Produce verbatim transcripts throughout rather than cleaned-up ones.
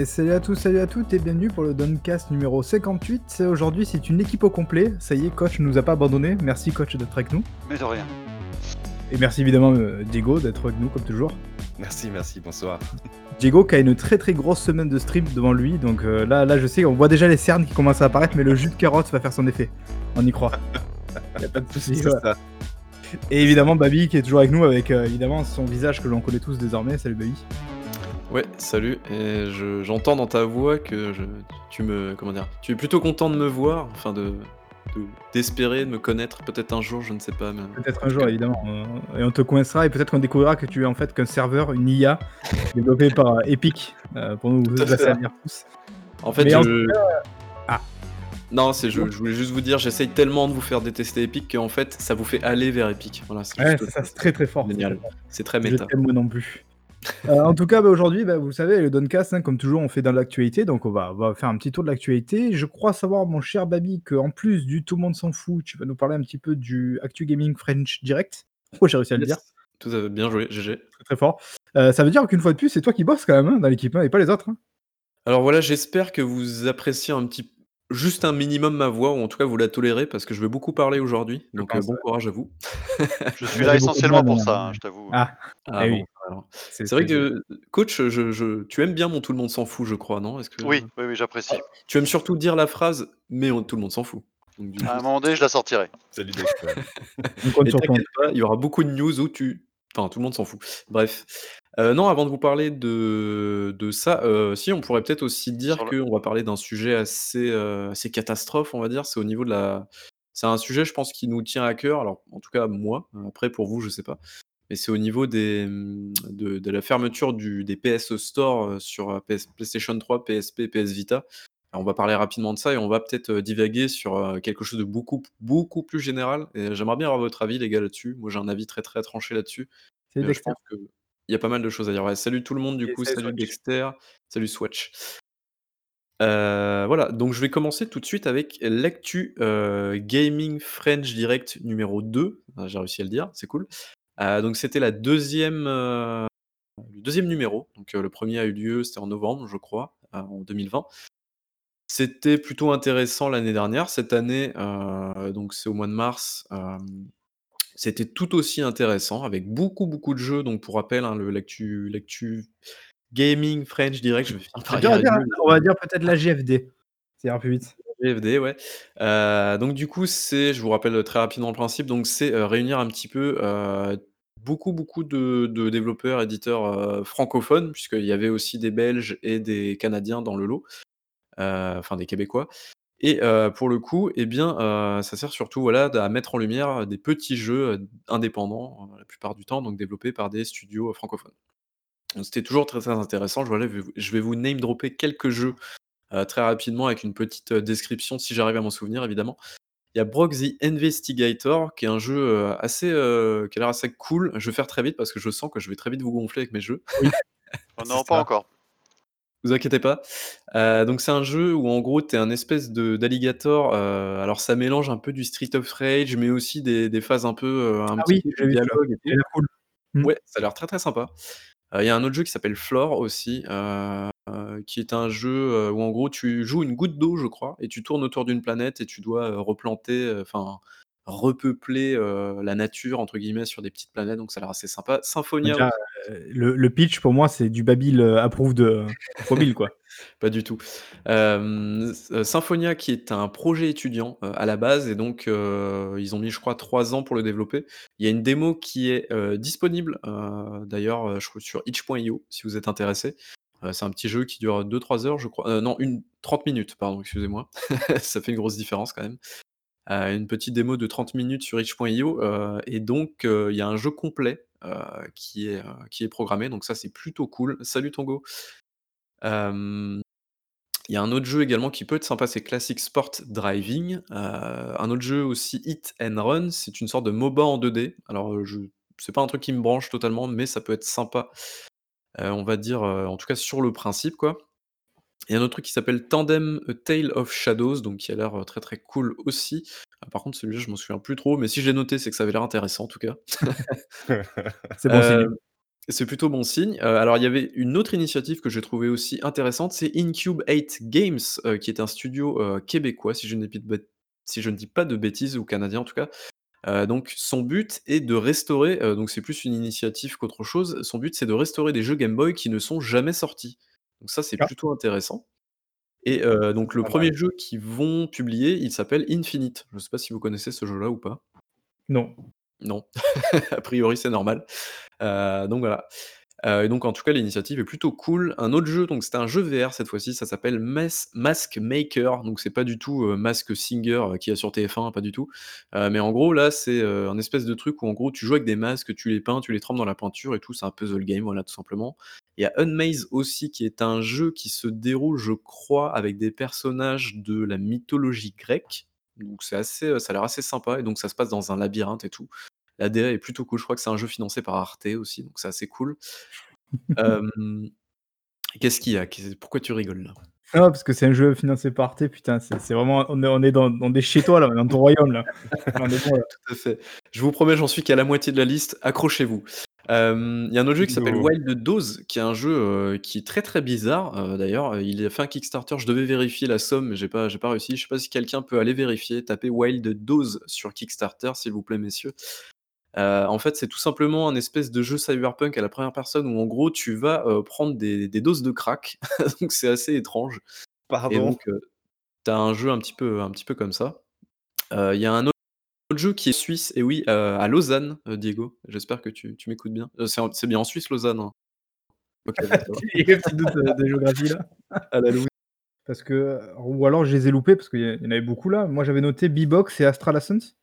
Et salut à tous, salut à toutes et bienvenue pour le Doncast numéro cinquante-huit. Aujourd'hui, c'est une équipe au complet. Ça y est, coach nous a pas abandonné. Merci coach d'être avec nous. Mais de rien. Et merci évidemment euh, Diego d'être avec nous comme toujours. Merci, merci, bonsoir. Diego qui a une très très grosse semaine de stream devant lui. Donc euh, là, là, je sais, on voit déjà les cernes qui commencent à apparaître, mais le jus de carotte va faire son effet. On y croit. Y a pas de soucis. C'est Ouais. ça. Et évidemment, Babi qui est toujours avec nous avec euh, évidemment son visage que l'on connaît tous désormais. Salut Babi. Ouais, salut, et je, j'entends dans ta voix que je, tu me, comment dire, tu es plutôt content de me voir, enfin de, de- d'espérer de me connaître peut-être un jour, je ne sais pas, mais Peut-être en un tout jour, cas, évidemment. Euh, et on te coincera et peut-être qu'on découvrira que tu es en fait qu'un serveur, une I A développée par euh, Epic euh, pour nous tout à fait. assaillir tous. En fait, Mais en je, Ah. non, c'est, je, je voulais juste vous dire, j'essaye tellement de vous faire détester Epic qu'en fait, ça vous fait aller vers Epic. Voilà, c'est Ouais, juste c'est ça, c'est très très fort. génial. c'est très fort. C'est très Je méta. t'aime moi non plus. Euh, en tout cas, bah, aujourd'hui, bah, vous savez, le Doncast, hein, comme toujours, on fait dans l'actualité. Donc, on va, on va faire un petit tour de l'actualité. Je crois savoir, mon cher Babi, qu'en plus du Tout le monde s'en fout, tu vas nous parler un petit peu du Actu Gaming French Direct. Oh, j'ai réussi à le dire. Yes. Tout à fait, bien joué, G G. Très très fort. Euh, ça veut dire qu'une fois de plus, c'est toi qui bosses quand même hein, dans l'équipe hein, et pas les autres. hein. Alors voilà, j'espère que vous appréciez un petit, juste un minimum ma voix, ou en tout cas vous la tolérez, parce que je vais beaucoup parler aujourd'hui, Je donc euh, pense. bon ouais. courage à vous. Je suis Moi, là j'ai beaucoup de essentiellement mal, pour mais, ça, euh, hein, je t'avoue. Ah, Ah eh bon, oui. alors. C'est, C'est vrai c'est- que, coach, je, je- tu aimes bien mon tout le monde s'en fout, je crois, non? Est-ce que Oui, oui, oui, j'apprécie. tu aimes surtout dire la phrase, mais on- tout le monde s'en fout. Donc, du À un coup, moment donné, je la sortirai. Salut Dexter. On compte et sur toi. t'inquiète pas, il y aura beaucoup de news où tu, enfin, tout le monde s'en fout. Bref. Euh, non, avant de vous parler de, de ça, euh, si on pourrait peut-être aussi dire Sur le- qu'on va parler d'un sujet assez, euh, assez catastrophe, on va dire. C'est au niveau de la. C'est un sujet, je pense, qui nous tient à cœur. Alors, en tout cas, moi. Après, pour vous, je sais pas. Mais c'est au niveau des, hum, de, de la fermeture du, des P S Store euh, sur euh, P S PlayStation trois, P S P, P S Vita. Alors, on va parler rapidement de ça et on va peut-être euh, divaguer sur euh, quelque chose de beaucoup, beaucoup plus général. Et j'aimerais bien avoir votre avis, les gars, là-dessus. Moi, j'ai un avis très, très tranché là-dessus. C'est Mais euh, je Dexter. pense qu'il y a pas mal de choses à dire. Ouais, salut tout le monde, du Et coup. c'est Salut Swatch. Dexter. Salut Swatch. Euh, voilà, donc je vais commencer tout de suite avec l'actu euh, Gaming French Direct numéro deux. Ah, j'ai réussi à le dire, c'est cool. Euh, donc c'était la deuxième, euh, le deuxième numéro. Donc euh, le premier a eu lieu, c'était en novembre, je crois, euh, en deux mille vingt. C'était plutôt intéressant l'année dernière. Cette année, euh, donc c'est au mois de mars, euh, c'était tout aussi intéressant avec beaucoup beaucoup de jeux. Donc pour rappel, hein, le, l'actu, l'actu Gaming French Direct, je vais finir C'est par y dur à dire, hein. arriver. On va dire peut-être la G F D. Ça ira plus vite. G F D, ouais. Heu, donc du coup, c'est je vous rappelle, très rapidement le principe, donc c'est, heu, réunir un petit peu, heu, beaucoup, beaucoup de de développeurs, éditeurs, heu, francophones, puisqu'il y avait aussi des Belges et des Canadiens dans le lot, heu, enfin des Québécois et heu, pour le coup, eh bien, heu, ça sert surtout, voilà, à mettre en lumière des petits jeux, heu, indépendants, heu, la plupart du temps, donc développés par des studios, heu, francophones. Donc c'était toujours très, très intéressant. Je voilà, je vais vous je vais vous name dropper quelques jeux Heu, très rapidement avec une petite, heu, description si j'arrive à m'en souvenir évidemment. Il y a Brock the Investigator qui est un jeu, heu, assez, heu, qui a l'air assez cool. Je vais faire très vite parce que je sens que je vais très vite vous gonfler avec mes jeux. Oui. Oh C'est non, pas ça. encore. Vous inquiétez pas. Heu, donc c'est un jeu où en gros tu es un espèce de d'alligator, heu, alors ça mélange un peu du Street of Rage mais aussi des des phases un peu, heu, un Ah petit oui, peu j'ai de vu celui-là. dialogue et Il a tout. l'air cool. Mmh. Ouais, ça a l'air très, très sympa. Heu, il y a un autre jeu qui s'appelle Floor aussi, heu, heu, qui est un jeu, heu, où en gros tu joues une goutte d'eau, je crois, et tu tournes autour d'une planète et tu dois, heu, replanter, heu, enfin repeupler, heu, «la nature» entre guillemets sur des petites planètes, donc ça a l'air assez sympa. Bah, Symphonia déjà, aussi. heu, le le pitch pour moi, c'est du Babil, heu, approuve de fois mille quoi. Pas du tout. Hem, s heu, Symphonia qui est un projet étudiant, heu, à la base et donc heu, ils ont mis je crois trois ans pour le développer. Il y a une démo qui est, heu, disponible, heu, d'ailleurs, heu, je crois sur itch point io si vous êtes intéressés. Heu, c'est un petit jeu qui dure deux trois heures je crois, heu, non une trente minutes pardon, excusez-moi. Ça fait une grosse différence quand même. Heu, une petite démo de trente minutes sur itch point io, heu et donc heu, il y a un jeu complet, heu, qui est, heu, qui est programmé donc ça c'est plutôt cool. Salut Tongo. Hem il y a un autre jeu également qui peut être sympa, c'est Classic Sport Driving. Heu, un autre jeu aussi, Hit and Run, c'est une sorte de MOBA en deux D. Alors, heu, je c'est pas un truc qui me branche totalement, mais ça peut être sympa, heu, on va dire, heu, en tout cas sur le principe, quoi. Il y a un autre truc qui s'appelle Tandem: A Tale of Shadows, donc qui a l'air, heu, très, très cool aussi. Ah, par contre celui-là, je m'en souviens plus trop, mais si je l'ai noté, c'est que ça avait l'air intéressant en tout cas. C'est bon signe. Heu C'est plutôt bon signe. Heu, alors il y avait une autre initiative que j'ai trouvée aussi intéressante, c'est Incube eight Games, heu, qui est un studio, heu, québécois si je ne dis pas de bêt si je ne dis pas de bêtises ou canadien en tout cas. Heu, donc son but est de restaurer, heu, donc c'est plus une initiative qu'autre chose, son but c'est de restaurer des jeux Game Boy qui ne sont jamais sortis. Donc ça, c'est Ah, plutôt intéressant et heu, donc le pas mal. premier jeu qu'ils vont publier, il s'appelle Infinite. Je sais pas si vous connaissez ce jeu-là ou pas? Non. Non, a priori c'est normal. Heu, donc voilà. Heu et donc en tout cas l'initiative est plutôt cool. Un autre jeu, donc c'était un jeu V R cette fois-ci, ça s'appelle Mas Mask Maker, donc c'est pas du tout, heu, Mask Singer, heu, qu'il y a sur T F un, pas du tout. Heu, mais en gros là, c'est, heu, un espèce de truc où en gros tu joues avec des masques, tu les peins, tu les trempes dans la peinture et tout, c'est un puzzle game, voilà, tout simplement. Il y a Unmaze aussi qui est un jeu qui se déroule, je crois, avec des personnages de la mythologie grecque, donc c'est assez, heu, ça a l'air assez sympa et donc ça se passe dans un labyrinthe et tout. La D A est plutôt cool, je crois que c'est un jeu financé par Arte aussi, donc c'est assez cool. Hem, qu'est-ce qu'il y a? Qu'est pourquoi tu rigoles là? Non, parce que c'est un jeu financé par Arte, putain, c'est c'est vraiment on est on est dans on est chez toi là, on est dans ton royaume là. Là, on est bon là. Tout à fait. Je vous promets, j'en suis qu'à la moitié de la liste, accrochez-vous. Hem, il y a un autre jeu qui Let's s'appelle go. Wild Dose, qui est un jeu, heu, qui est très, très bizarre, heu, d'ailleurs, heu, il a fait un Kickstarter, je devais vérifier la somme, mais j'ai pas j'ai pas réussi. Je sais pas si quelqu'un peut aller vérifier, taper Wild Dose sur Kickstarter, s'il vous plaît, messieurs. Heu, en fait, c'est tout simplement un espèce de jeu cyberpunk à la première personne où en gros tu vas, heu, prendre des des doses de crack, donc c'est assez étrange et Pardon? donc heu, tu as un jeu un petit peu un petit peu comme ça. Heu, il y a un autre jeu qui est suisse et oui, heu, à Lausanne, heu, Diego, j'espère que tu tu m'écoutes bien. Heu, c'est en c'est bien en Suisse, Lausanne, hein? OK, bon ça va. Il y a un petit doute, heu, de géographie là. À la louise. Parce que ou alors je les ai loupés parce qu'il y a il y en avait beaucoup là. Moi j'avais noté Bbox et Astral Ascent.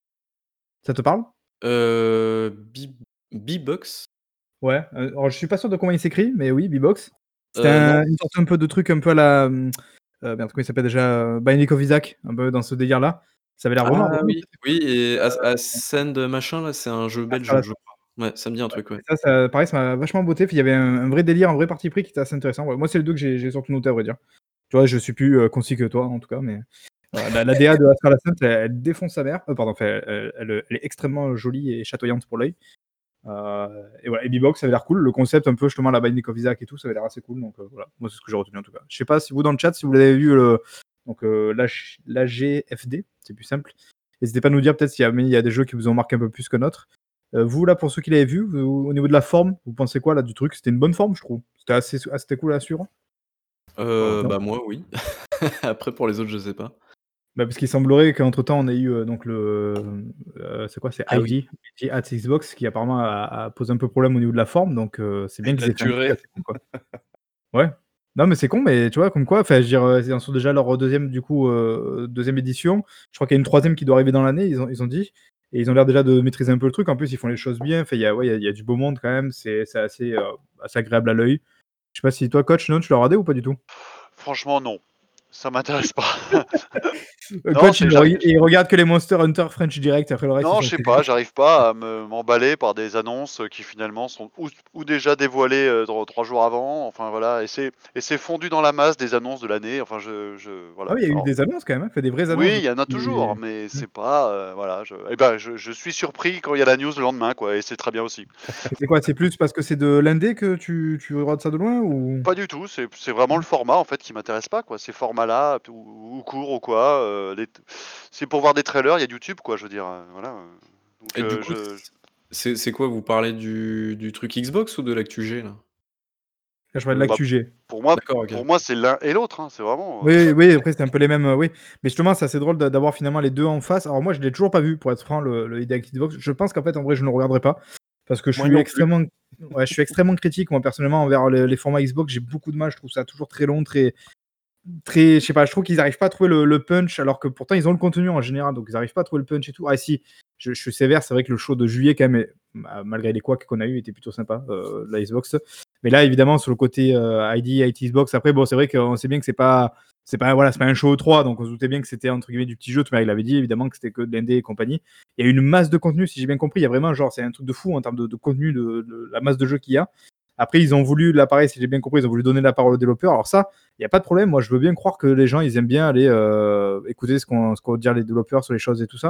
Ça te parle? Heu, Be Bebox? Ouais, heu, alors je suis pas sûr de comment il s'écrit, mais oui, Bbox. C'était Heu, non. un une sorte un peu de truc un peu à la, mmh, heu, merde, comment il s'appelle déjà? Heu, Binding of Isaac, un peu dans ce délire-là. Ça avait l'air vraiment, Ah vraiment oui, très, très oui et As cool. Heu Ascend machin là, c'est un jeu belge, Astral je Ascent. crois. Ouais, ça me dit un Ouais truc, ouais. et ça ça pareil, ça m'a vachement botté, puis il y avait un un vrai délire, un vrai parti pris qui était assez intéressant. Ouais, moi c'est les deux que j'ai j'ai surtout noté à vrai dire. Tu vois, je suis plus, heu, concis que toi en tout cas, mais voilà, la la D A de Astral Ascent, elle elle défonce sa mère. Heu, pardon, enfin, elle elle elle est extrêmement jolie et chatoyante pour l'œil. Heu et voilà et Bbox ça avait l'air cool. Le concept un peu justement la Binding of Isaac et tout, ça avait l'air assez cool donc heu, voilà. Moi c'est ce que j'ai retenu en tout cas. Je sais pas si vous dans le chat, si vous l'avez vu, heu, donc heu, l'H l'A G F D, c'est plus simple. N'hésitez pas à nous dire peut-être s'il y a mais il y a des jeux qui vous ont marqué un peu plus que d'autres. Heu, vous là, pour ceux qui l'avaient vu, vous au niveau de la forme, vous pensez quoi là du truc? C'était une bonne forme je trouve. C'était assez s ah c'était cool à suivre? Heu, Non? bah moi oui. Après pour les autres, je sais pas. Bah, parce qu'il semblerait qu'entre temps on ait eu, heu, donc le, hem, heu, c'est quoi? C'est Ah oui. I D, I D at Xbox qui apparemment a a posé un peu problème au niveau de la forme donc heu, c'est bien Il qu'ils l'a aient fait un truc duré. assez cool quoi. Ouais. Non mais c'est con, mais tu vois comme quoi, enfin je veux dire, heu, ils en sont déjà à leur deuxième du coup, heu, deuxième édition. Je crois qu'il y a une troisième qui doit arriver dans l'année, ils ont ils ont dit et ils ont l'air déjà de maîtriser un peu le truc. En plus, ils font les choses bien. Enfin il y a ouais, il y a il y a du beau monde quand même, c'est c'est assez, heu, assez agréable à l'œil. Je sais pas si toi coach, non, tu l'as regardé ou pas du tout? Franchement, non. Ça m'intéresse pas. Heu, Non, coach c'est il j'arrive re il regarde que les Monster Hunter French Direct, après le reste il non, s'en je sais fout. pas, j'arrive pas à me m'emballer par des annonces, heu, qui finalement sont ou ou déjà dévoilées, heu, dans trois jours avant, enfin voilà et c'est et c'est fondu dans la masse des annonces de l'année, enfin je je Ah voilà. oui, il y a eu Alors des annonces quand même, hein, enfin des vraies annonces oui, de il y en a toujours, depuis mais mmh. c'est pas, heu, voilà, je et ben, je je suis surpris quand il y a la news le lendemain quoi et c'est très bien aussi. Et c'est quoi? C'est plus parce que c'est de l'indé que tu tu regardes ça de loin ou? Pas du tout, c'est c'est vraiment le format en fait qui m'intéresse pas quoi, ces formats-là ou ou courts ou quoi, heu, les t c'est pour voir des trailers, il y a YouTube quoi, je veux dire, heu, voilà, heu, donc Et du heu, coup, je c c'est c'est quoi? Vous parlez du du truc Xbox ou de l'actu G là? Là je parlais de heu, bah, l'actu G. pour moi D'accord, OK. pour moi c'est l'un et l'autre, hein, c'est vraiment, heu Oui, oui, après c'est un peu les mêmes, heu, oui. Mais justement, c'est assez drôle d'a d'avoir finalement les deux en face. Alors moi, je l'ai toujours pas vu pour être franc, le le Hideo Xbox. Je pense qu'en fait, en vrai, je ne le regarderai pas parce que je Moi suis non plus. extrêmement ouais, je suis extrêmement critique moi personnellement envers les les formats Xbox. J'ai beaucoup de mal, je trouve ça toujours très long, très très je sais pas, je trouve qu'ils arrivent pas à trouver le le punch alors que pourtant ils ont le contenu en général, donc ils arrivent pas à trouver le punch et tout. Ah si, je je suis sévère, c'est vrai que le show de juillet quand même est ma malgré les couacs qu'on a eu, était plutôt sympa, heu, la Xbox. Mais là évidemment sur le côté, heu, I D, I T Xbox, après bon, c'est vrai qu'on sait bien que c'est pas c'est pas voilà, c'est pas un show E trois, donc on se doutait bien que c'était entre guillemets «du petit jeu». Tu vois, il avait dit évidemment que c'était que de l'indé et compagnie. Il y a une masse de contenu, si j'ai bien compris, il y a vraiment genre c'est un truc de fou en termes de de contenu, de de la masse de jeux qu'il y a. Après ils ont voulu là pareil, si j'ai bien compris, ils ont voulu donner la parole aux développeurs. Alors ça, il y a pas de problème. Moi, je veux bien croire que les gens, ils aiment bien aller, heu, écouter ce qu'ont ce qu'ont à dire les développeurs sur les choses et tout ça.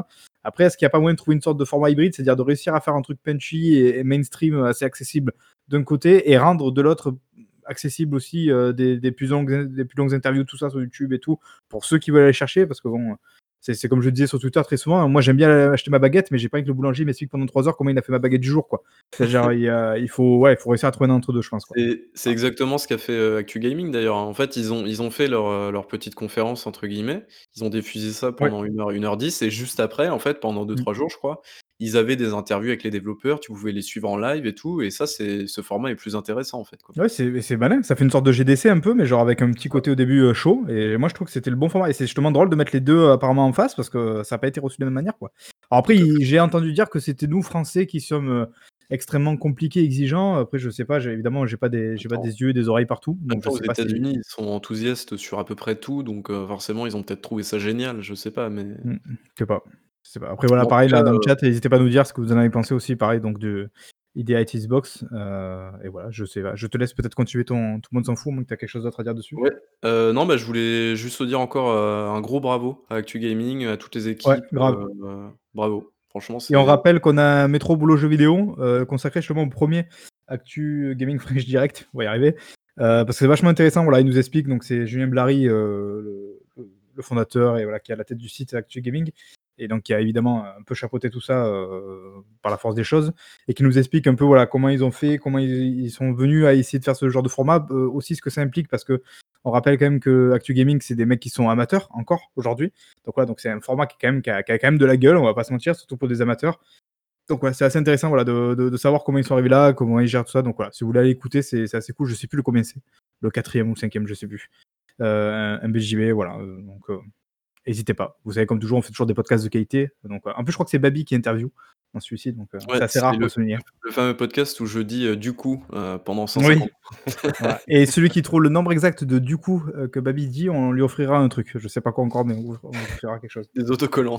Après, est-ce qu'il y a pas moyen de trouver une sorte de format hybride, c'est-à-dire de réussir à faire un truc punchy et et mainstream, heu, assez accessible d'un côté et rendre de l'autre accessible aussi, heu, des des plus longues des plus longues interviews, tout ça sur YouTube et tout, pour ceux qui veulent aller chercher parce que bon, c'est c'est comme je disais sur Twitter très souvent, moi j'aime bien aller acheter ma baguette, mais j'ai pas envie que le boulanger m'explique pendant trois heures comment il a fait ma baguette du jour, quoi. C'est-à-dire il y a il faut ouais, il faut réussir à trouver un entre deux, je pense, quoi. C'est c'est exactement ce qu'a fait, heu, Actu Gaming d'ailleurs, hein. En fait, ils ont ils ont fait leur, heu, leur «petite conférence» entre guillemets. Ils ont diffusé ça Ouais. pendant une heure, une heure dix et juste après, en fait, pendant deux Mmh. trois jours, je crois, ils avaient des interviews avec les développeurs, tu pouvais les suivre en live et tout et ça, c'est ce format est plus intéressant, en fait, quoi. Ouais, c'est c'est malin, ça fait une sorte de G D C un peu, mais genre avec un petit côté au début, heu, chaud et moi je trouve que c'était le bon format et c'est justement drôle de mettre les deux heu, apparemment en face parce que ça a pas été reçu de la même manière, quoi. Alors après, Tout à fait. il j'ai entendu dire que c'était nous Français qui sommes, heu, extrêmement compliqués, exigeants. Après je sais pas, j'ai évidemment j'ai pas des j'ai pas Attends. des yeux et des oreilles partout, En même donc je temps, aux sais pas si États-Unis, ils sont enthousiastes sur à peu près tout, donc heu, forcément, ils ont peut-être trouvé ça génial, je sais pas, mais mmh mh, je sais pas. Je sais pas. Après voilà, mais en tout pareil cas, là dans le heu chat, n'hésitez pas à nous dire ce que vous en avez pensé aussi, pareil donc de Ideatis Box, heu et voilà, je sais pas. Je te laisse peut-être continuer ton tout le monde s'en fout, à moins que tu as quelque chose d'autre à dire dessus? ouais, heu, non, bah, je voulais juste te dire encore, heu, un gros bravo à Actu Gaming, à toutes les Ouais, équipes, grave. heu, bravo. Franchement, Et on c'est rappelle qu'on a un métro boulot jeux vidéo, heu, consacré justement au premier Actu Gaming French Direct, on va y arriver, heu, parce que c'est vachement intéressant. Voilà, il nous explique, donc c'est Julien Blary, heu, le le le fondateur et voilà, qui est à la tête du site Actu Gaming et donc qui a évidemment un peu chapeauté tout ça, heu, par la force des choses et qui nous explique un peu, voilà, comment ils ont fait, comment ils ils sont venus à essayer de faire ce genre de format, heu, aussi ce que ça implique parce qu'on rappelle quand même que Actu Gaming, c'est des mecs qui sont amateurs encore aujourd'hui. Donc voilà, donc c'est un format qui est quand même qui a qui a quand même de la gueule, on va pas se mentir, surtout pour des amateurs. Donc ouais, c'est assez intéressant voilà, de, de, de savoir comment ils sont arrivés là, comment ils gèrent tout ça. Donc voilà, si vous voulez aller écouter, c'est c'est assez cool. Je sais plus le combien c'est. Le quatrième ou cinquième, je sais plus. Euh, un, un B J B, voilà. euh, donc euh, n'hésitez pas. Vous savez, comme toujours, on fait toujours des podcasts de qualité. Donc, euh, en plus, je crois que c'est Babi qui interview dans celui-ci. Donc euh, ouais, c'est assez c'est rare le pour le souligner. le fameux podcast où je dis, heu, du coup, heu, pendant cent Oui. cinquante Voilà. Et celui qui trouve le nombre exact de du coup euh, que Babi dit, on lui offrira un truc. Je sais pas quoi encore, mais on vous, on vous offrira quelque chose. des autocollants.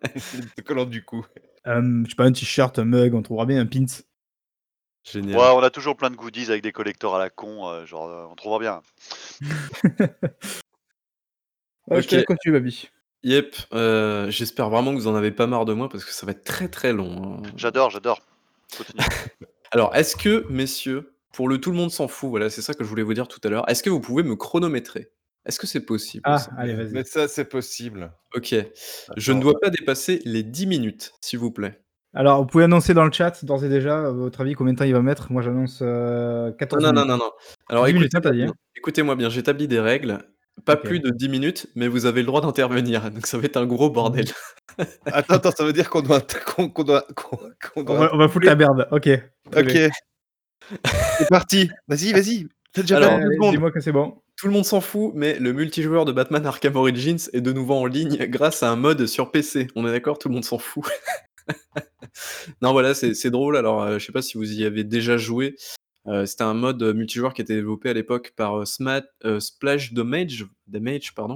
Le collant du coup. Euh, je sais pas, un t-shirt, un mug, on trouvera bien un pins. Ouais, Génial. on a toujours plein de goodies avec des collecteurs à la con, euh, genre, euh, on trouvera bien. Ouais, je te OK, laisse continuer, Babi. yep, heu, j'espère vraiment que vous en avez pas marre de moi parce que ça va être très, très long, hein. J'adore, j'adore. Continue. Alors, est-ce que, messieurs, pour le tout le monde s'en fout, voilà, c'est ça que je voulais vous dire tout à l'heure, est-ce que vous pouvez me chronométrer? Est-ce que c'est possible Ah, ça? allez, vas-y. Mais ça, c'est possible. OK. Je ne Attends. dois pas dépasser les dix minutes, s'il vous plaît. Alors, vous pouvez annoncer dans le chat, d'ores et déjà, à votre avis, combien de temps il va mettre? Moi, j'annonce, heu, Non, quatorze non, non, minutes. non, non. Alors dix minutes, hein, tu écoutez-moi as dit, bien, hein? écoutez-moi bien, j'établis des règles, pas plus OK. de dix minutes, mais vous avez le droit d'intervenir, donc ça va être un gros bordel. Mmh. Attends, attends, ça veut dire qu'on doit qu'on qu'on doit qu'on qu'on On doit va on va foutre la merde. OK, très OK, bien. c'est parti. Vas-y, vas-y. T'as déjà Alors, vingt-deux Allez, secondes. dis-moi que c'est bon. tout le monde s'en fout, mais le multijoueur de Batman Arkham Origins est de nouveau en ligne grâce à un mode sur P C. On est d'accord? Tout le monde s'en fout. Non, voilà, c'est c'est drôle. Alors, heu, je sais pas si vous y avez déjà joué. Heu, c'était un mode, heu, multijoueur qui était développé à l'époque par, heu, Smat heu, Splash Damage Damage, pardon.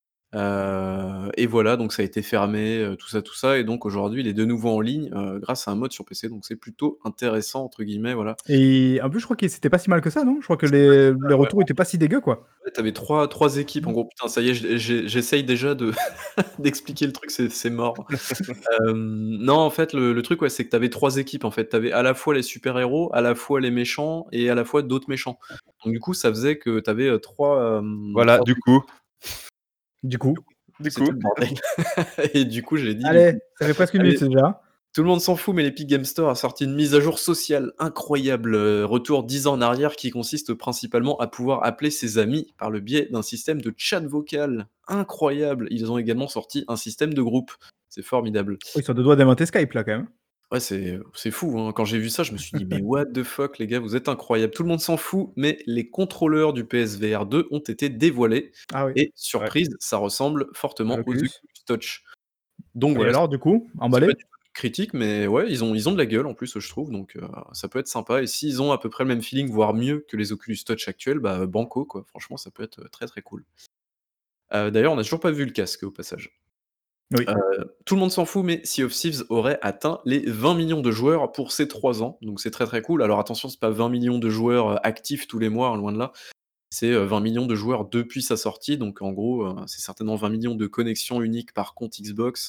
Heu et voilà, donc ça a été fermé, heu, tout ça, tout ça et donc aujourd'hui, il est de nouveau en ligne, heu, grâce à un mode sur P C, donc c'est plutôt «intéressant» entre guillemets, voilà. Et en plus, je crois que c'était pas si mal que ça, non? Je crois que les les retours étaient pas si dégueux, quoi. Ouais, tu avais trois 3 équipes en Mmh. gros. Putain, ça y est, j'ai j'ai j'essaye déjà de d'expliquer le truc, c'est c'est mort. Hem, non, en fait, le le truc, ouais, c'est que tu avais trois équipes, en fait. Tu avais à la fois les super héros, à la fois les méchants et à la fois d'autres méchants. Donc du coup, ça faisait que tu avais, heu, trois, hem, Voilà, trois du équipes. coup, Du coup. du C'était coup. le bordel et du coup, j'ai dit du Allez, coup. ça fait presque une Allez, minute déjà. tout le monde s'en fout, mais l'Epic Game Store a sorti une mise à jour sociale incroyable, heu, retour dix ans en arrière qui consiste principalement à pouvoir appeler ses amis par le biais d'un système de chat vocal. Incroyable! Ils ont également sorti un système de groupe. C'est formidable. Oh, ils sont à deux doigts d'inventer Skype, là, quand même. Ouais, c'est, c'est fou, hein. Quand j'ai vu ça, je me suis dit: «Mais what the fuck les gars, vous êtes incroyables». Tout le monde s'en fout, mais les contrôleurs du P S V R deux ont été dévoilés Ah oui, et ouais, surprise, ça ressemble à fortement aux Oculus l'Oculus. Touch. Donc Et voilà, alors, du coup, c'est pas emballé? du tout critique, mais ouais, ils ont ils ont de la gueule en plus, je trouve, donc heu, ça peut être sympa et s'ils ont à peu près le même feeling, voire mieux que les Oculus Touch actuels, bah, banco quoi. Franchement, ça peut être, heu, très, très cool. Heu, d'ailleurs, on n'a toujours pas vu le casque au passage. Oui. Heu, tout le monde s'en fout, mais Sea of Thieves aurait atteint les vingt millions de joueurs pour ses trois ans, donc c'est très, très cool. Alors attention, c'est pas vingt millions de joueurs, heu, actifs tous les mois, hein, loin de là. C'est, heu, vingt millions de joueurs depuis sa sortie, donc en gros, heu, c'est certainement vingt millions de connexions uniques par compte Xbox.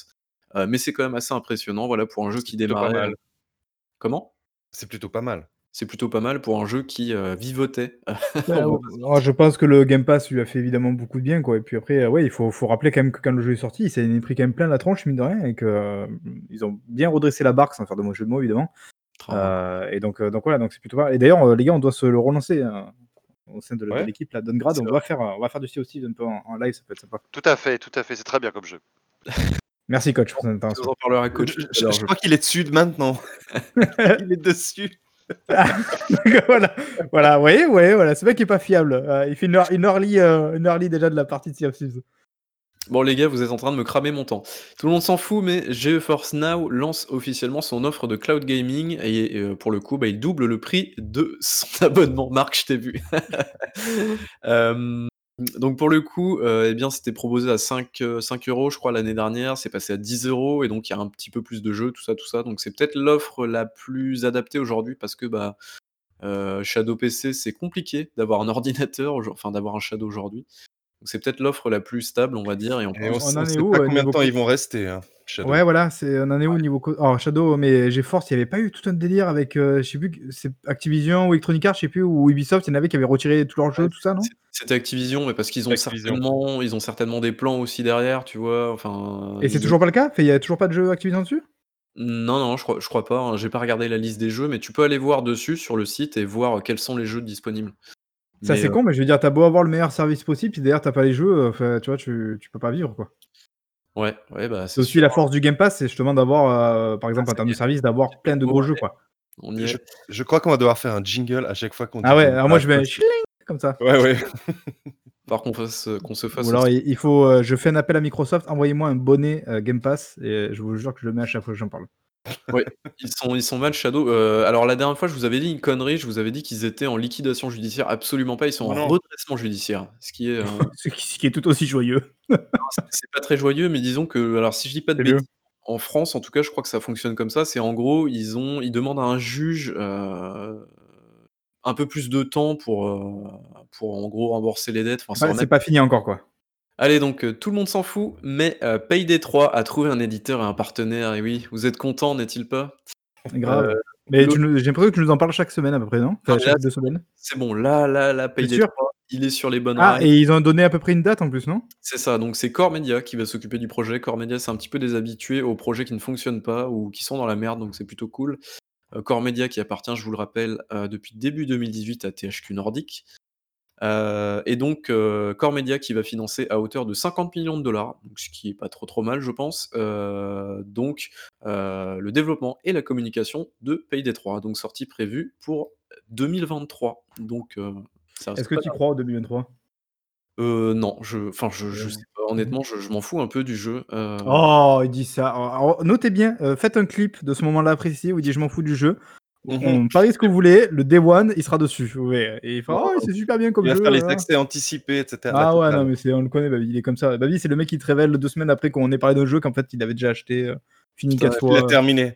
Heu, mais c'est quand même assez impressionnant, voilà, pour un jeu C'est qui plutôt pas démarrait, heu mal. comment? C'est plutôt pas mal. C'est plutôt pas mal pour un jeu qui, heu, vivotait au Bah, moment ou de sa alors sortie. je pense que le Game Pass lui a fait évidemment beaucoup de bien, quoi et puis après, heu, ouais, il faut faut rappeler quand même que quand le jeu est sorti, il s'en est pris quand même plein la tronche, mine de rien et que, mmh, ils ont bien redressé la barque, sans faire de mauvais jeu de mots évidemment. Ah. Heu et donc heu, donc voilà, donc c'est plutôt pas et d'ailleurs, heu, les gars, on doit se le relancer, hein, au sein de l de Ouais, l'équipe là, Donegrad, C'est on vrai. va faire, heu, on va faire du Sea of Thieves un peu en en live, ça peut être sympa. Tout à fait, tout à fait, c'est très bien comme jeu. Merci coach pour Bon, cette tu nous intervention. en parleras Je coach je tout à je l'heure, je je crois qu'il est dessus de maintenant. Il est dessus. Donc voilà, voilà, vous voyez, ouais, voilà, ce mec est pas fiable. Heu, il fait une ear une early, heu, une early déjà de la partie de Sea of Thieves. Bon les gars, vous êtes en train de me cramer mon temps. Tout le monde s'en fout, mais GeForce Now lance officiellement son offre de cloud gaming et heu, pour le coup, bah, il double le prix de son abonnement. Marc, je t'ai vu. Hem, donc pour le coup, heu, eh bien, c'était proposé à cinq, heu, cinq euros je crois l'année dernière, c'est passé à dix euros et donc il y a un petit peu plus de jeux, tout ça, tout ça. Donc c'est peut-être l'offre la plus adaptée aujourd'hui parce que, bah, heu, Shadow P C, c'est compliqué d'avoir un ordinateur aujour enfin d'avoir un Shadow aujourd'hui. Donc c'est peut-être l'offre la plus stable, on va dire et en Et On on plus s on on en est sait où, pas heu, combien de niveau temps co ils vont rester, hein, Shadow. ouais, voilà, c'est on en est où ouais. niveau co alors Shadow, mais GeForce, il y avait pas eu tout un délire avec, heu, je sais plus q c'est Activision ou Electronic Arts, je sais plus, ou Ubisoft, il y en avait qui avaient retiré tous leurs Ouais, jeux, tout ça, non? C'est c'était Activision, mais parce qu'ils c'est ont Activision. certainement ils ont certainement des plans aussi derrière, tu vois? Enfin, Et c'est ils ont toujours pas le cas? Fait, il y a toujours pas de jeux Activision dessus? non, non, je crois je crois pas, hein, j'ai pas regardé la liste des jeux, mais tu peux aller voir dessus sur le site et voir, heu, quels sont les jeux disponibles. Ça, Mais, c'est heu, con, mais je veux dire, tu as beau avoir le meilleur service possible, si derrière tu as pas les jeux, heu, enfin, tu vois, tu tu peux pas vivre, quoi. ouais, ouais, bah, C'est c'est aussi sûr, la hein. force du Game Pass, c'est justement d'avoir, heu, par Ah exemple, en ça termes y de est, service, tu d'avoir mets plein le de mot, gros jeux, allez, quoi. on y Je est. je crois qu'on va devoir faire un jingle à chaque fois qu'on Ah dit ouais, Game alors moi, Pass je vais parce que schling comme ça. ouais, ouais. Va falloir qu'on fasse, heu, qu'on se Ou fasse alors aussi il il faut, heu, je fais un appel à Microsoft, envoyez-moi un bonnet, heu, Game Pass et je vous jure que je le mets à chaque fois que j'en parle. ouais, ils sont ils sont mal Shadow, heu, alors la dernière fois, je vous avais dit une connerie, je vous avais dit qu'ils étaient en liquidation judiciaire, absolument pas, ils sont Oh en non! redressement judiciaire, ce qui est, heu Ce qui ce qui est tout aussi joyeux. non, c'est c'est pas très joyeux, mais disons que alors si je dis pas de C'est mieux. bêtises, en France, en tout cas, je crois que ça fonctionne comme ça. C'est en gros, ils ont ils demandent à un juge, heu, un peu plus de temps pour, heu, pour en gros rembourser les dettes, enfin C'est se pas c'est remettre. pas fini encore, quoi. Allez donc, heu, tout le monde s'en fout, mais, heu, Payday trois a trouvé un éditeur et un partenaire et oui, vous êtes contents, n'est-il pas? Heu, Grave. Mais l'au tu nous j'ai l'impression que tu nous en parles chaque semaine à peu près, non? non Enfin, mais là, chaque deux c'est bon, semaines? c'est bon, là là là, Tu es Payday sûr? trois, il est sur les bonnes Ah rails. et ils ont donné à peu près une date en plus, non? C'est ça, donc c'est Core Media qui va s'occuper du projet. Core Media, c'est un petit peu des habitués aux projets qui ne fonctionnent pas ou qui sont dans la merde, donc c'est plutôt cool. Heu, Core Media qui appartient, je vous le rappelle, heu, depuis début deux mille dix-huit à T H Q Nordic. Heu et donc heu, Core Media qui va financer à hauteur de cinquante millions de dollars, donc ce qui est pas trop, trop mal, je pense. Heu, donc heu, le développement et la communication de Payday trois, donc sortie prévue pour deux mille vingt-trois, donc heu, ça Est-ce risque que pas tu y crois en deux mille vingt-trois? Heu, non, je enfin, je je Ouais. sais pas, Mmh. honnêtement, je je m'en fous un peu du jeu, heu, Oh, il dit ça. Alors alors, notez bien, heu, faites un clip de ce moment-là précis où il dit: «Je m'en fous du jeu». Mmh. On parie ce que vous voulez, le day one, il sera dessus. Ouais et il fera: non, «Oh, c'est super bien comme Il va jeu, faire oh les là là». accès anticipés et cetera, la Ah ouais, non, totale. mais c'est on le connaît Babi, il est comme ça. Babi, c'est le mec qui te révèle deux semaines après qu'on ait parlé d'un jeu qu'en fait il avait déjà acheté, heu, fini putain, quatre Il a fois. terminé.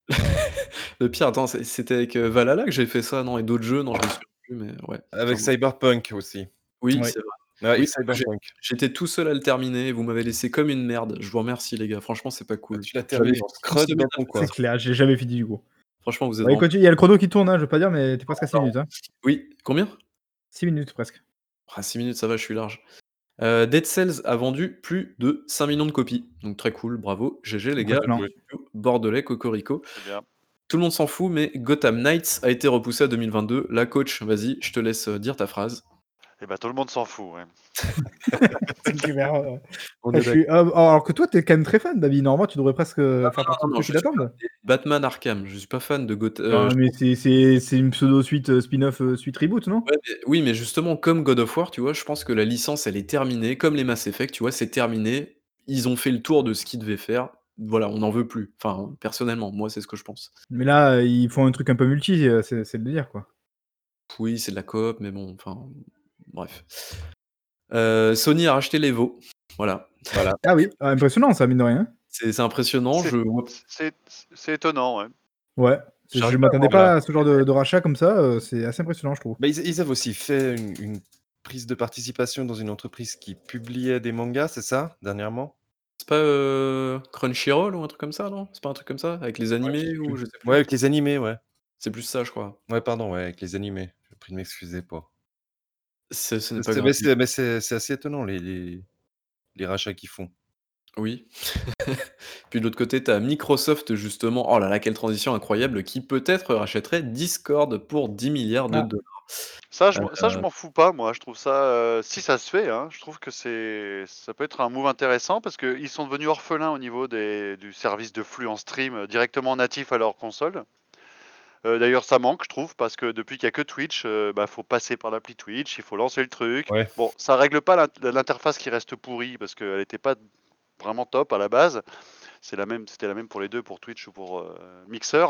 le pire, attends, c'est c'était avec, heu, Valhalla que j'ai fait ça, non? Et d'autres jeux? Non, je me souviens plus, mais ouais, Avec enfin bon. Cyberpunk aussi. Oui, Ouais. c'est vrai. Ouais, Oui, parce que j'ai Cyberpunk. j'étais tout seul à le terminer et vous m'avez laissé comme une merde. Je vous remercie les gars, franchement, c'est pas Bah, cool. tu l'as J'avais terminé en fini une scrud semaine dans ton après C'est coin. ça. clair, j'ai jamais fini du coup. Franchement, vous êtes Ouais, vraiment continue, il y a le chrono qui tourne, hein, je veux pas dire, mais tu es presque à six minutes, hein. oui, combien? six minutes presque. Ah six minutes, ça va, je suis large. Heu, Dead Cells a vendu plus de cinq millions de copies, donc très cool, bravo, G G les gars, Impressionnant. Oui. bordelais, cocorico. C'est bien. Tout le monde s'en fout, mais Gotham Knights a été repoussé à deux mille vingt-deux. La coach, vas-y, je te laisse, heu, dire ta phrase. Et bah, tout le monde s'en fout, ouais. C'est clair, heu, On je est suis d'accord. ah, alors que toi, tu es quand même très fan, Babi. Normalement, tu devrais presque, Ah heu, faire non, partie non, de non, ceux je qui suis fan l'attendent. des Batman Arkham, je suis pas fan de Goth heu, Non, mais c'est c'est c'est une pseudo suite, heu, spin-off, heu, suite reboot, non? ouais, mais oui, mais justement, comme God of War, tu vois, je pense que la licence, elle est terminée, comme les Mass Effect, tu vois, c'est terminé. Ils ont fait le tour de ce qu'ils devaient faire. Voilà, on n'en veut plus. Enfin, personnellement, moi, c'est ce que je pense. Mais là, heu, ils font un truc un peu multi, heu, c'est c'est le délire, quoi. Oui, c'est de la coop, mais bon, enfin, bref. Heu, Sony a racheté l'Evo. Voilà. Voilà. Ah oui, ah, impressionnant ça, mine de rien. C'est c'est impressionnant, C'est je vois c'est c'est étonnant, ouais. Ouais, c'est je j'arrive pas à m'attendais voir Voilà. pas à ce genre de de rachat comme ça, heu, c'est assez impressionnant, je trouve. Bah, ils ils avaient aussi fait une une prise de participation dans une entreprise qui publiait des mangas, c'est ça, dernièrement? C'est pas, heu, Crunchyroll ou un truc comme ça, non? C'est pas un truc comme ça? Avec les Ouais, je sais animés ou plus. je sais Ouais, plus? avec les animés, ouais. C'est plus ça, je crois. Ouais, pardon, ouais, avec les animés. Je prie de m'excuser pour Ce ce n'est pas c'est grave. mais c'est mais c'est c'est assez étonnant les les les rachats qu'ils font. Oui. Puis de l'autre côté, tu as Microsoft justement, oh là là, quelle transition incroyable, qui peut-être rachèterait Discord pour dix milliards de Ah. dollars. Ça, je Heu, m'en ça, je m'en fous pas, moi. Je trouve ça, heu, si ça se fait, hein, je trouve que c'est ça peut être un move intéressant parce qu'ils sont devenus orphelins au niveau des du service de flux en stream, heu, directement natif à leur console. Heu, d'ailleurs, ça manque, je trouve, parce que depuis qu'il y a que Twitch, heu, bah, faut passer par l'appli Twitch, il faut lancer le truc. Ouais. Bon, ça règle pas l'int l'interface qui reste pourrie parce qu'elle était pas vraiment top à la base. C'est la même c'était la même pour les deux, pour Twitch ou pour, heu, Mixer.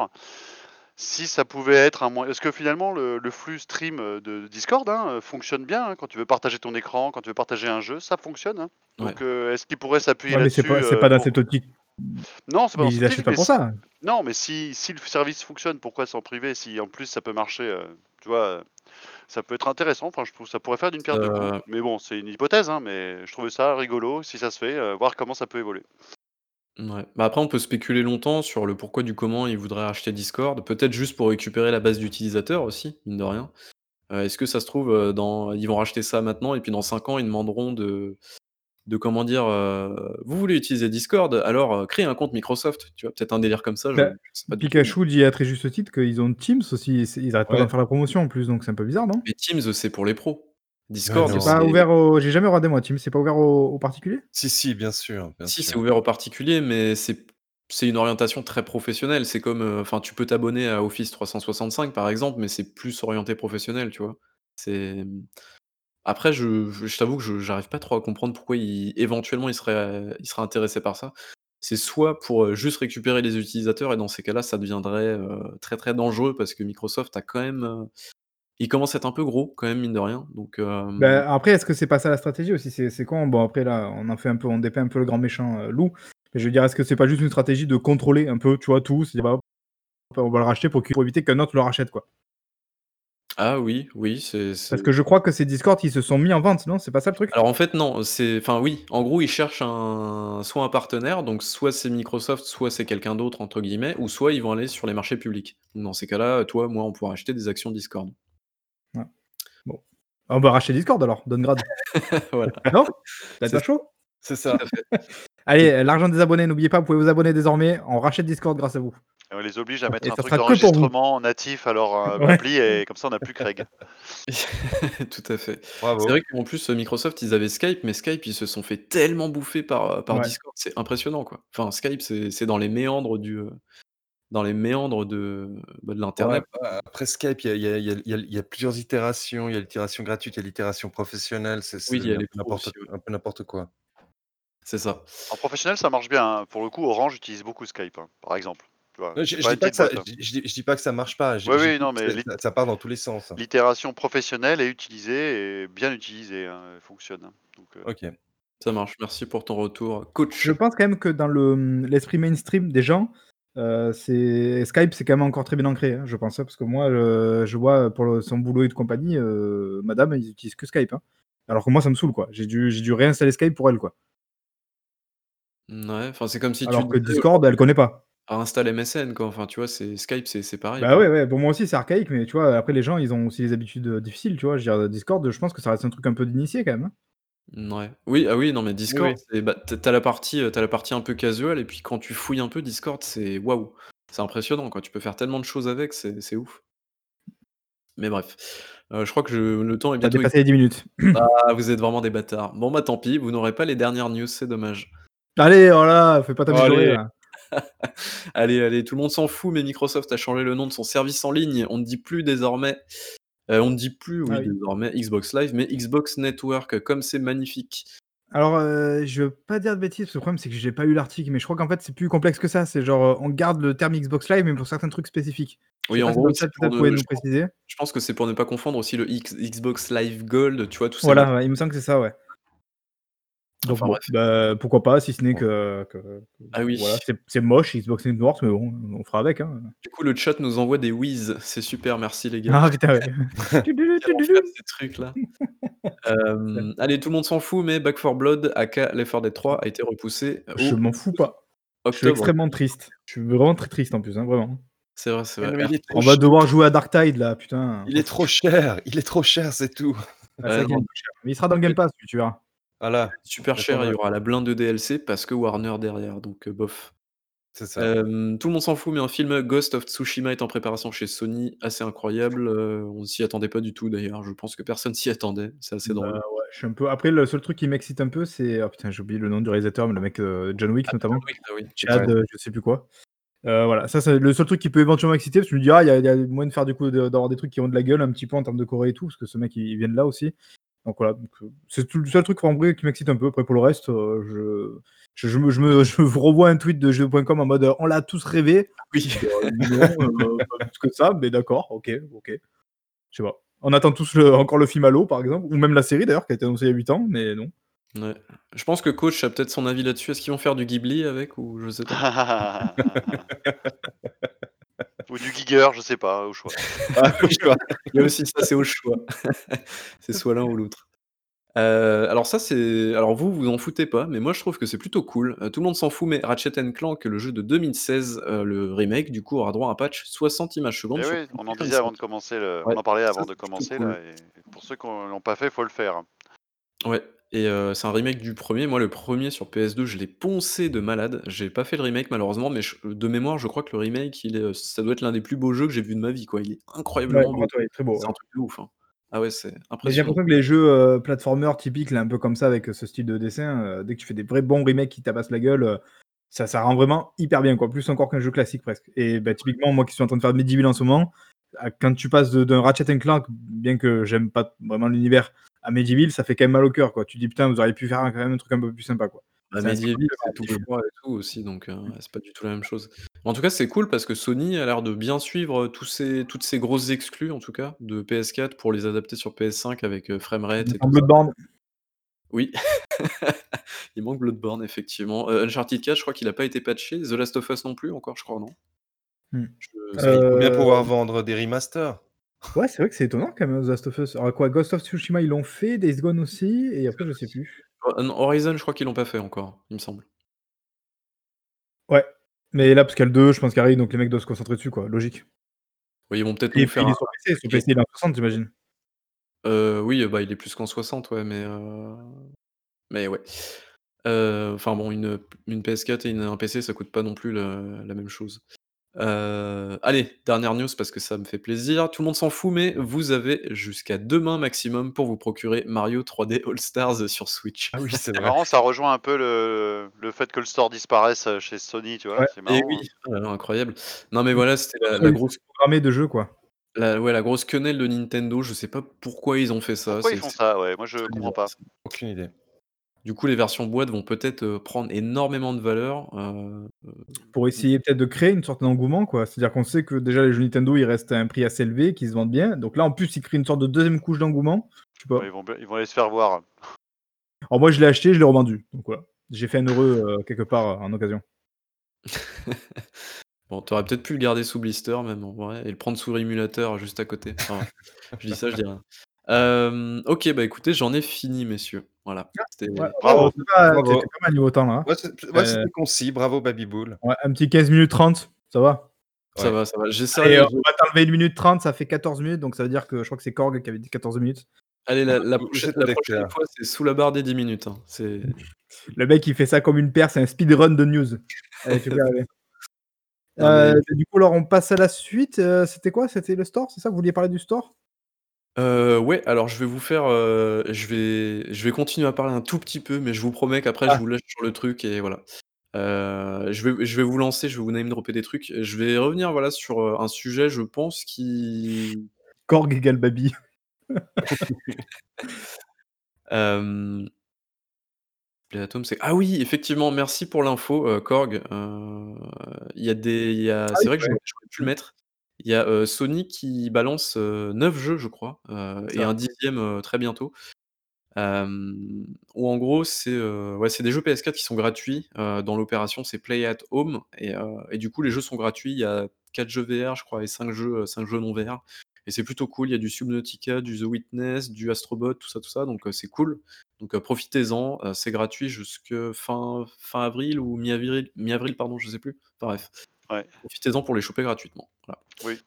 Si ça pouvait être un moyen, parce que finalement le le flux stream, heu, de Discord, hein, heu, fonctionne bien, hein. Quand tu veux partager ton écran, quand tu veux partager un jeu, ça fonctionne, hein. ouais. Donc, heu, est-ce qu'ils pourraient s'appuyer Ouais, mais c'est là-dessus, pas c'est heu, pas dans pour cette optique. non, c'est pas Mais dans ils cette achètent optique, pas mais pour si ça. non, mais si si le service fonctionne, pourquoi s'en priver? Si en plus ça peut marcher, heu, tu vois, heu, ça peut être intéressant. Enfin, je trouve ça pourrait faire d'une pierre deux coups. Heu, Mais bon, c'est une hypothèse, hein, mais je trouvais ça rigolo si ça se fait, heu, voir comment ça peut évoluer. ouais. Bah, après, on peut spéculer longtemps sur le pourquoi du comment ils voudraient acheter Discord. Peut-être juste pour récupérer la base d'utilisateurs aussi, mine de rien. Heu, est-ce que ça se trouve, heu, dans ils vont racheter ça maintenant et puis dans cinq ans, ils demanderont de de comment dire, heu: «Vous voulez utiliser Discord? Alors, heu, créez un compte Microsoft». Tu vois? Peut-être un délire comme ça, je Bah, je sais pas du tout, mais Pikachu dit à très juste titre qu'ils ont Teams aussi, et c'est ils arrêtent pas d'en Ouais. faire la promotion en plus, donc c'est un peu bizarre, non? mais Teams, c'est pour les pros. Ouais, Discord, C'est non. pas c'est ouvert aux j'ai jamais regardé moi Teams, c'est pas ouvert aux aux particuliers? Si, si, bien sûr, bien si, c'est sûr. ouvert aux particuliers, mais c'est c'est une orientation très professionnelle. C'est comme, heu, enfin, tu peux t'abonner à Office trois cent soixante-cinq, par exemple, mais c'est plus orienté professionnel, tu vois? C'est, mmh après je je je t'avoue que je j'arrive pas trop à comprendre pourquoi ils éventuellement, ils seraient ils seraient intéressés par ça. C'est soit pour, heu, juste récupérer les utilisateurs et dans ces cas-là, ça deviendrait, heu, très, très dangereux parce que Microsoft a quand même, heu, ils commencent à être un peu gros quand même, mine de rien, donc hem Bah, après, est-ce que c'est pas ça la stratégie aussi? C'est c'est con, bon après là, on en fait un peu on dépeint un peu le grand méchant, heu, loup. Mais je veux dire, est-ce que c'est pas juste une stratégie de contrôler un peu, tu vois, tout? C'est-à-dire, bah, hop, on va le racheter pour qu'il pour éviter qu'un autre le rachète, quoi. ah oui, oui, c'est Parce c'est que je crois que c'est Discord qui se sont mis en vente, non? C'est pas ça le truc? alors en fait non, c'est enfin oui, en gros, ils cherchent un soit un partenaire, donc soit c'est Microsoft, soit c'est «quelqu'un d'autre» entre guillemets, ou soit ils vont aller sur les marchés publics. Donc dans ces cas-là, toi, moi, on pourra acheter des actions Discord. Ouais, bon. Ah, on va racheter Discord alors, donne grade. Voilà, Non? Vous êtes C'est pas chaud? c'est tout ça. à fait. Et Allez, l'argent des abonnés, n'oubliez pas, vous pouvez vous abonner désormais, on rachète Discord grâce à vous. Et on les oblige à mettre Et un ça truc sera que pour vous. d'enregistrement natif à leur, heu, Ouais. appli et comme ça on n'a plus Craig. tout à fait. C'est Bravo. vrai qu'en plus, heu, Microsoft, ils avaient Skype, mais Skype, ils se sont fait tellement bouffer par, heu, par Ouais. Discord, c'est impressionnant, quoi. Enfin, Skype, c'est c'est dans les méandres du, heu, dans les méandres de, bah, de Ouais, l'internet. bah, après Skype, il y a il y a il y a il y a il y a plusieurs itérations. Il y a l'itération gratuite, il y a l'itération professionnelle, c'est Oui, c'est il y a un les peu pros n'importe aussi, ouais. un peu n'importe quoi. C'est ça. En professionnel, ça marche bien, hein. Pour le coup, Orange utilise beaucoup Skype, hein, par exemple. Tu vois? Ouais, C'est je je pas dis une pas que petite ça boîte, je hein. dis je dis je dis pas que ça marche pas, je Oui, je oui, dis non, que mais c'est l'it ça ça part dans tous les sens. l'itération professionnelle est utilisée et bien utilisée, hein, elle fonctionne, hein, donc heu OK. Ça marche. Merci pour ton retour, Je coach. pense quand même que dans le, mmh, l'esprit mainstream des gens, heu, c'est Skype, c'est quand même encore très bien ancré, hein, je pense, hein, parce que moi, heu, je vois pour le son boulot et de compagnie, heu, madame, ils utilisent que Skype, hein. Alors que moi, ça me saoule, quoi. J'ai dû j'ai dû réinstaller Skype pour elle, quoi. Mouais, enfin, c'est comme si tu Alors que disais Discord, elle aujourd'hui, connaît pas. ah, installe M S N, quoi. Enfin, tu vois, c'est Skype, c'est c'est pareil Bah, pour ouais, ouais, bon, moi aussi, c'est archaïque, mais tu vois, après les gens, ils ont aussi des habitudes, heu, difficiles, tu vois? Je veux dire, Discord, je pense que ça reste un truc un peu d'initié quand même, hein? mouais. Oui, ah oui, non, mais Oui, Discord, oui. c'est bah, tu as la partie, heu, tu as la partie un peu casual et puis quand tu fouilles un peu Discord, c'est waouh! C'est impressionnant, quoi. Tu peux faire tellement de choses avec, c'est c'est ouf. Mais bref, heu, je crois que je le temps est On a bientôt dépassé écoulé. les dix minutes. Ah, vous êtes vraiment des bâtards. Bon, bah, tant pis, vous n'aurez pas les dernières news, c'est dommage. Allez, voilà, fais pas ta mijaurée, Allez! là. Allez, allez, tout le monde s'en fout, mais Microsoft a changé le nom de son service en ligne. On ne dit plus désormais, heu, on ne dit plus, Ah oui, oui. désormais Xbox Live, mais Xbox Network, comme c'est magnifique. Alors, heu, je veux pas dire de bêtises, parce que le problème, c'est que j'ai pas lu l'article, mais je crois qu'en fait, c'est plus complexe que ça. C'est genre, heu, on garde le terme Xbox Live, mais pour certains trucs spécifiques. Je sais Oui, pas en si dans gros, le chat, c'est pour peut-être, vous pouvez ne nous je pense préciser? je pense que c'est pour ne pas confondre aussi le X Xbox Live Gold, tu vois, tous ces matchs. Voilà, ouais, il me semble que c'est ça, ouais. Donc Enfin bon, bref. bah, pourquoi pas, si ce n'est Bon. que que que Ah oui. voilà, c'est c'est moche Xbox Network, mais bon, on fera avec, hein. Du coup, le chat nous envoie des whiz. C'est super, merci les gars. Ah putain, ouais. Quel enfer ces trucs-là. Hem, allez, tout le monde s'en fout, mais Back four Blood, aka Left four Dead trois, a été repoussé Je au m'en fous pas. Je suis octobre. extrêmement triste. Je suis vraiment très triste en plus, hein, vraiment. C'est vrai, c'est Mais vrai. non, mais il est trop On va cher. devoir jouer à Dark Tide là, putain. Il est trop cher, il est trop cher, c'est tout. Ah, c'est Ouais, vrai qu'il est non. un peu cher, mais il sera dans le Game Pass, lui, tu verras. Voilà, Super cher, il y j'attendrai. aura la blinde de D L C parce que Warner derrière, donc heu, bof. C'est ça. Hem, tout le monde s'en fout, mais un film Ghost of Tsushima est en préparation chez Sony, assez incroyable, heu, on s'y attendait pas du tout d'ailleurs, je pense que personne s'y attendait, c'est assez Bah, drôle. ouais, je suis un peu après le seul truc qui m'excite un peu, c'est oh putain, j'ai oublié le nom du réalisateur, mais le mec, heu, John Wick Ah, John notamment. Wick, ah oui, Chad, Ouais. heu, je sais plus quoi. Heu, voilà, ça c'est le seul truc qui peut éventuellement m'exciter, parce que je me dis: «Ah, il y a il y a moyen de faire du coup de d'avoir des trucs qui ont de la gueule un petit peu en termes de Corée et tout», parce que ce mec il il vient de là aussi. Donc voilà, donc heu, c'est tout le seul truc en vrai qui m'excite un peu. Après pour le reste, heu, je je je me je me je me revois un tweet de jeux point com en mode, heu: «On l'a tous rêvé». Oui. Bah, non, heu, pas plus que ça, mais d'accord, OK, OK. Je sais pas. On attend tous le encore le film Halo par exemple, ou même la série d'ailleurs qui a été annoncée il y a huit ans, mais non. Ouais. Je pense que Coach a peut-être son avis là-dessus. Est-ce qu'ils vont faire du Ghibli avec ou je sais pas? Ou du Giger, je sais pas, au choix. Ah oui, je vois. Il y a aussi ça, c'est au choix. C'est soit l'un ou l'autre. Heu, alors ça, c'est alors vous, vous en foutez pas, mais moi je trouve que c'est plutôt cool. Heu, tout le monde s'en fout, mais Ratchet& Clank, le jeu de deux mille seize, heu, le remake, du coup, aura droit à un patch soixante images secondes Et sur oui, on en PlayStation disait avant cinq. de commencer le Ouais, on en parlait ça avant de c'est plutôt commencer cool. là, et pour ceux qui ont l'ont pas fait, faut le faire. Ouais et heu, c'est un remake du premier. Moi, le premier sur P S deux, je l'ai poncé de malade. J'ai pas fait le remake malheureusement, mais je de mémoire, je crois que le remake, il est, heu, ça doit être l'un des plus beaux jeux que j'ai vu de ma vie, quoi. Il est Ouais, incroyablement par beau. contre, ouais, il est très beau, C'est ouais. un truc de ouf, hein. Ah ouais, c'est Mais j'ai impressionnant. l'impression que les jeux, heu, platformers typiques là, un peu comme ça avec, heu, ce style de dessin, heu, dès que tu fais des vrais bons remakes qui tabassent la gueule, heu, ça ça rend vraiment hyper bien quoi, plus encore qu'un jeu classique presque. Et bah, typiquement moi qui suis en train de faire Medieval en ce moment, ah, quand tu passes de d'un Ratchet& Clank, bien que j'aime pas vraiment l'univers, à Medieval, ça fait quand même mal au cœur quoi. Tu te dis: «Putain, vous auriez pu faire un quand même un truc un peu plus sympa quoi». Bah, C'est un c'est Medieval, c'est tout Medieval. froid et tout aussi, donc heu, c'est pas du tout la même chose. En tout cas, c'est cool parce que Sony a l'air de bien suivre, heu, tous ces toutes ces grosses exclus, en tout cas, de P S quatre pour les adapter sur P S cinq avec, heu, framerate et En tout ça. Bloodborne. Oui, il manque Bloodborne effectivement. Heu, Uncharted quatre, je crois qu'il a pas été patché. The Last of Us non plus encore, je crois, non? Mmh. Je Bah, sais il plus. faut bien pouvoir Heu, vendre des remasters. ouais, c'est vrai que c'est étonnant quand même, The Last of Us. Alors quoi, Ghost of Tsushima, ils l'ont fait, Days Gone aussi, et après je sais plus. Ho non, Horizon, je crois qu'ils l'ont pas fait encore, il me semble. Ouais, mais là parce qu'il y a le deux, je pense qu'il arrive, donc les mecs doivent se concentrer dessus quoi, logique. Oui, ils vont peut-être Et nous puis faire il un est sur P C, sur remake. P C il est en soixante j'imagine? Heu, oui, bah, il est plus qu'en soixante, ouais, mais heu, mais ouais. Heu, enfin bon, une, une P S quatre et une un P C, ça coûte pas non plus le la même chose. Heu, allez, dernière news parce que ça me fait plaisir. Tout le monde s'en fout, mais vous avez jusqu'à demain maximum pour vous procurer Mario trois D All Stars sur Switch. Ah oui, c'est C'est vrai. marrant, ça rejoint un peu le le fait que le store disparaisse, heu, chez Sony, tu vois? Ouais. C'est Et marrant, oui, hein. oh là là, incroyable. Non mais Mmh. voilà, c'était la Ouais, la il grosse faut programmer de jeux quoi. la ouais, la grosse quenelle de Nintendo. Je sais pas pourquoi ils ont fait ça, Pourquoi ils c'est font c'est ça? Ouais, moi je très comprends bizarre pas. ça. Aucune idée. Du coup, les versions boîte vont peut-être, heu, prendre énormément de valeur, heu, Pour heu, essayer peut-être de créer une sorte d'engouement quoi. C'est-à-dire qu'on sait que déjà les jeux Nintendo, ils restent à un prix assez élevé, qu'ils se vendent bien. Donc là en plus, ils créent une sorte de deuxième couche d'engouement, je sais Ouais, pas. ils vont bien ils vont aller se faire voir. Alors moi je l'ai acheté, je l'ai revendu, donc voilà. J'ai fait un heureux, heu, quelque part, heu, en occasion. Bon, tu aurais peut-être pu le garder sous blister même en vrai et le prendre sous émulateur juste à côté. Enfin bref, je dis ça, je dis rien. Hem, OK, bah écoutez, j'en ai fini messieurs. Voilà, Ah, c'était ouais, oh, Bravo. ça va, tu étais Bravo. pas mal niveau temps là, Ouais, c'est ouais, hein. Heu, c'était concis. Bravo Babybull. ouais, un petit quinze minutes trente, ça va? ça Ouais. va, ça va. Allez, heu, J'essaierai, je on va t'enlever une minute trente, ça fait quatorze minutes, donc ça veut dire que je crois que c'est Korg qui avait dit quatorze minutes. allez la la Ou ou prochaine c'est un la prochaine lecteur. fois, c'est sous la barre des dix minutes, hein. C'est Le mec il fait ça comme une perle, c'est un speedrun de news. Allez, tu peux y arriver. non mais Heu, bah, du coup alors on passe à la suite, heu, c'était quoi? C'était le store, c'est ça? Vous vouliez parler du store? Heu, ouais, alors je vais vous faire, heu, je vais je vais continuer à parler un tout petit peu, mais je vous promets qu'après je Ah, vous lâche sur le truc et voilà. Heu, je vais je vais vous lancer, je vais vous name dropper des trucs. Je vais revenir, voilà, sur, heu, un sujet, je pense, qui Korg égale Baby. hem, Playatom, c'est ah oui, effectivement, merci pour l'info, heu, Korg. Heu, il y a des il y a Ah oui, c'est vrai c'est que vrai. j'aurais j'aurais pu le Mmh, mettre. Il y a, heu, Sony qui balance, heu, neuf jeux, je crois, heu, c'est et ça. un dixième, heu, très bientôt. Hem, où en gros c'est, heu, ouais, c'est des jeux P S quatre qui sont gratuits, heu, dans l'opération c'est Play at Home et heu et du coup les jeux sont gratuits. Il y a quatre jeux V R je crois et cinq jeux, heu, cinq jeux non V R et c'est plutôt cool. Il y a du Subnautica, du The Witness, du Astrobot, tout ça, tout ça, donc heu, c'est cool. Donc heu, profitez-en, heu, c'est gratuit jusque fin fin avril ou mi-avril mi-avril pardon, je sais plus. Enfin bref, Ouais, profitez-en pour les choper gratuitement. Voilà. oui.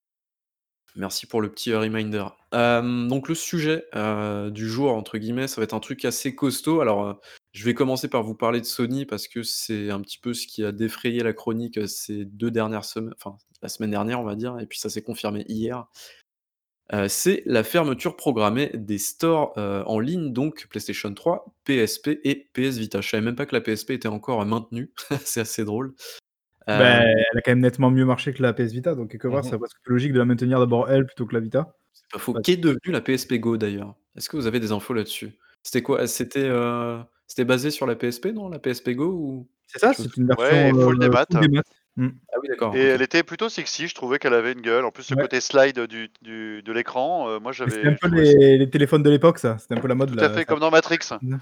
Merci pour le petit, heu, reminder. Hem, donc le sujet, heu, du jour entre guillemets, ça va être un truc assez costaud. Alors, heu, je vais commencer par vous parler de Sony parce que c'est un petit peu ce qui a défrayé la chronique, heu, ces deux dernières semaines, enfin la semaine dernière on va dire et puis ça s'est confirmé hier. Heu, c'est la fermeture programmée des stores, heu, en ligne donc PlayStation trois, P S P et P S Vita. Je savais même pas que la P S P était encore, heu, maintenue. C'est assez drôle. Bah, Hem, elle a quand même nettement mieux marché que la P S Vita, donc quelque part, Mmh c'est presque plus logique de la maintenir d'abord elle plutôt que la Vita. c'est pas faux. Parce Qu'est devenue la P S P Go d'ailleurs? Est-ce que vous avez des infos là-dessus? C'était quoi? C'était, heu, c'était basé sur la P S P non, la P S P Go ou? c'est ça, Je me c'est souviens une Ouais, version, et full heu, démat. full démat. Mmh. ah oui d'accord, Et OK. elle était plutôt sexy, je trouvais qu'elle avait une gueule. En plus, le Ouais. côté slide du du de l'écran, heu, moi Mais c'était un j'avais je peu trouvais ç les les téléphones de l'époque ça, c'était un peu la mode tout à là, fait ça. comme dans Matrix.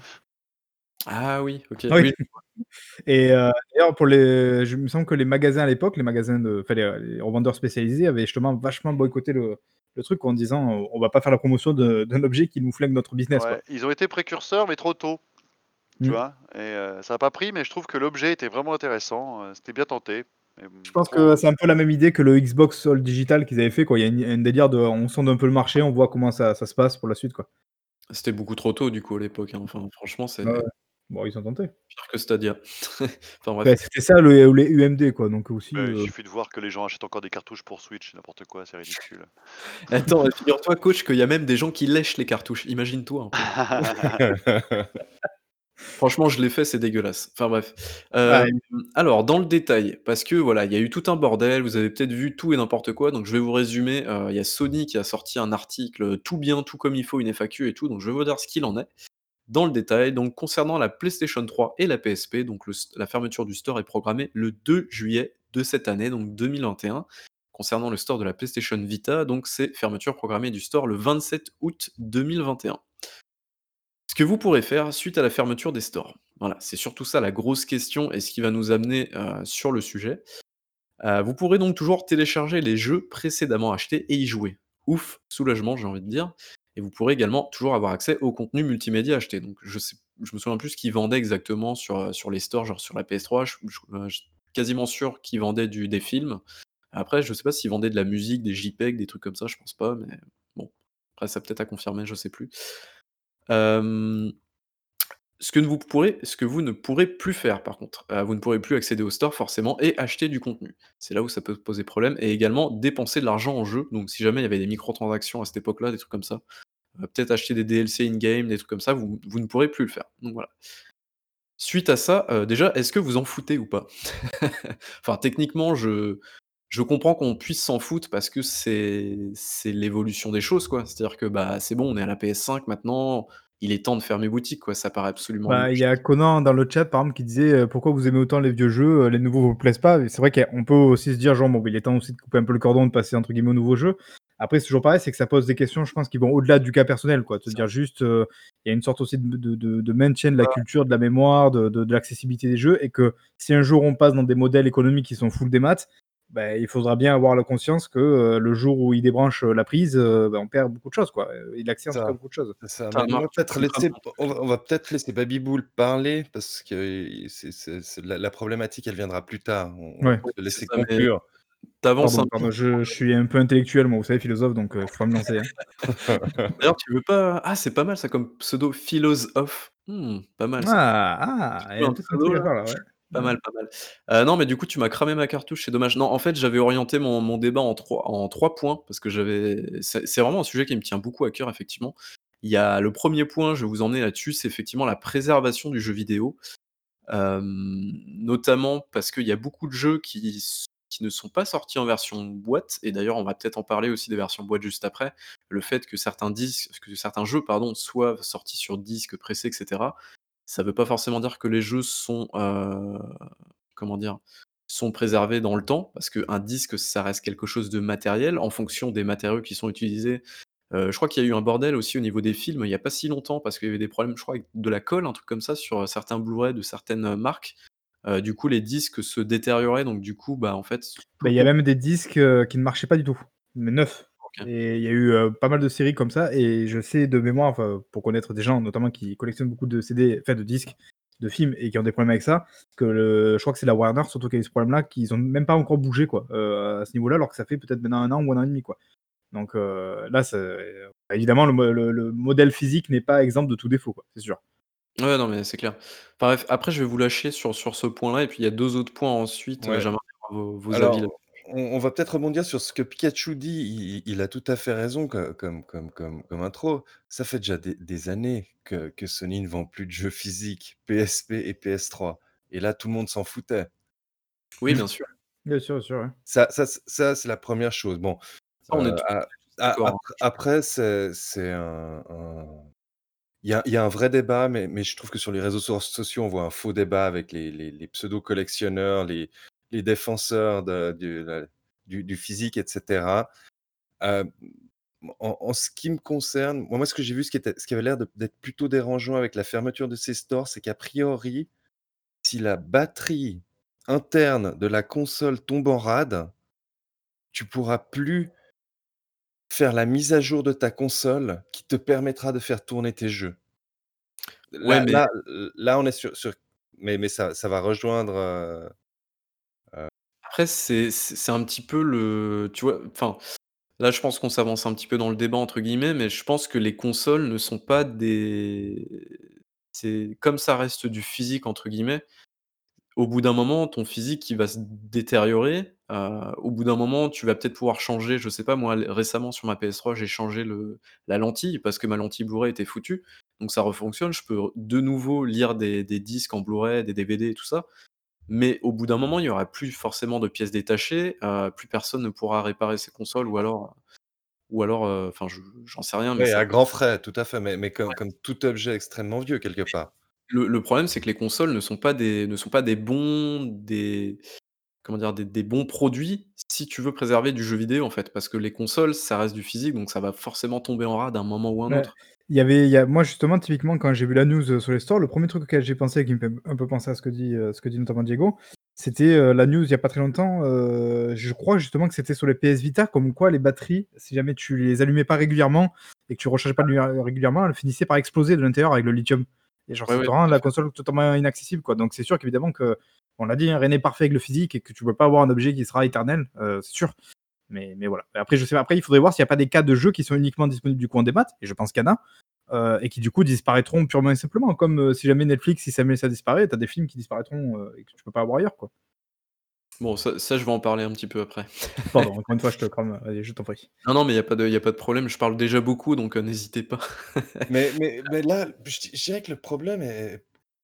Ah oui, OK. Oui. Oui, Et heu, d'ailleurs pour les je il me semble que les magasins à l'époque, les magasins de enfin les les revendeurs spécialisés avaient justement vachement boycotté le le truc en disant: «On va pas faire la promotion de d'un objet qui nous flingue notre business, quoi». Ouais, ils ont été précurseurs, mais trop tôt, tu Mmh. vois? Et heu, ça a pas pris, mais je trouve que l'objet était vraiment intéressant, heu, c'était bien tenté. Mais Je mmh, pense que trop c'est un peu la même idée que le Xbox All Digital qu'ils avaient fait, quoi. Il y a une un délire de on sonde un peu le marché, on voit comment ça ça se passe pour la suite, quoi. c'était beaucoup trop tôt du coup à l'époque, hein. Enfin franchement c'est Ouais, ouais. Bon, ils ont tenté. pire que Stadia. Enfin Bah, bref. c'était ça le les U M D, quoi, donc aussi, Bah, il heu suffit de voir que les gens achètent encore des cartouches pour Switch, n'importe quoi, c'est ridicule. Attends, figure-toi coach qu'il y a même des gens qui lèchent les cartouches. Imagine-toi un peu. Franchement, je l'ai fait, c'est dégueulasse. Enfin bref. ah, Hem, alors dans le détail, parce que voilà, il y a eu tout un bordel, vous avez peut-être vu tout et n'importe quoi, donc je vais vous résumer. Heu, il y a Sony qui a sorti un article, heu, tout bien, tout comme il faut, une F A Q et tout, donc je vais vous dire ce qu'il en est. Dans le détail, donc concernant la PlayStation trois et la P S P, donc le st la fermeture du store est programmée le deux juillet de cette année, donc deux mille vingt et un. Concernant le store de la PlayStation Vita, donc c'est fermeture programmée du store le vingt-sept août deux mille vingt et un. Ce que vous pourrez faire suite à la fermeture des stores. Voilà, c'est surtout ça la grosse question et ce qui va nous amener, heu, sur le sujet. Heu, vous pourrez donc toujours télécharger les jeux précédemment achetés et y jouer. Ouf, soulagement j'ai envie de dire et vous pourrez également toujours avoir accès au contenu multimédia acheté. Donc je sais je me souviens plus ce qu'ils vendaient exactement sur, heu, sur les stores, genre sur la P S trois, je je heu, je suis quasiment sûr qu'ils vendaient du des films. Après je sais pas s'ils vendaient de la musique, des JPEG, des trucs comme ça, je pense pas, mais bon, après ça peut-être à confirmer, je sais plus. Hem ce que ne vous pourrez ce que vous ne pourrez plus faire par contre, heu, vous ne pourrez plus accéder au store forcément et acheter du contenu. C'est là où ça peut poser problème et également dépenser de l'argent en jeu. Donc si jamais il y avait des microtransactions à cette époque-là, des trucs comme ça, heu, peut-être acheter des D L C in game, des trucs comme ça, vous vous ne pourrez plus le faire. Donc voilà. Suite à ça, heu, déjà, est-ce que vous en foutez ou pas? Enfin techniquement, je je comprends qu'on puisse s'en foutre parce que c'est c'est l'évolution des choses, quoi. C'est-à-dire que, bah, c'est bon, on est à la P S cinq maintenant, il est temps de fermer boutique, quoi. Ça paraît absolument bah, il y a logique. Conan dans le chat, par exemple, qui disait, heu: «Pourquoi vous aimez autant les vieux jeux, heu, les nouveaux vous plaisent pas?» Et c'est vrai qu'on peut aussi se dire genre: «Bon, beh, il est temps aussi de couper un peu le cordon, de passer entre guillemets «aux nouveaux jeux». Après, c'est toujours pareil, c'est que ça pose des questions, je pense, qui vont au-delà du cas personnel, quoi. Te C'est dire juste, heu, il y a une sorte aussi de de de de maintien de la culture, de la mémoire, de de de l'accessibilité des jeux et que si un jour on passe dans des modèles économiques qui sont full démat, bah, il faudra bien avoir la conscience que, heu, le jour où il débranche, heu, la prise, heu, bah, on perd beaucoup de choses, quoi, heu, il accède en tout cas Ça, beaucoup de choses. c'est ça. ça Mais on va marche, peut-être tu me crames laisser un peu. on va on va peut-être laisser Babyboul parler parce que i c'est c'est c'est la la problématique, elle viendra plus tard. On on va Ouais. peut-être le C'est laisser ça, mais conclure. tu avances un Pardon, peu. pardon, je je suis un peu intellectuel moi, vous savez, philosophe, donc heu, faut pas me lancer, hein. D'ailleurs, tu veux pas ah, c'est pas mal ça comme pseudo, Philosophe. Mmh, pas mal ça. Ah! Tu Ah! Il y trouves a un peut-être un pseudo truc à là? faire là, ouais. Pas Ouais. mal, pas mal. Heu, non, mais du coup, tu m'as cramé ma cartouche, c'est dommage. Non, en fait, j'avais orienté mon mon débat en trois en trois points parce que j'avais c'est c'est vraiment un sujet qui me tient beaucoup à cœur, effectivement. Il y a le premier point, je vais vous emmener là-dessus, c'est effectivement la préservation du jeu vidéo. Hem, notamment parce qu'il y a beaucoup de jeux qui s qui ne sont pas sortis en version boîte et d'ailleurs, on va peut-être en parler aussi des versions boîte juste après. Le fait que certains disques que certains jeux, pardon, soient sortis sur disque pressé et cetera, ça veut pas forcément dire que les jeux sont, heu, comment dire? Sont préservés dans le temps parce qu'un disque, ça reste quelque chose de matériel en fonction des matériaux qui sont utilisés. Heu, je crois qu'il y a eu un bordel aussi au niveau des films, il y a pas si longtemps parce qu'il y avait des problèmes, je crois, avec de la colle, un truc comme ça sur, heu, certains Blu-ray de certaines, heu, marques. Heu, du coup, les disques se détérioraient donc du coup, bah, en fait, Bah, il y a plutôt même des disques, heu, qui ne marchaient pas du tout, mais neufs OK. et il y a eu, heu, pas mal de séries comme ça et je sais de mémoire, enfin, pour connaître des gens notamment qui collectionnent beaucoup de C D, enfin de disques de films et qui ont des problèmes avec ça, que le je crois que c'est la Warner surtout qui a eu ce problème-là, qu'ils ont même pas encore bougé quoi, heu, à ce niveau-là, alors que ça fait peut-être maintenant un an ou un an et demi quoi. Donc heu, là, c'est évidemment le mo le le modèle physique n'est pas exempt de tout défaut quoi, c'est sûr. Ouais, non, mais c'est clair. Enfin bref, après je vais vous lâcher sur sur ce point-là et puis il y a deux autres points ensuite, heu, Ouais. j'aimerais avoir vos vos avis Alors, là-dessus. on on va peut-être rebondir sur ce que Pikachu dit. Il il a tout à fait raison co comme comme comme comme intro. Ça fait déjà des des années que que Sony ne vend plus de jeux physiques P S P et P S trois et là, tout le monde s'en foutait. Oui, Mmh. bien sûr. Bien sûr, bien sûr, ouais. Ça ça c ça, c'est la première chose. Bon, Ça, on est heu, tous a tous a d'accord, hein, apr je pense. après, c'est c'est un un il y a il y a un vrai débat, mais mais je trouve que sur les réseaux soc sociaux, on voit un faux débat avec les les les pseudo collectionneurs, les les défenseur de du la du du physique et cetera. Hem, en en ce qui me concerne, moi moi, ce que j'ai vu, ce qui était ce qui avait l'air de d'être plutôt dérangeant avec la fermeture de ces stores, c'est qu'a priori, si la batterie interne de la console tombe en rade tu pourras plus faire la mise à jour de ta console qui te permettra de faire tourner tes jeux. Ouais, Là mais là l là, on est sur sur mais mais ça ça va rejoindre, heu heu après c'est c'est c'est un petit peu le tu vois? Enfin, là, je pense qu'on s'avance un petit peu dans le «débat» entre guillemets, mais je pense que les consoles ne sont pas des c'est comme ça reste «du physique» entre guillemets, au bout d'un moment, ton physique, il va se détériorer. Heu, au bout d'un moment, tu vas peut-être pouvoir changer, je sais pas moi, l récemment sur ma P S trois, j'ai changé le la lentille parce que ma lentille Blu-ray était foutue, donc ça refonctionne. Je peux de nouveau lire des des disques en Blu-ray, des D V D et tout ça, mais au bout d'un moment, il y aura plus forcément de pièces détachées, heu, plus personne ne pourra réparer ces consoles ou alors ou alors, heu, enfin je j'en sais rien, mais Oui, ça à grands frais, tout à fait, mais mais comme Ouais. comme tout objet extrêmement vieux quelque part. Le le problème, c'est que les consoles ne sont pas des ne sont pas des bons des comment dire? Des des bons produits si tu veux préserver du jeu vidéo, en fait, parce que les consoles, ça reste du physique, donc ça va forcément tomber en rade à un moment ou un Ouais, autre. il y avait il y a moi justement typiquement quand j'ai vu la news, heu, sur les stores, le premier truc auquel j'ai pensé qui me fait un peu penser à ce que dit, heu, ce que dit notamment Diego, c'était, heu, la news il y a pas très longtemps, heu, je crois justement que c'était sur les P S Vita comme quoi les batteries, si jamais tu les allumais pas régulièrement et que tu rechargeais pas lu régulièrement, elles finissaient par exploser de l'intérieur avec le lithium et genre Ouais, ça ouais, te tout rend à la fait. console totalement inaccessible, quoi, donc c'est sûr qu'évidemment que on l'a dit, hein, rien n'est parfait avec le physique et que tu peux pas avoir un objet qui sera éternel, heu, c'est sûr. Mais mais voilà. Après je sais pas, après il faudrait voir s'il y a pas des cas de jeux qui sont uniquement disponibles du coup en démat et je pense qu'il y en a, heu et qui du coup disparaîtront purement et simplement comme, heu, si jamais Netflix, si jamais ça disparaît, tu as des films qui disparaîtront, heu et que tu peux pas avoir ailleurs, quoi. Bon, ça ça, je vais en parler un petit peu après. Pardon, encore une fois, je te crame, allez, je t'en prie. Non, non, mais il y a pas de il y a pas de problème, je parle déjà beaucoup, donc heu, n'hésitez pas. Mais mais mais là, je di je dirais que le problème est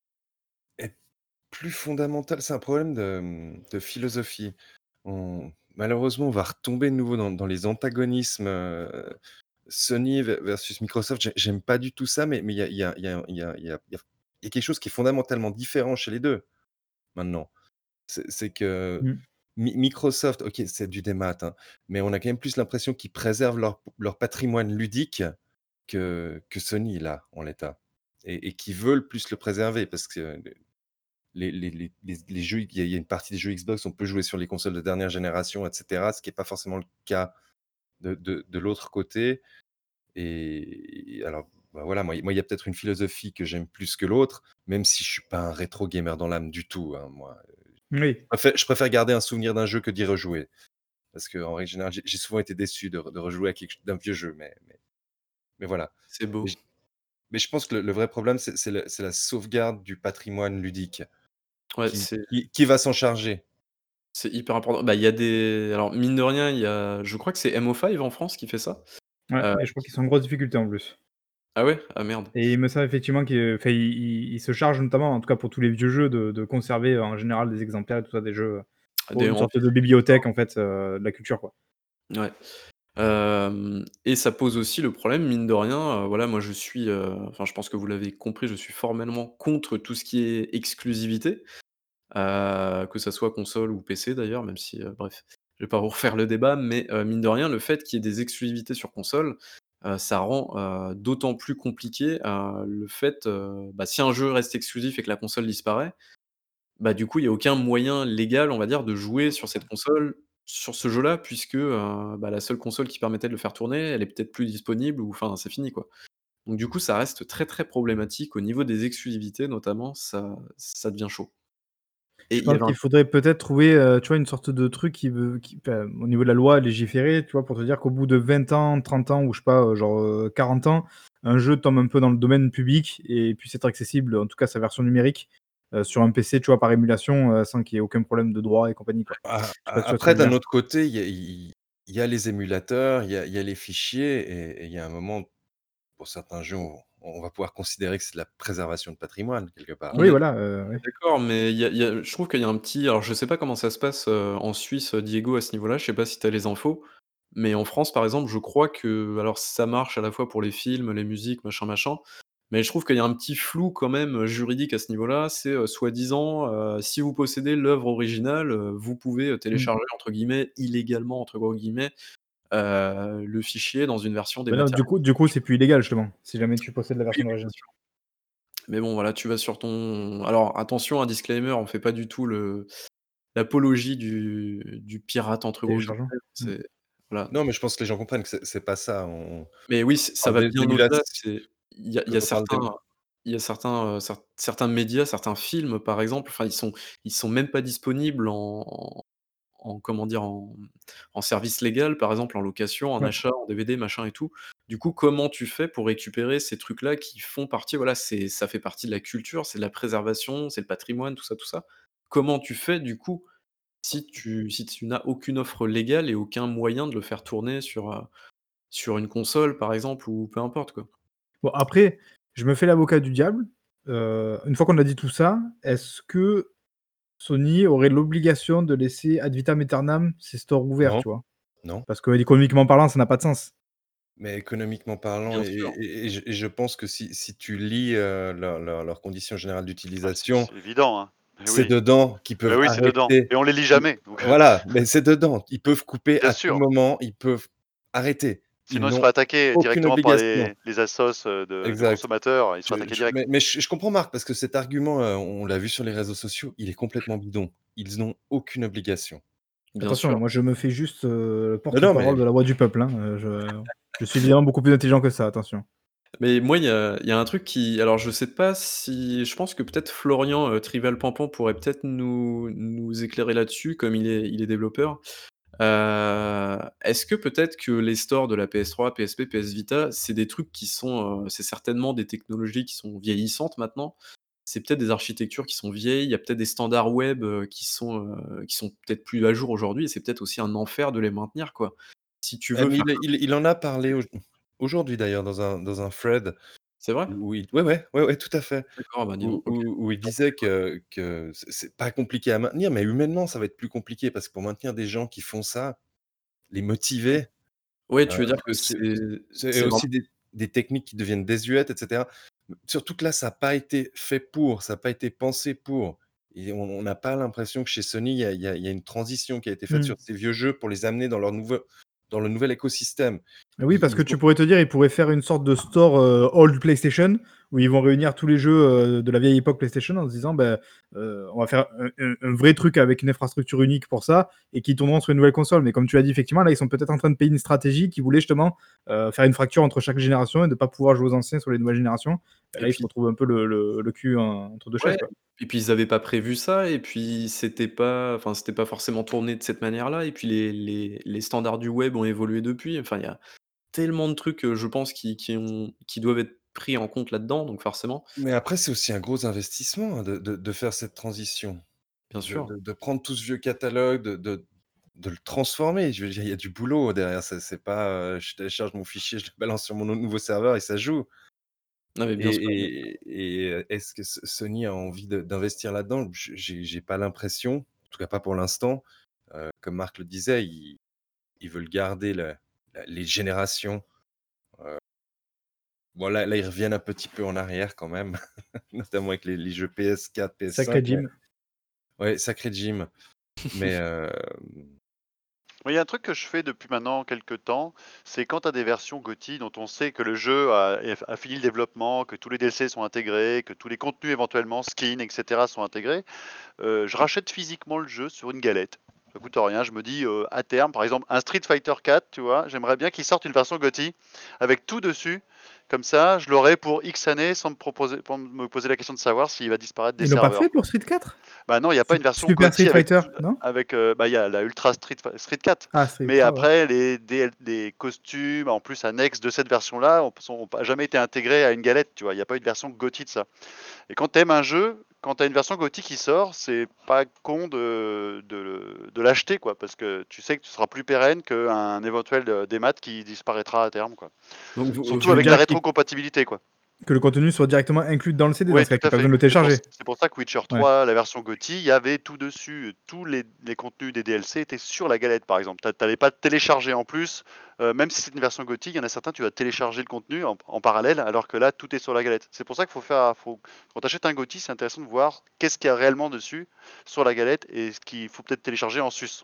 est plus fondamental. C'est un problème de, mmh, de philosophie. On malheureusement, on va retomber de nouveau dans dans les antagonismes, heu, Sony ve versus Microsoft. J'ai j'aime pas du tout ça, mais mais il y a il y a il y a il y a il y a il y a il y a quelque chose qui est fondamentalement différent chez les deux maintenant. C'est c'est que Mmh. Mi Microsoft, OK, c'est du démat, hein, mais on a quand même plus l'impression qu'ils préservent leur leur patrimoine ludique que que Sony là, en l'état et et qui veulent plus le préserver parce que les les les les les jeux, il y a il y a une partie des jeux Xbox, on peut jouer sur les consoles de dernière génération et cetera, ce qui est pas forcément le cas de de de l'autre côté et alors, bah, voilà, moi moi, il y a peut-être une philosophie que j'aime plus que l'autre, même si je suis pas un rétro gamer dans l'âme du tout, hein, moi. Oui. Je préfère je préfère garder un souvenir d'un jeu que d'y rejouer. Parce qu'en règle générale, j'ai j'ai souvent été déçu de re de rejouer à quelque ch d'un vieux jeu, mais mais mais voilà. C'est Mais beau. j mais je pense que le le vrai problème, c'est c'est le c'est la sauvegarde du patrimoine ludique. Ouais, Qui c'est qui qui va s'en charger? c'est hyper important. Bah, il y a des alors mine de rien, il y a je crois que c'est M O cinq en France qui fait ça, Ouais heu, et je crois qu'ils qui sont en grosse difficulté en plus ah ouais? Ah merde. et il me semble effectivement qu'il enfin, il il il se charge notamment, en tout cas pour tous les vieux jeux, de de conserver, heu, en général des exemplaires et tout ça, des jeux, heu, pour Des une en sorte plus de bibliothèque en fait, heu, de la culture, quoi. ouais. Hem et ça pose aussi le problème, mine de rien, heu, voilà, moi je suis, heu, enfin je pense que vous l'avez compris, je suis formellement contre tout ce qui est exclusivité, heu, que ça soit console ou P C d'ailleurs, même si, heu, bref, je vais pas vous refaire le débat, mais heu, mine de rien, le fait qu'il y ait des exclusivités sur console, heu, ça rend, heu, d'autant plus compliqué, heu, le fait, heu, bah, si un jeu reste exclusif et que la console disparaît, bah, du coup, il y a aucun moyen légal, on va dire, de jouer sur cette console, sur ce jeu-là puisque, heu, bah, la seule console qui permettait de le faire tourner, elle est peut-être plus disponible ou enfin, c'est fini, quoi. Donc du coup, ça reste très, très problématique au niveau des exclusivités notamment, ça ça devient chaud. Et Je il y pense avait un qu'il faudrait peut-être trouver, heu, tu vois, une sorte de truc qui veut qui enfin, au niveau de la loi, légiférer, tu vois, pour te dire qu'au bout de vingt ans, trente ans ou je sais pas, heu, genre, heu, quarante ans, un jeu tombe un peu dans le domaine public et puisse être accessible, en tout cas sa version numérique, heu, sur un P C, tu vois, par émulation, heu, sans qu'il y ait aucun problème de droit et compagnie, quoi. A Je sais pas a si tu vois ce que après je veux d'un dire? autre côté, il y a il il y a les émulateurs, il y a il y a les fichiers et et il y a un moment, pour certains jeux, on on va pouvoir considérer que c'est de la préservation de patrimoine quelque part. On Oui, est voilà, heu, on est ouais. d'accord, mais il y a il y a je trouve qu'il y a un petit alors je sais pas comment ça se passe, heu, en Suisse, heu, Diego, à ce niveau-là, je sais pas si tu as les infos, mais en France, par exemple, je crois que alors ça marche à la fois pour les films, les musiques, machin, machin, mais je trouve qu'il y a un petit flou quand même, heu, juridique à ce niveau-là. C'est, heu, soi-disant, heu, si vous possédez l'œuvre originale, heu, vous pouvez, heu, Mmh. télécharger entre guillemets «illégalement» entre gros guillemets, heu, le fichier dans une version Bah non, du coup dématérialisée. du coup, c'est plus illégal justement, si jamais tu possèdes la Oui, version oui, bien d'origine. sûr. Mais bon, voilà, tu vas sur ton alors attention, un disclaimer, on fait pas du tout le l'apologie du du «pirate» entre gros guillemets, Téléchargeant. Mmh. c'est voilà. Non, mais je pense que les gens comprennent que c'est c'est pas ça. On Mais oui, ç ça parle va d'é bien d'émulation au-delà, c'est il y a il y a quand on parle d'ém certains il y a certains, heu, cer certains médias, certains films, par exemple, enfin, ils sont ils sont même pas disponibles en en comment dire? En, mmh, en service légal, par exemple, en location, en Ouais. achat, en D V D, machin et tout. Du coup, comment tu fais pour récupérer ces trucs-là qui font partie voilà, c'est ça fait partie de la culture, c'est de la préservation, c'est le patrimoine, tout ça, tout ça. Comment tu fais, du coup, si tu si tu n'as aucune offre légale et aucun moyen de le faire tourner sur, heu, sur une console, par exemple, ou peu importe, quoi? Bon après, je me fais l'avocat du diable, heu, une fois qu'on a dit tout ça, est-ce que Sony aurait l'obligation de laisser ad vitam aeternam ses stores ouverts, Non, tu vois? non, Parce que économiquement parlant, ça n'a pas de sens. mais économiquement parlant Bien et sûr. et et je et je pense que si si tu lis, heu, leurs leurs leurs conditions générales Ah, c'est d'utilisation, c'est évident, hein. Mais c'est oui, dedans qu'ils mais peuvent oui, c'est dedans arrêter. et on les lit Ils jamais, donc Voilà, mais c'est dedans. Ils peuvent couper bien à tout sûr. moment, ils peuvent arrêter. Ils Sinon, ils se n'ont feraient attaquer aucune directement par obligation. les les assos, heu, de de Exact. consommateurs, ils se Je feraient attaquer je direct. mais mais je je comprends Marc parce que cet argument, heu, on l'a vu sur les réseaux sociaux, il est complètement bidon. Ils n'ont aucune obligation. Bien Attention, sûr. moi je me fais juste, heu, Non, non, mais porte-parole de la voix du peuple, hein, heu, je je suis évidemment beaucoup plus intelligent que ça, attention. Mais moi, il y a il y a un truc qui alors je sais pas si je pense que peut-être Florian, heu, Trivial Pampan pourrait peut-être nous nous éclairer là-dessus, comme il est il est développeur. Heu, est-ce que peut-être que les stores de la P S trois, P S P, P S Vita, c'est des trucs qui sont, heu, c'est certainement des technologies qui sont vieillissantes maintenant? C'est peut-être des architectures qui sont vieilles, il y a peut-être des standards web, heu, qui sont, heu, qui sont peut-être plus à jour aujourd'hui et c'est peut-être aussi un enfer de les maintenir, quoi. Si tu ah veux mais faire il il il en a parlé auj aujourd'hui d'ailleurs dans un dans un thread c'est vrai? où il ouais, ouais, ouais, ouais, tout à fait. D'accord, bah, dis Où donc, OK. où où il disait que que c'est c'est pas compliqué à maintenir, mais humainement, ça va être plus compliqué parce que pour maintenir des gens qui font ça, les motiver, Ouais, heu, tu veux dire que c'est c'est c'est c'est vraiment aussi des des techniques qui deviennent désuètes et cetera. Surtout que là, ça a pas été fait pour, ça a pas été pensé pour et on on n'a pas l'impression que chez Sony, il y a il y a il y a une transition qui a été faite Mmh. sur ces vieux jeux pour les amener dans leur nouveau dans le nouvel écosystème. Oui, parce Ils que ils tu ont pourrais te dire, ils pourraient faire une sorte de store, heu, old PlayStation, où ils vont réunir tous les jeux, heu, de la vieille époque PlayStation en se disant: «Bah, heu, on va faire un un un vrai truc avec une infrastructure unique pour ça et qui tourneront sur une nouvelle console». Mais comme tu l'as dit, effectivement, là, ils sont peut-être en train de payer une stratégie qui voulait justement, heu, faire une fracture entre chaque génération et de pas pouvoir jouer aux anciens sur les nouvelles générations. Et et là, ils se puis retrouvent un peu le le le cul en entre deux chaises, ouais, quoi. et puis ils avaient pas prévu ça et puis c'était pas enfin, c'était pas forcément tourné de cette manière-là et puis les les les standards du web ont évolué depuis. Enfin, il y a tellement de trucs, heu, je pense qui qui ont qui doivent être pris en compte là-dedans, donc forcément Mais après, c'est aussi un gros investissement, hein, de de de faire cette transition. bien De sûr. de de prendre tout ce vieux catalogue, de de de le transformer. Je veux dire, il y a du boulot derrière, ça c'est pas, heu, je télécharge mon fichier, je le balance sur mon nou nouveau serveur et ça joue. Non, mais Et bien sûr, bien et et heu, est-ce que S Sony a envie de d'investir là-dedans? J j'ai j'ai pas l'impression, en tout cas pas pour l'instant. Heu, comme Marc le disait, ils ils veulent garder la la les générations. Bon là là, ils reviennent un petit peu en arrière quand même, notamment avec les les jeux P S quatre, P S cinq, Sacré mais Jim. ouais, sacré Jim. Mais, hem Moi, il y a un truc que je fais depuis maintenant quelques temps, c'est quand tu as des versions G O T Y dont on sait que le jeu a, est- a fini le développement, que tous les D L C sont intégrés, que tous les contenus éventuellement, skins, et cetera sont intégrés, euh, je rachète physiquement le jeu sur une galette. Ça coûte rien, je me dis euh, à terme, par exemple, un Street Fighter quatre, tu vois, j'aimerais bien qu'il sorte une version G O T Y avec tout dessus. Comme ça, je l'aurai pour X années sans me, proposer, pour me poser la question de savoir s'il va disparaître des Ils l'ont pas fait serveurs, quoi. pour Street quatre? Bah non, il n'y a pas Sup une version Super Street G O T Y avec, Fighter, tout- non? avec euh, bah il y a la Ultra Street, Fi- Street quatre. Ah, c'est Mais Ultra, ouais. après, les, D L les costumes, en plus annexes de cette version-là, n'ont pas jamais été intégrés à une galette, tu vois. Il n'y a pas eu de version G O T Y de ça. Et quand tu aimes un jeu, quand tu as une version G O T Y qui sort, c'est pas con de, de, de l'acheter, quoi, parce que tu sais que tu seras plus pérenne qu'un éventuel euh, démat qui disparaîtra à terme, quoi. Donc vous, Surtout Tu veux avec la dire qu'il rétrocompatibilité, quoi. que le contenu soit directement inclus dans le C D, dans Oui, ce cas, tout qu'il y ait à pas besoin fait. de le C'est pour, télécharger? c'est pour ça que Witcher Ouais. trois, la version G O T Y, il y avait tout dessus. Tous les, les contenus des D L C étaient sur la galette, par exemple. Tu n'allais pas télécharger en plus. Euh, même si c'est une version G O T Y, il y en a certains, tu vas télécharger le contenu en, en parallèle, alors que là, tout est sur la galette. C'est pour ça qu'il faut faire. Faut, quand tu achètes un G O T Y, c'est intéressant de voir qu'est-ce qu'il y a réellement dessus, sur la galette, et ce qu'il faut peut-être télécharger en sus.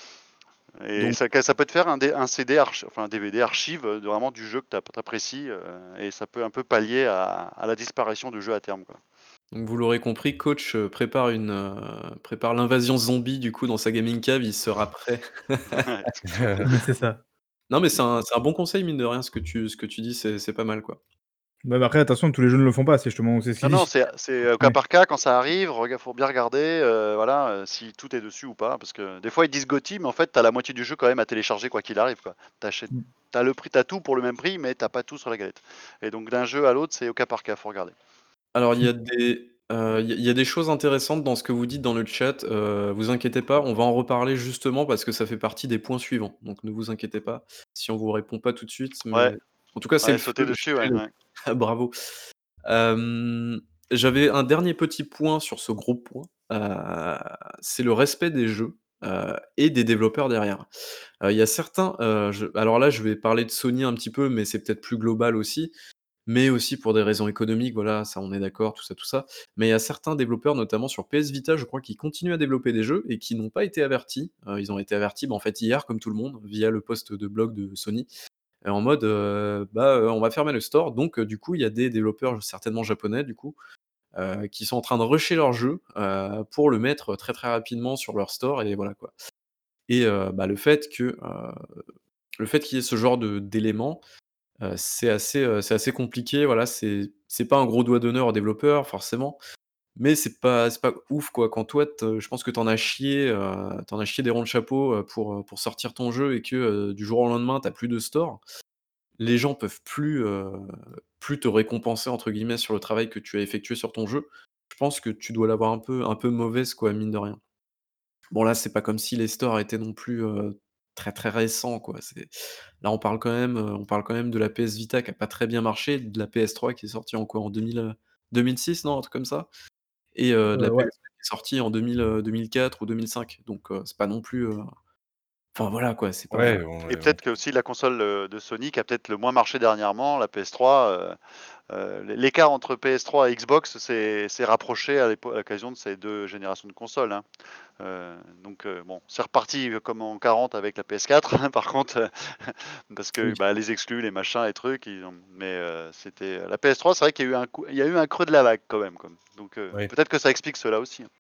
Et donc, ça, ça peut te faire un, D- un C D, archi- enfin un D V D archive euh, de vraiment du jeu que tu apprécies, euh, et ça peut un peu pallier à, à la disparition du jeu à terme, quoi. donc vous l'aurez compris, coach euh, prépare une euh, prépare l'invasion zombie du coup dans sa gaming cave, il sera prêt. Ouais, c'est ça. Non mais c'est un, c'est un bon conseil mine de rien ce que tu ce que tu dis, c'est c'est pas mal quoi. Ouais, mais après, attention, tous les jeux ne le font pas, c'est justement c'est ce Non, qu'il non, dit. c'est c'est au cas Ouais. par cas quand ça arrive. Il faut bien regarder, euh, voilà, euh, si tout est dessus ou pas, parce que des fois ils disent G O T Y, mais en fait t'as la moitié du jeu quand même à télécharger quoi qu'il arrive, quoi. T'achètes, Mmh. t'as le prix, t'as tout pour le même prix, mais t'as pas tout sur la galette. Et donc d'un jeu à l'autre, c'est au cas par cas, faut regarder. Alors il y a des heu, il y a il y a des choses intéressantes dans ce que vous dites dans le chat, heu, vous inquiétez pas, on va en reparler justement parce que ça fait partie des points suivants. Donc ne vous inquiétez pas si on vous répond pas tout de suite, Ouais, mais en tout cas c'est ouais, le feu, sauter le dessus, ouais, sujet, ouais. le bravo. Hem, J'avais un dernier petit point sur ce gros point, heu, c'est le respect des jeux, heu, et des développeurs derrière. Heu, il y a certains, heu, je alors là je vais parler de Sony un petit peu, mais c'est peut-être plus global aussi. Mais aussi pour des raisons économiques, voilà, ça on est d'accord, tout ça, tout ça. Mais il y a certains développeurs, notamment sur P S Vita, je crois, qui continuent à développer des jeux et qui n'ont pas été avertis. Heu, ils ont été avertis, bah, en fait, hier, comme tout le monde, via le post de blog de Sony, heu, en mode, heu, bah, heu, on va fermer le store. Donc, heu, du coup, il y a des développeurs, certainement japonais, du coup, heu, qui sont en train de rusher leur jeu, heu, pour le mettre très, très rapidement sur leur store et voilà, quoi. Et heu, bah, le fait que, heu, le fait qu'il y ait ce genre de d'éléments, Heu, c'est assez, heu, c'est assez compliqué, voilà, c'est c'est pas un gros doigt d'honneur aux développeurs forcément, mais c'est pas c'est pas ouf quoi. Quand toi te je pense que tu en as chié, heu, tu en as chié des ronds de chapeau, heu, pour, heu, pour sortir ton jeu et que, heu, du jour au lendemain, tu as plus de store. Les gens peuvent plus, heu, plus te «récompenser» entre guillemets sur le travail que tu as effectué sur ton jeu. Je pense que tu dois l'avoir un peu un peu mauvaise quoi, mine de rien. Bon là, c'est pas comme si les stores étaient non plus, heu, très, très récents quoi. C'est Là, on parle quand même, heu, on parle quand même de la P S Vita qui a pas très bien marché, de la P S trois qui est sortie en quoi? En deux mille, heu, deux mille six non? Un truc comme ça? Et heu, de la Heu, ouais. P S quatre qui est sortie en deux mille, heu, deux mille quatre ou deux mille cinq. Donc heu, c'est pas non plus, heu enfin voilà quoi, c'est pas Ouais, on Et est on peut-être que aussi la console euh, de Sony qui a peut-être le moins marché dernièrement, la P S trois, euh, euh, l'écart entre P S trois et Xbox s'est s'est rapproché à l'épo- à l'occasion de ces deux générations de consoles, hein. Euh, donc euh, bon, c'est reparti euh, comme en quarante avec la P S quatre, hein, par contre, euh, parce que oui. bah, les exclus, les machins, les trucs, ils ont- mais euh, c'était la P S trois, c'est vrai qu'il y a eu un coup, il y a eu un creux de la vague quand même, comme. Donc euh, oui, peut-être que ça explique cela aussi, hein.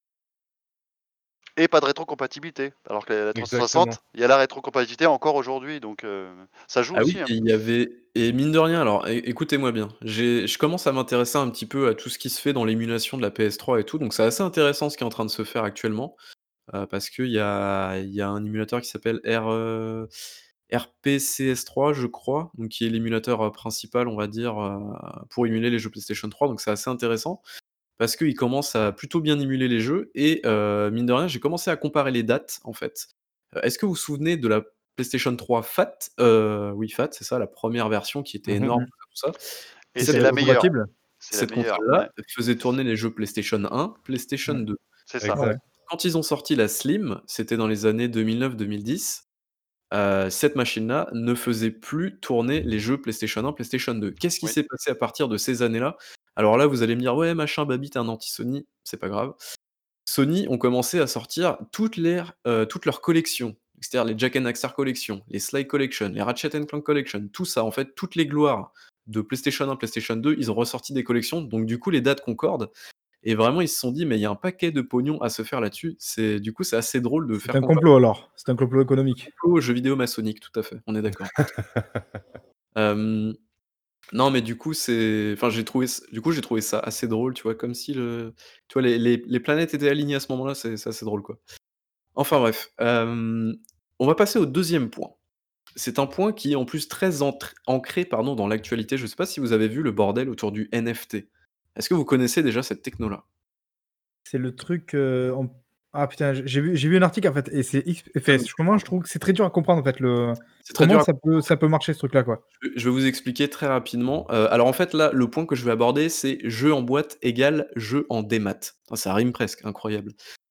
Et pas de rétrocompatibilité, alors que la exactement. trois cent soixante, il y a la rétrocompatibilité encore aujourd'hui, donc euh, ça joue Ah oui, aussi, hein. et il y avait et mine de rien, alors é écoutez-moi bien, j'ai je commence à m'intéresser un petit peu à tout ce qui se fait dans l'émulation de la P S trois et tout, donc c'est assez intéressant ce qui est en train de se faire actuellement, heu, parce qu'il y a il y a un émulateur qui s'appelle R, heu, R P C S trois, je crois, donc qui est l'émulateur, heu, principal, on va dire, heu, pour émuler les jeux PlayStation trois, donc c'est assez intéressant parce qu'il commence à plutôt bien émuler les jeux et heu, mine de rien, j'ai commencé à comparer les dates, en fait. Heu, est-ce que vous vous souvenez de la PlayStation trois Fat? Heu, oui, Fat, c'est ça, la première version qui était Mmh. énorme, Mmh. tout ça, tout ça. Et Qui c'est était Cette la meilleure, rétrocompatible? c'est la cette meilleure, console-là ouais, faisait tourner les jeux PlayStation un, PlayStation Ouais. deux. c'est ça. Ouais. Exact. Quand ils ont sorti la Slim, c'était dans les années deux mille neuf-deux mille dix, heu, cette machine-là ne faisait plus tourner les jeux PlayStation un, PlayStation deux. Qu'est-ce qui Oui. s'est passé à partir de ces années-là? Alors là, vous allez me dire: «Ouais, machin, Baby, tu es un anti-Sony». C'est pas grave. Sony ont commencé à sortir toutes leurs, heu, toutes leurs collections. c'est-à-dire les Jak and Daxter Collection, les Sly Collection, les Ratchet and Clank Collection, tout ça, en fait, toutes les gloires de PlayStation un, PlayStation deux, ils ont ressorti des collections, donc du coup, les dates concordent et vraiment, ils se sont dit: «Mais il y a un paquet de pognon à se faire là-dessus». C'est du coup, c'est assez drôle de C'est faire un comparer complot alors? C'est un complot économique? complot aux jeux vidéo maçonniques, tout à fait, on est d'accord. Hem, non, mais du coup, c'est enfin, j'ai trouvé ç du coup, j'ai trouvé ça assez drôle, tu vois? Comme si le tu vois, les les les planètes étaient alignées à ce moment-là, c'est c'est assez drôle, quoi. Enfin bref, hem, on va passer au deuxième point. C'est un point qui est en plus très entr ancré, pardon, dans l'actualité. Je sais pas si vous avez vu le bordel autour du N F T? Est-ce que vous connaissez déjà cette techno-là? C'est le truc, heu, en ah putain, j'ai j'ai vu j'ai vu un article en fait et c'est X Ah enfin, donc comment je trouve que c'est très dur à comprendre en fait le c'est très comment dur à ça peut ça peut marcher ce truc-là, quoi? je vais je vais vous expliquer très rapidement. Heu, alors en fait là, le point que je vais aborder, c'est jeu en boîte égale jeu en démat. Ah, ça rime presque, incroyable.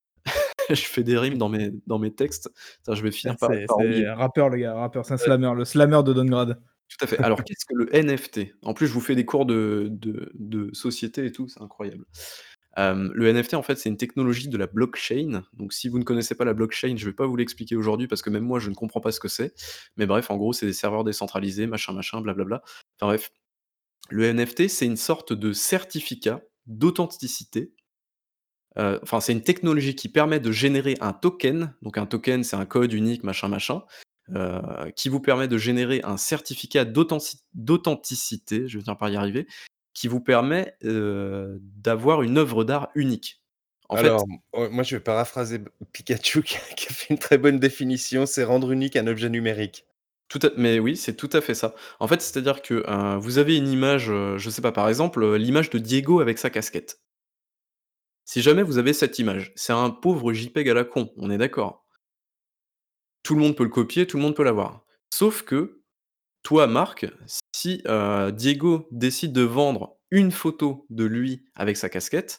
Je fais des rimes dans mes dans mes textes. Putain, je vais Ah finir par c'est par c'est oublier. un rappeur le gars, un rappeur, c'est un Ouais, slammer, le slammer de Dongrad. tout à fait. Alors qu'est-ce que le N F T? En plus, je vous fais des cours de de de société et tout, c'est incroyable. Hem, le N F T, en fait, c'est une technologie de la blockchain. Donc si vous ne connaissez pas la blockchain, je vais pas vous l'expliquer aujourd'hui parce que même moi, je ne comprends pas ce que c'est. Mais bref, en gros, c'est des serveurs décentralisés, machin, machin, blablabla. Enfin bref, le N F T, c'est une sorte de certificat d'authenticité. Heu, enfin, c'est une technologie qui permet de générer un token. Donc un token, c'est un code unique, machin, machin, heu, qui vous permet de générer un certificat d'authenci d'authenticité, je vais finir par y arriver, qui vous permet, heu, d'avoir une œuvre d'art unique. En fait, Alors, m ouais, moi, je vais paraphraser B Pikachu qui a qui a fait une très bonne définition, c'est rendre unique un objet numérique. tout à mais oui, c'est tout à fait ça. En fait, c'est-à-dire que, heu, vous avez une image, heu, je sais pas, par exemple, heu, l'image de Diego avec sa casquette. Si jamais vous avez cette image, c'est un pauvre JPEG à la con, on est d'accord? Tout le monde peut le copier, tout le monde peut l'avoir. Sauf que, toi, Marc, si, heu, Diego décide de vendre une photo de lui avec sa casquette,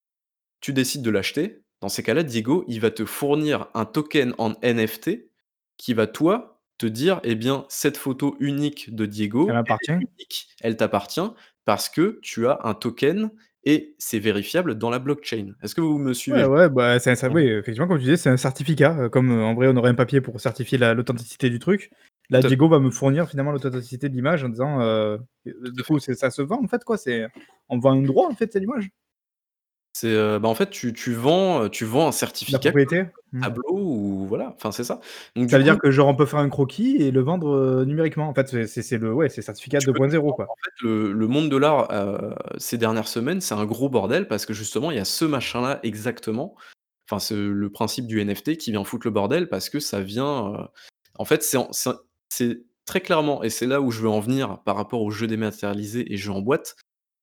tu décides de l'acheter. Dans ces cas-là, Diego, il va te fournir un token en N F T qui va, toi, te dire: «Eh bien, cette photo unique de Elle Diego, elle m'appartient? est unique, elle t'appartient parce que tu as un token et c'est vérifiable dans la blockchain». Est-ce que vous me suivez Ouais, ju ouais, bah, c'est ça oui, effectivement, comme tu disais, c'est un certificat, heu, comme, heu, en vrai, on aurait un papier pour certifier la l'authenticité du truc. Là, tout à fait, Diego va me fournir finalement l'authenticité de l'image en disant, heu, heu, tout du à fait. coup, c'est ça se vend en fait, quoi? C'est on vend un droit en fait, c'est l'image? C'est, heu, bah, en fait, tu tu vends, heu, tu vends un La certificat comme propriété? Mmh. un tableau ou voilà, enfin, c'est ça. Donc Ça du veut coup, dire que genre on peut faire un croquis et le vendre, heu, numériquement. En fait, c'est c'est c'est le ouais, c'est certificat tu peux tout deux point zéro vendre. quoi. En fait, le le monde de l'art, heu, ces dernières semaines, c'est un gros bordel parce que justement, il y a ce machin-là exactement, enfin, ce le principe du N F T qui vient foutre le bordel parce que ça vient, heu, en fait, c'est en c'est un c'est très clairement et c'est là où je veux en venir par rapport aux jeux dématérialisés et jeux en boîte,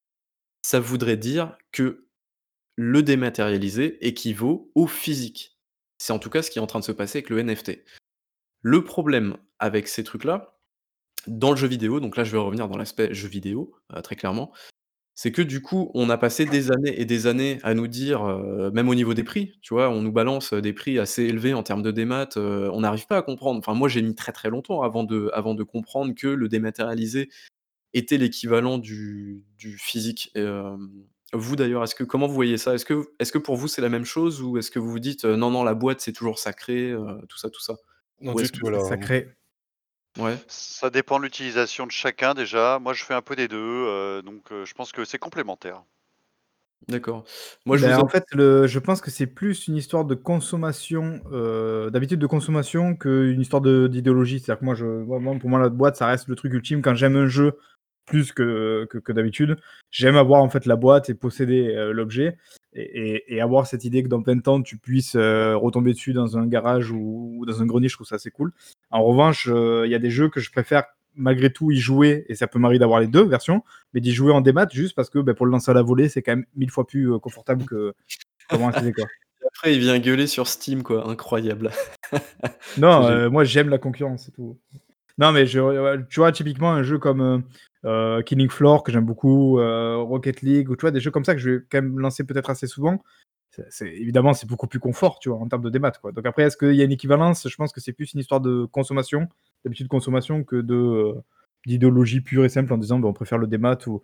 ça voudrait dire que le dématérialisé équivaut au physique. C'est en tout cas ce qui est en train de se passer avec le N F T. Le problème avec ces trucs-là, dans le jeu vidéo, donc là je vais revenir dans l'aspect jeu vidéo, heu, très clairement, c'est que du coup, on a passé des années et des années à nous dire, heu, même au niveau des prix, tu vois? On nous balance, heu, des prix assez élevés en termes de démat, heu, on n'arrive pas à comprendre. Enfin moi j'ai mis très, très longtemps avant de avant de comprendre que le dématérialisé était l'équivalent du du physique et hem, vous d'ailleurs, est-ce que comment vous voyez ça? Est-ce que est-ce que pour vous c'est la même chose ou est-ce que vous vous dites, heu: «Non, non, la boîte c'est toujours sacré», heu, tout ça, tout ça? Non, Ou du est-ce que tout, C'est alors, hem, sacré. ouais, Ça dépend de l'utilisation de chacun déjà. Moi, je fais un peu des deux, heu, donc heu, je pense que c'est complémentaire. d'accord. Moi je Ben vous en avoue fait, le je pense que c'est plus une histoire de consommation, heu, d'habitude de consommation qu'une histoire de d'idéologie. C'est-à-dire que moi je moi moi, pour moi, la boîte, ça reste le truc ultime quand j'aime un jeu plus que que que d'habitude. J'aime avoir en fait la boîte et posséder, heu, l'objet et et et avoir cette idée que dans vingt ans, tu puisses, heu, retomber dessus dans un garage ou ou dans un grenier, je trouve ça assez cool. En revanche, heu, il y a des jeux que je préfère malgré tout y jouer et ça peut m'arriver d'avoir les deux versions, mais d'y jouer en démat juste parce que, bah, pour le lancer à la volée, c'est quand même mille fois plus, heu, confortable que qu'avoir un C D, quoi. après il vient gueuler sur Steam quoi, incroyable. C'est Non, génial. heu, moi j'aime la concurrence, c'est tout. Non, mais je ouais, tu vois, typiquement un jeu comme, heu heu, Killing Floor que j'aime beaucoup, heu, Rocket League ou tu vois, des jeux comme ça que je vais quand même lancer peut-être assez souvent. C'est c'est évidemment, c'est beaucoup plus confort, tu vois, en termes de démat, quoi. Donc après, est-ce qu'il y a une équivalence? Je pense que c'est plus une histoire de consommation, d'habitude de consommation que de, heu, d'idéologie pure et simple en disant: «Bah, on préfère le démat» ou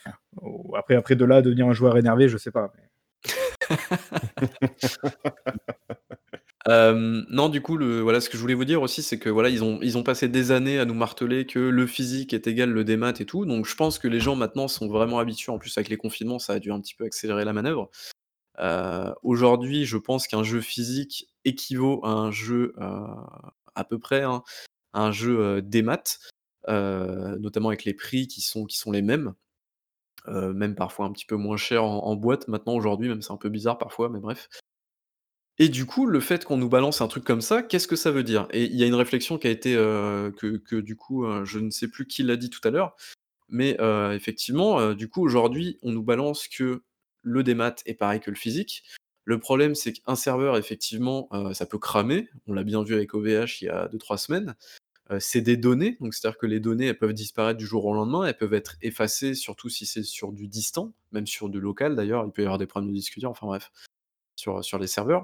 ou après après de là à devenir un joueur énervé, je sais pas, mais Hem, non, du coup, le voilà, ce que je voulais vous dire aussi, c'est que, voilà, ils ont ils ont passé des années à nous marteler que le physique est égal le démat et tout, donc je pense que les gens maintenant sont vraiment habitués. En plus, avec les confinements, ça a dû un petit peu accélérer la manœuvre. Heu, aujourd'hui, je pense qu'un jeu physique équivaut à un jeu, heu, à peu près, hein, à un jeu, heu, démat, heu, notamment avec les prix qui sont qui sont les mêmes, heu, même parfois un petit peu moins cher en en boîte maintenant aujourd'hui, même c'est un peu bizarre parfois, mais bref. Et du coup, le fait qu'on nous balance un truc comme ça, qu'est-ce que ça veut dire? Et il y a une réflexion qui a été, heu, que que du coup, heu, je ne sais plus qui l'a dit tout à l'heure, mais heu, effectivement, heu, du coup, aujourd'hui, on nous balance que le démat est pareil que le physique. Le problème, c'est qu'un serveur, effectivement, heu, ça peut cramer. On l'a bien vu avec O V H il y a deux trois semaines. Heu, c'est des données, donc c'est-à-dire que les données, elles peuvent disparaître du jour au lendemain, elles peuvent être effacées, surtout si c'est sur du distant, même sur du local d'ailleurs, il peut y avoir des problèmes de disque dur, enfin bref, sur, sur les serveurs.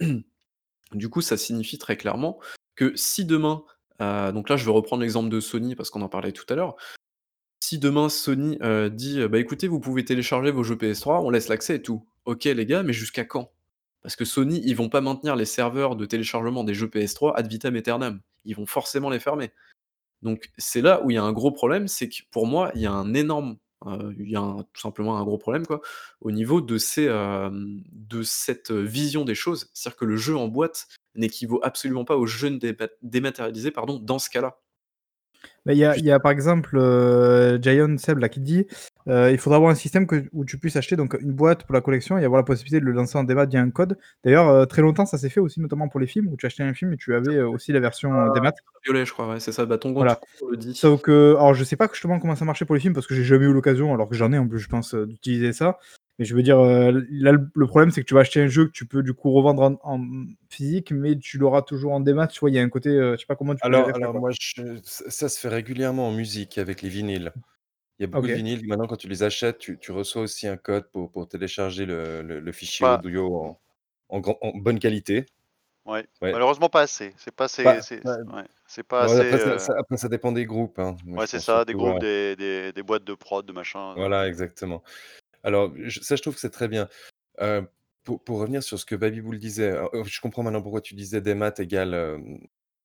Du coup, ça signifie très clairement que si demain, heu, donc là je vais reprendre l'exemple de Sony parce qu'on en parlait tout à l'heure. Si demain Sony, heu, dit, heu: «Bah écoutez, vous pouvez télécharger vos jeux P S trois, on laisse l'accès et tout». OK les gars, mais jusqu'à quand? Parce que Sony, ils vont pas maintenir les serveurs de téléchargement des jeux P S trois ad vitam aeternam. Ils vont forcément les fermer. Donc c'est là où il y a un gros problème, c'est que pour moi, il y a un énorme, heu, il y a un tout simplement un gros problème quoi, au niveau de ces, hem, de cette, heu, vision des choses. C'est-à-dire que le jeu en boîte n'équivaut absolument pas au jeu démat dématérialisé pardon, dans ce cas-là. Bah, il y a il Juste y a par exemple, heu, Giant Seb là qui dit, heu: «Il faudra avoir un système que où tu puisses acheter donc une boîte pour la collection et avoir la possibilité de le lancer en démat via un code». D'ailleurs, heu, très longtemps ça s'est fait aussi notamment pour les films où tu achetais un film et tu avais, heu, aussi la version, heu, démat. Ultraviolet je crois, ouais, c'est ça, bah, Tongo Voilà. Tout Court le dit. Sauf que alors je sais pas justement comment ça marchait pour les films parce que j'ai jamais eu l'occasion, alors que j'en ai en plus je pense, heu, d'utiliser ça. Mais je veux dire, heu, là le le problème c'est que tu vas acheter un jeu que tu peux du coup revendre en en, mmh, physique, mais tu l'auras toujours en démat, tu vois? Il y a un côté, heu, je sais pas comment tu peux Alors gérer ça, alors quoi. moi je ça ça se fait régulièrement en musique avec les vinyles. Il y a beaucoup de OK. vinyles, maintenant quand tu les achètes, tu tu reçois aussi un code pour pour télécharger le le le fichier Pas audio mmh, en en grand en bonne qualité. ouais, Ouais. malheureusement pas assez. C'est pas assez Bah, c'est bah, c ouais, c'est pas ouais, assez, après ça heu ça après ça dépend des groupes, hein. Moi ouais, je c'est pense ça, des surtout groupes, à des des des boîtes de prod, de machin, heu voilà exactement. Alors je ça je trouve que c'est très bien. Heu, pour pour revenir sur ce que Baby-Boule disait, heu, heu, je comprends maintenant pourquoi tu disais démat égale, hem,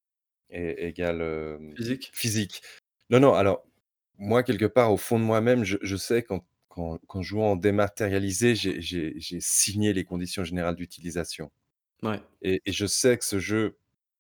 é égale, hem, Physique. physique. Non, non, alors moi quelque part au fond de moi-même, je je sais quand quand quand je joue en dématérialisé, j'ai j'ai j'ai signé les conditions générales d'utilisation Ouais. et et je sais que ce jeu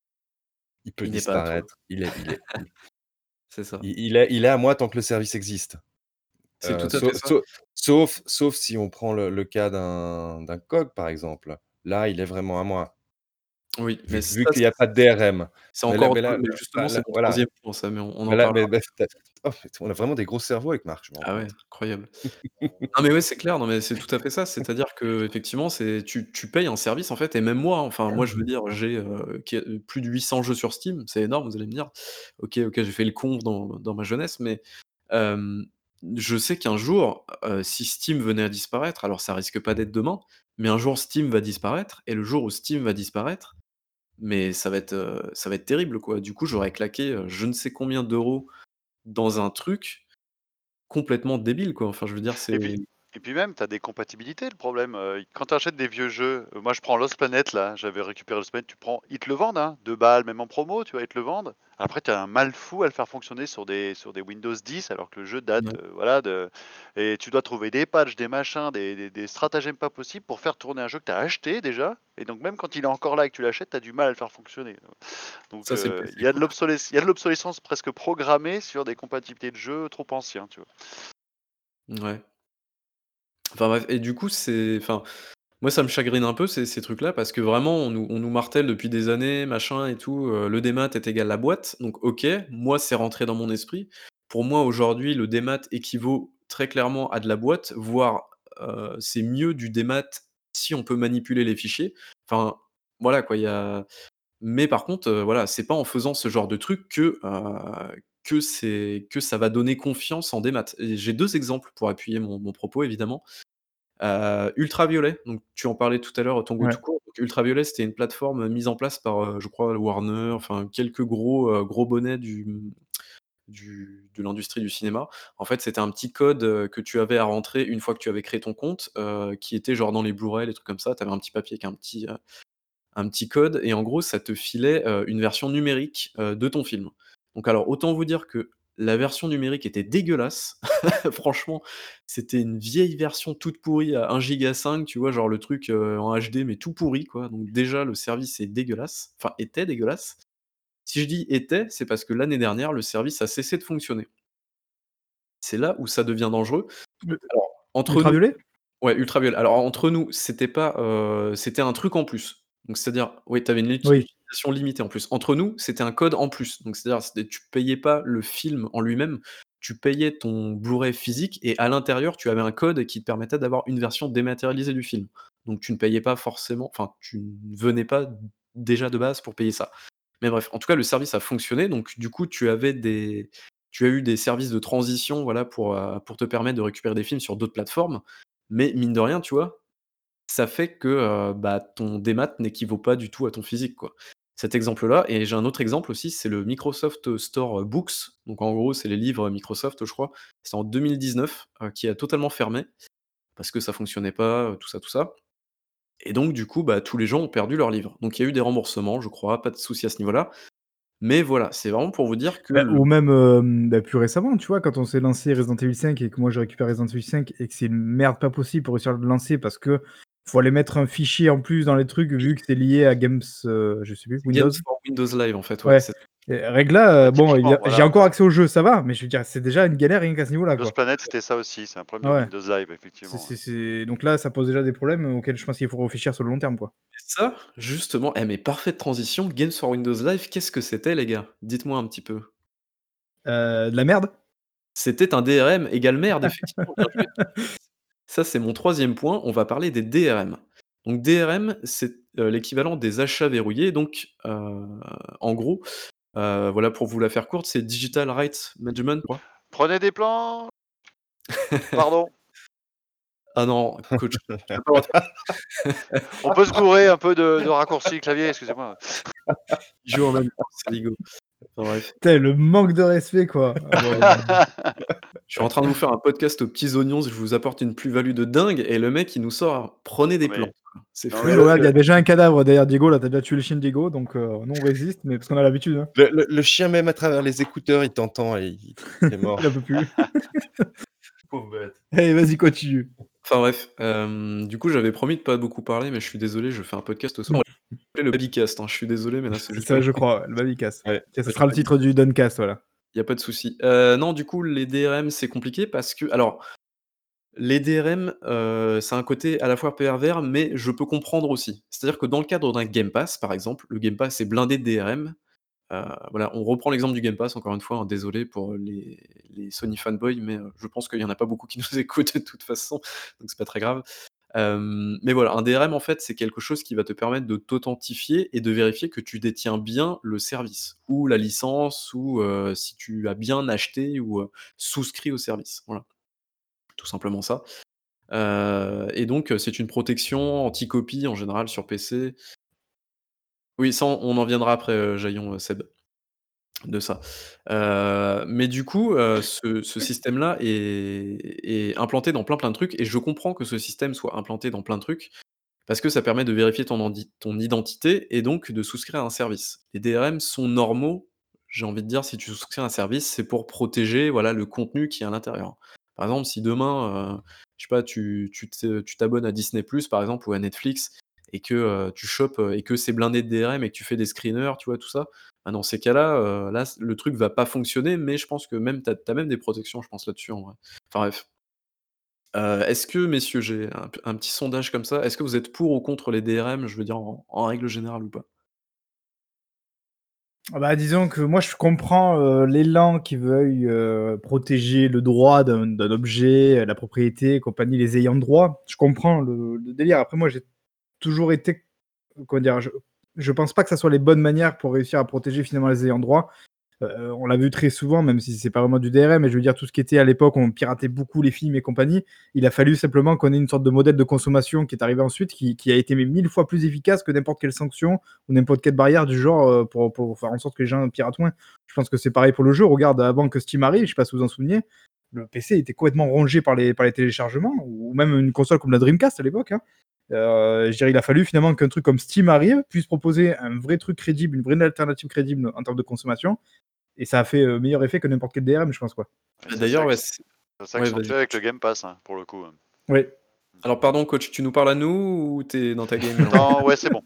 il peut Il n'est pas à toi. disparaître. Il est il est il C'est ça. il il est il est à moi tant que le service existe. C'est tout Heu, à fait sau ça. sau sauf sauf si on prend le le cas d'un d'un C O G par exemple. Là, il est vraiment à moi. Oui, mais Vu vu ça qu'il y a pas de D R M. c'est Mais là encore mais autre là chose, mais là justement bah c'est là mon voilà. troisième point ça, mais on on Mais en là parlera mais bah, après. tu as oh, on a vraiment des gros cerveaux avec Marc, je me rends Ah ouais, compte. incroyable. Non mais ouais, c'est clair, non mais c'est tout à fait ça. C'est-à-dire qu'effectivement, c'est tu tu payes un service en fait et même moi, hein, enfin moi je veux dire, j'ai, heu, qui heu, plus de huit cents jeux sur Steam, c'est énorme, vous allez me dire. OK, OK, j'ai fait le con dans dans ma jeunesse, mais hem, je sais qu'un jour, heu, si Steam venait à disparaître, alors ça risque pas d'être demain, mais un jour Steam va disparaître et le jour où Steam va disparaître, mais ça va être, heu, ça va être terrible quoi. Du coup, j'aurais claqué, heu, je ne sais combien d'euros dans un truc complètement débile quoi. Enfin je veux dire, c'est et puis et puis même, tu as des compatibilités, le problème, heu, quand tu achètes des vieux jeux, heu, moi je prends Lost Planet là, j'avais récupéré Lost Planet, tu prends ils te le vendent, hein, deux balles, même en promo, tu vois? Ils te le vendent. Après tu as un mal fou à le faire fonctionner sur des sur des Windows dix alors que le jeu date, ouais. heu, voilà de et tu dois trouver des patchs, des machins, des des des stratagèmes pas possibles pour faire tourner un jeu que tu as acheté déjà et donc même quand il est encore là et que tu l'achètes, tu as du mal à le faire fonctionner. Donc Ça c'est le heu, P C il y a de quoi. l'obsolesc il y a de l'obsolescence presque programmée sur des compatibilités de jeux trop anciens, tu vois? Ouais. Enfin bref et du coup, c'est enfin, moi ça me chagrine un peu ces ces trucs-là parce que vraiment on nous on nous martèle depuis des années, machin et tout, heu, le démat est égal la boîte, donc OK, moi c'est rentré dans mon esprit. Pour moi aujourd'hui, le démat équivaut très clairement à de la boîte, voire, heu, c'est mieux du démat si on peut manipuler les fichiers. Enfin, voilà quoi, il y a mais par contre, heu, voilà, c'est pas en faisant ce genre de truc que, heu, que c'est que ça va donner confiance en démat et j'ai deux exemples pour appuyer mon mon propos évidemment. Heu, Ultraviolet, donc tu en parlais tout à l'heure, Tongo Ouais. tout court. Donc Ultraviolet, c'était une plateforme, heu, mise en place par, heu, je crois Warner, enfin quelques gros, heu, gros bonnets du, mmh, du de l'industrie du cinéma. En fait, c'était un petit code, heu, que tu avais à rentrer une fois que tu avais créé ton compte, heu, qui était genre dans les Blu-ray, les trucs comme ça. Tu avais un petit papier avec un petit, heu un petit code et en gros, ça te filait, heu, une version numérique, heu, de ton film. Donc alors, autant vous dire que la version numérique était dégueulasse. Franchement, c'était une vieille version toute pourrie à un giga cinq, tu vois? Genre le truc, heu, en H D, mais tout pourri, quoi. Donc déjà, le service est dégueulasse, enfin était dégueulasse. Si je dis était, c'est parce que l'année dernière, le service a cessé de fonctionner. C'est là où ça devient dangereux. Le Alors, entre nous ultraviolet? ouais, ultraviolet. Alors entre nous, c'était pas, heu, c'était un truc en plus. Donc c'est-à-dire oui, tu avais une uti Oui. utilisation limitée en plus. Entre nous, c'était un code en plus. Donc c'est-à-dire, c'était tu payais pas le film en lui-même, tu payais ton Blu-ray physique et à l'intérieur, tu avais un code qui te permettait d'avoir une version dématérialisée du film. Donc tu ne payais pas forcément enfin, tu ne venais pas déjà de base pour payer ça. Mais bref, en tout cas, le service a fonctionné, donc du coup, tu avais des tu as eu des services de transition, voilà, pour, heu, pour te permettre de récupérer des films sur d'autres plateformes. Mais mine de rien, tu vois, ça fait que, heu, bah, ton démat n'équivaut pas du tout à ton physique, quoi. Cet exemple-là et j'ai un autre exemple aussi, c'est le Microsoft Store Books. Donc en gros, c'est les livres Microsoft, je crois. C'est en deux mille dix-neuf, heu, qui a totalement fermé parce que ça fonctionnait pas, heu, tout ça, tout ça. Et donc du coup, bah, tous les gens ont perdu leurs livres. Donc il y a eu des remboursements, je crois, pas de souci à ce niveau-là. Mais voilà, c'est vraiment pour vous dire que Bah, le ou même, hem, bah, plus récemment, tu vois? Quand on s'est lancé Resident Evil cinq et que moi j'ai récupéré Resident Evil cinq et que c'est une merde pas possible pour réussir à le lancer parce que faut aller mettre un fichier en plus dans les trucs oui, vu que c'est lié à Games, heu, je sais plus, c'est Windows? Games for Windows Live en fait, ouais, Ouais, c'est et règle là, Bah, heu, bon, typiquement, évidem j'ai voilà, encore ouais. accès au jeu, ça va, mais je veux dire, c'est déjà une galère rien qu'à ce niveau-là, Lost quoi. Planet, c'était ça aussi, c'est un problème Ah de ouais, Windows Live, c'est effectivement, ouais. c'est c'est donc là, ça pose déjà des problèmes auxquels je pense qu'il faut réfléchir sur le long terme, quoi. ça, justement, eh mais parfaite transition, Games for Windows Live, qu'est-ce que c'était les gars? Dites-moi un petit peu. Heu, de la merde? C'était un D R M égale merde, effectivement, bien joué. Ça, c'est mon troisième point, on va parler des D R M. Donc D R M, c'est, heu, l'équivalent des achats verrouillés, donc heu, en gros, heu, voilà, pour vous la faire courte, c'est Digital Rights Management, quoi. Prenez des plans! Pardon. Ah non, coach, tu as pas le droit de On peut se gourer un peu de de raccourcis clavier, excusez-moi. ils jouent en même temps, c'est rigolo. Enfin bref. Putain, le manque de respect, quoi. Ah bon, Je suis en train de vous faire un podcast aux petits oignons, je vous apporte une plus-value de dingue et le mec il nous sort: «Prenez des Non mais plantes», quoi. C'est non fou. oui, mais mais le regarde, il y le a déjà un cadavre derrière Diego, là, tu as déjà tué le chien de Diego, donc heu, nous on résiste, mais parce qu'on a l'habitude, hein. Le le le chien, même à travers les écouteurs, il t'entend et il il est mort. Il en peut plus. Pauvre bête. Allez, vas-y, continue. Enfin bref, hem, du coup j'avais promis de pas beaucoup parler, mais je suis désolé, je fais un podcast ce soir. On va l'appeler le Babycast, hein, je suis désolé, mais là c'est C'est juste pas ça, le je moment. crois, le Babycast. Ouais, Tiens, ça le sera le Baby titre du Duncast, voilà. Il y a pas de souci. Heu, non, du coup les D R M c'est compliqué parce que alors les D R M, heu, ça a un côté à la fois pervers, mais je peux comprendre aussi. C'est-à-dire que dans le cadre d'un Game Pass, par exemple, le Game Pass est blindé de D R M. Heu, voilà, on reprend l'exemple du Game Pass encore une fois, hein, désolé pour les les Sony fanboys, mais heu, je pense qu'il y en a pas beaucoup qui nous écoutent de toute façon, donc c'est pas très grave. Hem, mais voilà, un D R M en fait, c'est quelque chose qui va te permettre de t'authentifier et de vérifier que tu détiens bien le service ou la licence ou heu, si tu as bien acheté ou heu, souscrit au service. Voilà, tout simplement ça. Heu et donc heu, c'est une protection anti-copie en général sur P C. Oui, ça on on en viendra après, heu, Jaillon, heu, Seb. De ça. Heu, mais du coup, heu, ce ce système-là est est implanté dans plein, plein de trucs et je comprends que ce système soit implanté dans plein de trucs, parce que ça permet de vérifier ton andi ton identité et donc de souscrire à un service. Les D R M sont normaux, j'ai envie de dire, si tu souscris à un service, c'est pour protéger, voilà, le contenu qui est à l'intérieur. Par exemple, si demain, heu, je sais pas, tu tu te tu t'abonnes à Disney+, par exemple, ou à Netflix et que, heu, tu chopes, heu et que c'est blindé de D R M et que tu fais des screeners, tu vois, tout ça, bah, dans ces cas-là, heu, là, c le truc va pas fonctionner, mais je pense que même tu as même des protections, je pense, là-dessus, en vrai. Enfin bref. Heu, est-ce que messieurs, j'ai un p un petit sondage comme ça, est-ce que vous êtes pour ou contre les D R M, je veux dire en en règle générale ou pas? Ah bah, disons que moi je comprends, heu, l'élan qui veuille, heu, protéger le droit d'un d'un objet, heu, la propriété et compagnie, les ayants droit. Je comprends le le délire. Après moi j'ai toujours été, comment dire? Je je pense pas que ça soit les bonnes manières pour réussir à protéger finalement les ayants droit. Heu, on l'a vu très souvent, même si c'est pas vraiment du D R M, mais je veux dire tout ce qui était à l'époque, on piratait beaucoup les films et compagnie. Il a fallu simplement qu'on ait une sorte de modèle de consommation qui est arrivé ensuite, qui qui a été mais mille fois plus efficace que n'importe quelle sanction ou n'importe quelle barrière du genre, heu, pour pour faire en sorte que les gens piratent moins. Je pense que c'est pareil pour le jeu. Regarde, avant que Steam arrive, je sais pas si vous vous en souvenez, le P C était complètement rongé par les par les téléchargements ou même une console comme la Dreamcast à l'époque, hein. Heu, je dirais, il a fallu finalement qu'un truc comme Steam arrive, puisse proposer un vrai truc crédible, une vraie alternative crédible en termes de consommation et ça a fait, heu, meilleur effet que n'importe quel D R M, je pense, quoi. Et Bah, ça s'est d'ailleurs, ouais, acc c'est ça s'est ouais, vas-y, accentué avec le coach. Game Pass, hein, pour le coup, hein. Oui. Alors pardon coach, tu nous parles à nous ou tu es dans ta game là? Non, ouais, c'est bon.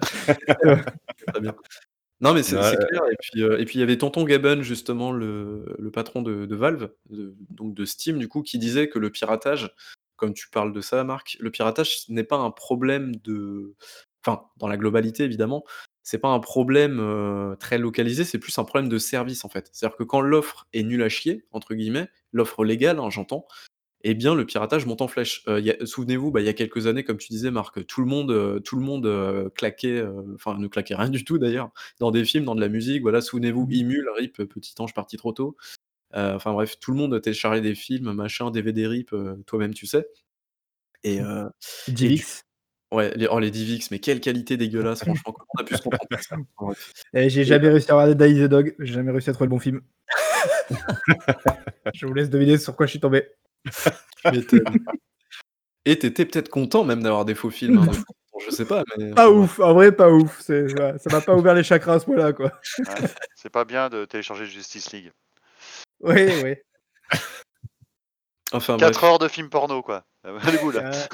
Très bien. Non, mais c'est Non, c'est heu clair et puis, heu, et puis il y avait tonton Gaben justement le le patron de de Valve, de donc de Steam du coup, qui disait que le piratage, comme tu parles de ça Marc, le piratage ce n'est pas un problème de enfin, dans la globalité évidemment, c'est pas un problème, heu, très localisé, c'est plus un problème de service en fait. C'est-à-dire que quand l'offre est «nulle à chier» entre guillemets, l'offre légale, hein, j'entends, eh bien le piratage monte en flèche. Heu, il y a souvenez-vous, bah, il y a quelques années, comme tu disais Marc, tout le monde, heu, tout le monde, heu, claquait, heu, enfin ne claquait rien du tout d'ailleurs, dans des films, dans de la musique, voilà, souvenez-vous Mmh. Emule, RIP Petit ange parti trop tôt. Heu, enfin bref, tout le monde téléchargeait des films, machin, D V D RIP, heu, toi-même tu sais et heu et du DivX. ouais, les oh les DivX, mais quelle qualité dégueulasse franchement, comment on a pu se contenter de ça? Enfin bref Et j'ai et jamais heu réussi à regarder Die the Dog, j'ai jamais réussi à trouver le bon film. Je vous laisse deviner sur quoi je suis tombé. Tu m'étonnes. Et tu étais peut-être content même d'avoir des faux films, hein, de temps en temps, je sais pas, mais Pas enfin bref. ouf, en vrai pas ouf, c'est ouais, ça m'a pas ouvert les chakras à ce point-là, quoi. Ouais, c'est pas bien de télécharger Justice League. Oui, oui. Enfin quatre bref. heures de film porno, quoi. Allez vous là. Ah.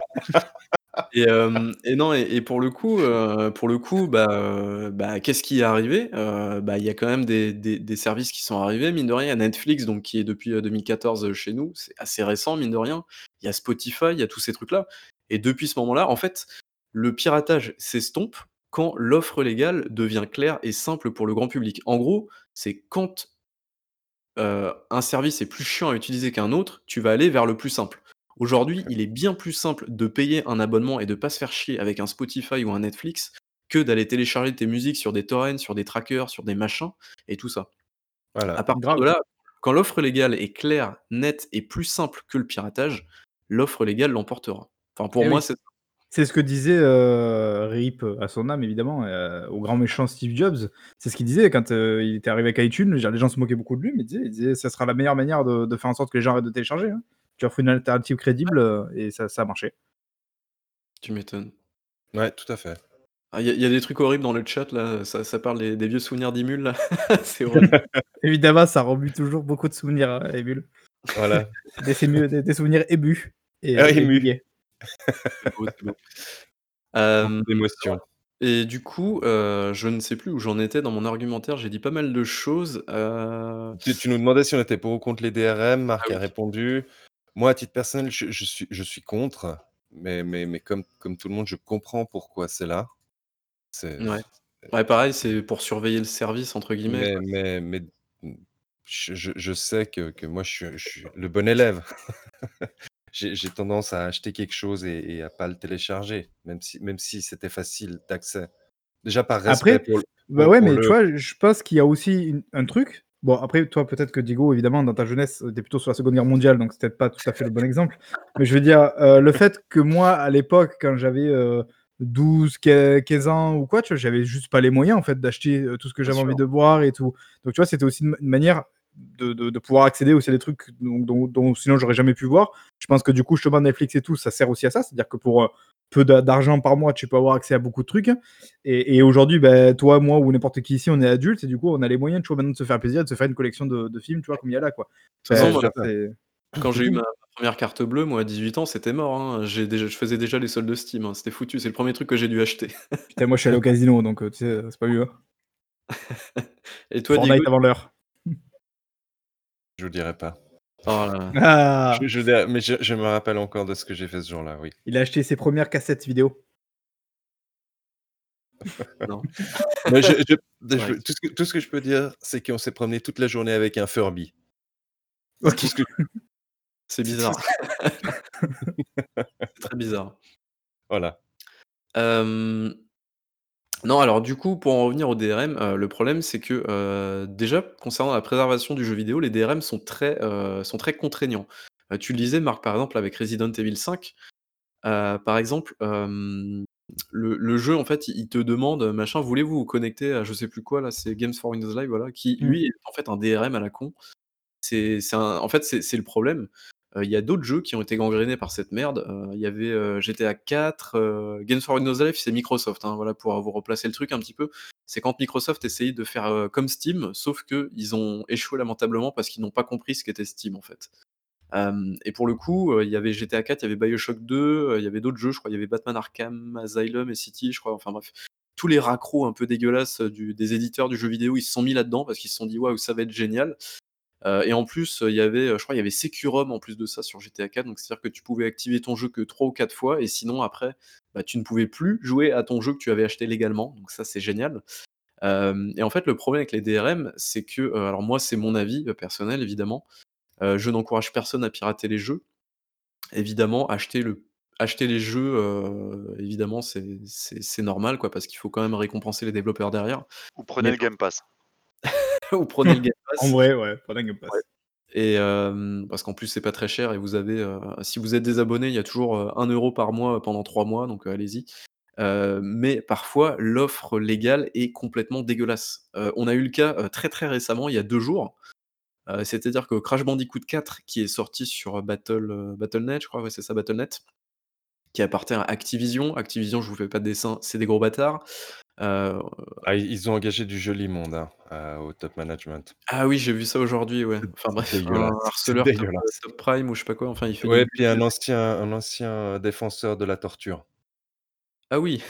Et hem et non et et pour le coup, heu, pour le coup, bah, heu, bah, qu'est-ce qui est arrivé? Heu, bah, il y a quand même des des des services qui sont arrivés, mine de rien. Il y a Netflix donc qui est depuis, heu, deux mille quatorze, heu, chez nous, c'est assez récent, mine de rien. Il y a Spotify, il y a tous ces trucs-là et depuis ce moment-là, en fait, le piratage s'estompe quand l'offre légale devient claire et simple pour le grand public. En gros, c'est quand heu, un service est plus chiant à utiliser qu'un autre, tu vas aller vers le plus simple. Aujourd'hui, il est bien plus simple de payer un abonnement et de pas se faire chier avec un Spotify ou un Netflix, que d'aller télécharger tes musiques sur des torrents, sur des trackers, sur des machins et tout ça. À Voilà. partir de Grave. là, quand l'offre légale est claire, nette et plus simple que le piratage, l'offre légale l'emportera. Enfin pour Eh moi, oui. c'est C'est ce que disait, heu, RIP à son âme évidemment, heu, au grand méchant Steve Jobs. C'est ce qu'il disait quand, heu, il était arrivé avec iTunes, genre les gens se moquaient beaucoup de lui, mais il disait il disait: «Ça sera la meilleure manière de de faire en sorte que les gens arrêtent de télécharger, hein. Tu offres une alternative crédible, heu» et ça ça a marché. tu m'étonnes. Ouais, tout à fait. Ah, il y a il y a des trucs horribles dans le chat là, ça ça parle des des vieux souvenirs d'Emule là, c'est horrible. Évidemment, ça remue toujours beaucoup de souvenirs, hein, Emule. Voilà. Des c'est mieux des des souvenirs émus Ah, et et ému. douillets. C'est beau, c'est beau. Beaucoup Hem, d'émotions. et du coup, heu, je ne sais plus où j'en étais dans mon argumentaire, j'ai dit pas mal de choses, heu Tu tu nous demandais si on était pour ou contre les D R M, ah Marc a oui. répondu. Moi, à titre personnel, je je suis je suis contre, mais mais mais comme comme tout le monde, je comprends pourquoi c'est là. C'est Ouais. Ouais, pareil, c'est pour «surveiller le service» entre guillemets, mais quoi. mais mais mmh, je je je sais que que moi, je suis je suis le bon élève. J'ai j'ai tendance à acheter quelque chose et et à pas le télécharger, même si même si c'était facile d'accès. Déjà par respect Après, pour le bah, pour ouais, pour mais tu le vois, je pense qu'il y a aussi une un truc. Bon, après, toi, peut-être que Diego, évidemment, dans ta jeunesse, heu, tu plutôt sur la Seconde Guerre mondiale, donc c'est peut-être pas tout à fait le bon exemple. Mais je veux dire, heu, le fait que moi, à l'époque, quand j'avais, heu, douze quin quinze ans ou quoi, tu vois, j'avais juste pas les moyens, en fait, d'acheter, heu, tout ce que Bien j'avais envie sûr. de boire et tout. Donc tu vois, c'était aussi une une manière de de de pouvoir accéder aussi à des trucs dont dont dont sinon j'aurais jamais pu voir. Je pense que du coup, justement, Netflix et tout, ça sert aussi à ça. C'est-à-dire que pour, heu, peu d'a d'argent par mois, tu peux avoir accès à beaucoup de trucs. Et, et aujourd'hui, ben, toi, moi ou n'importe qui ici, on est adulte et du coup, on a les moyens, tu vois, maintenant de se faire plaisir, de se faire une collection de, de films, tu vois, comme il y a là, quoi. De toute Enfin, ouais, façon, je moi, veux tout à dire, fait. c'est quand c'est j'ai eu ma tout. ma première carte bleue, moi à dix-huit ans, c'était mort, hein. J'ai déjà je faisais déjà les soldes de Steam, hein, c'était foutu, c'est le premier truc que j'ai dû acheter. Putain, moi, je suis allé au casino, donc euh, tu sais, c'est pas mieux, hein. Et toi, Diego? Fortnite avant l'heure. Je vous dirai pas. Oh là là. Je Ah, je dirai mais je je me rappelle encore de ce que j'ai fait ce jour-là, oui. il a acheté ses premières cassettes vidéo. Non, Mais je je c'est je vrai. tout ce que tout ce que je peux dire, c'est qu'on s'est promené toute la journée avec un Furby. C'est Ok. tout ce que C'est c'est tout bizarre, ce c'est très bizarre. voilà. Hem, non, alors du coup, pour en revenir au D R M, heu, le problème c'est que, heu, déjà concernant la préservation du jeu vidéo, les D R M sont très, heu, sont très contraignants. Heu, tu le disais Marc, par exemple avec Resident Evil cinq, heu, par exemple, hem, le le jeu en fait, il il te demande, heu, machin: «Voulez-vous vous connecter à je sais plus quoi là?» C'est Games for Windows Live, voilà, qui Mm. lui est en fait un D R M à la con. C'est c'est un en fait, c'est c'est le problème. Heu, il y a d'autres jeux qui ont été gangrénés par cette merde. Heu, il y avait, heu, G T A quatre, heu, Games for Windows Live, c'est Microsoft, hein, voilà, pour, heu, vous replacer le truc un petit peu. C'est quand Microsoft essayait de faire, heu, comme Steam, sauf qu'ils ont échoué lamentablement parce qu'ils n'ont pas compris ce qu'était Steam, en fait. Hem et pour le coup, heu, il y avait G T A quatre, il y avait BioShock deux, heu, il y avait d'autres jeux, je crois, il y avait Batman Arkham Asylum et City, je crois, enfin bref. Tous les raccros un peu dégueulasses, heu, du des éditeurs du jeu vidéo, ils se sont mis là-dedans parce qu'ils se sont dit: «Waouh, ça va être génial». Heu et en plus, heu, il y avait, heu, je crois, il y avait Securom en plus de ça sur G T A quatre, donc c'est-à-dire que tu pouvais activer ton jeu que trois ou quatre fois et sinon après, bah, tu ne pouvais plus jouer à ton jeu que tu avais acheté légalement, donc ça, c'est génial. Hem et en fait, le problème avec les D R M, c'est que, heu, alors moi, c'est mon avis, heu, personnel évidemment, heu, je n'encourage personne à pirater les jeux. Évidemment, acheter le acheter les jeux, heu, évidemment, c'est c'est c'est normal quoi, parce qu'il faut quand même récompenser les développeurs derrière. Ou prenez Mais le par Game Pass. ou prenez le Game En Pass. vrai, ouais, pendant Game Ouais Pass. et hem, parce qu'en plus c'est pas très cher et vous avez, heu, si vous êtes désabonné, il y a toujours, heu, un euro par mois pendant trois mois, donc heu, allez-y. Heu, mais parfois l'offre légale est complètement dégueulasse. Heu, on a eu le cas, heu, très, très récemment, il y a deux jours, heu, c'est-à-dire que Crash Bandicoot quatre qui est sorti sur, heu, Battle, heu, battle point net, je crois, ouais, c'est ça, battle point net, qui appartient à Activision. Activision, je vous fais pas de dessin, c'est des gros bâtards. Heu Ah, ils ils ont engagé du joli monde, hein, heu, au top management. ah oui, j'ai vu ça aujourd'hui, ouais. C'est Enfin c'est bref, un dégueulasse, c'est harceleur top, heu, dégueulasse. top prime ou je sais pas quoi, enfin il fait des Ouais, puis un bulles. ancien un ancien, heu, défenseur de la torture. Ah oui!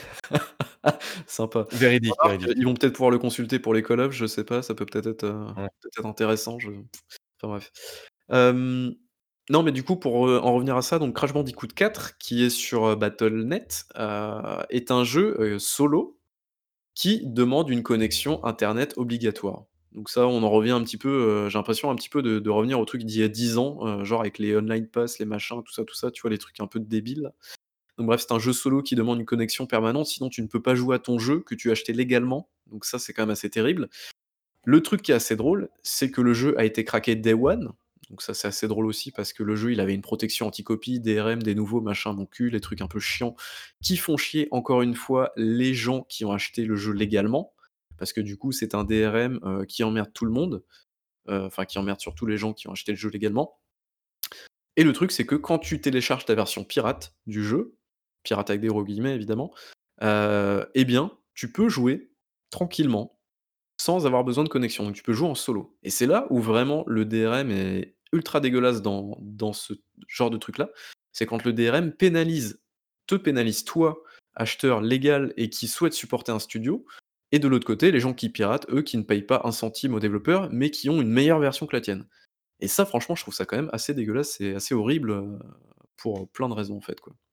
Sympa. Véridique, Remarque, véridique. ils vont peut-être pouvoir le consulter pour les Call of, je sais pas, ça peut peut-être être, heu, Ouais. peut-être intéressant, je enfin bref. Hem, non, mais du coup, pour, heu, en revenir à ça, donc Crash Bandicoot quatre qui est sur, heu, battle point net, heu, est un jeu, heu, solo qui demande une connexion internet obligatoire. Donc ça, on en revient un petit peu, heu, j'ai l'impression un petit peu de de revenir au truc d'il y a dix ans, heu, genre avec les online pass, les machins, tout ça, tout ça, tu vois? Les trucs un peu débiles là. Donc bref, c'est un jeu solo qui demande une connexion permanente, sinon tu ne peux pas jouer à ton jeu que tu as acheté légalement. Donc ça, c'est quand même assez terrible. Le truc qui est assez drôle, c'est que le jeu a été craqué day one. Donc ça, c'est assez drôle aussi parce que le jeu, il avait une protection anti-copie, D R M, des nouveaux machins, mon cul, les trucs un peu chiants qui font chier encore une fois les gens qui ont acheté le jeu légalement. Parce que du coup, c'est un D R M euh, qui emmerde tout le monde. Euh, Enfin, qui emmerde surtout les gens qui ont acheté le jeu légalement. Et le truc, c'est que quand tu télécharges ta version pirate du jeu, pirate avec des gros guillemets évidemment, heu, eh bien, tu peux jouer tranquillement, sans avoir besoin de connexion. Donc tu peux jouer en solo. Et c'est là où vraiment le D R M est ultra dégueulasse dans dans ce genre de truc-là. C'est quand le D R M pénalise te pénalise toi, acheteur légal et qui souhaite supporter un studio, et de l'autre côté, les gens qui piratent, eux, qui ne payent pas un centime aux développeurs, mais qui ont une meilleure version que la tienne. Et ça, franchement, je trouve ça quand même assez dégueulasse et assez horrible, heu, pour plein de raisons, en fait, quoi.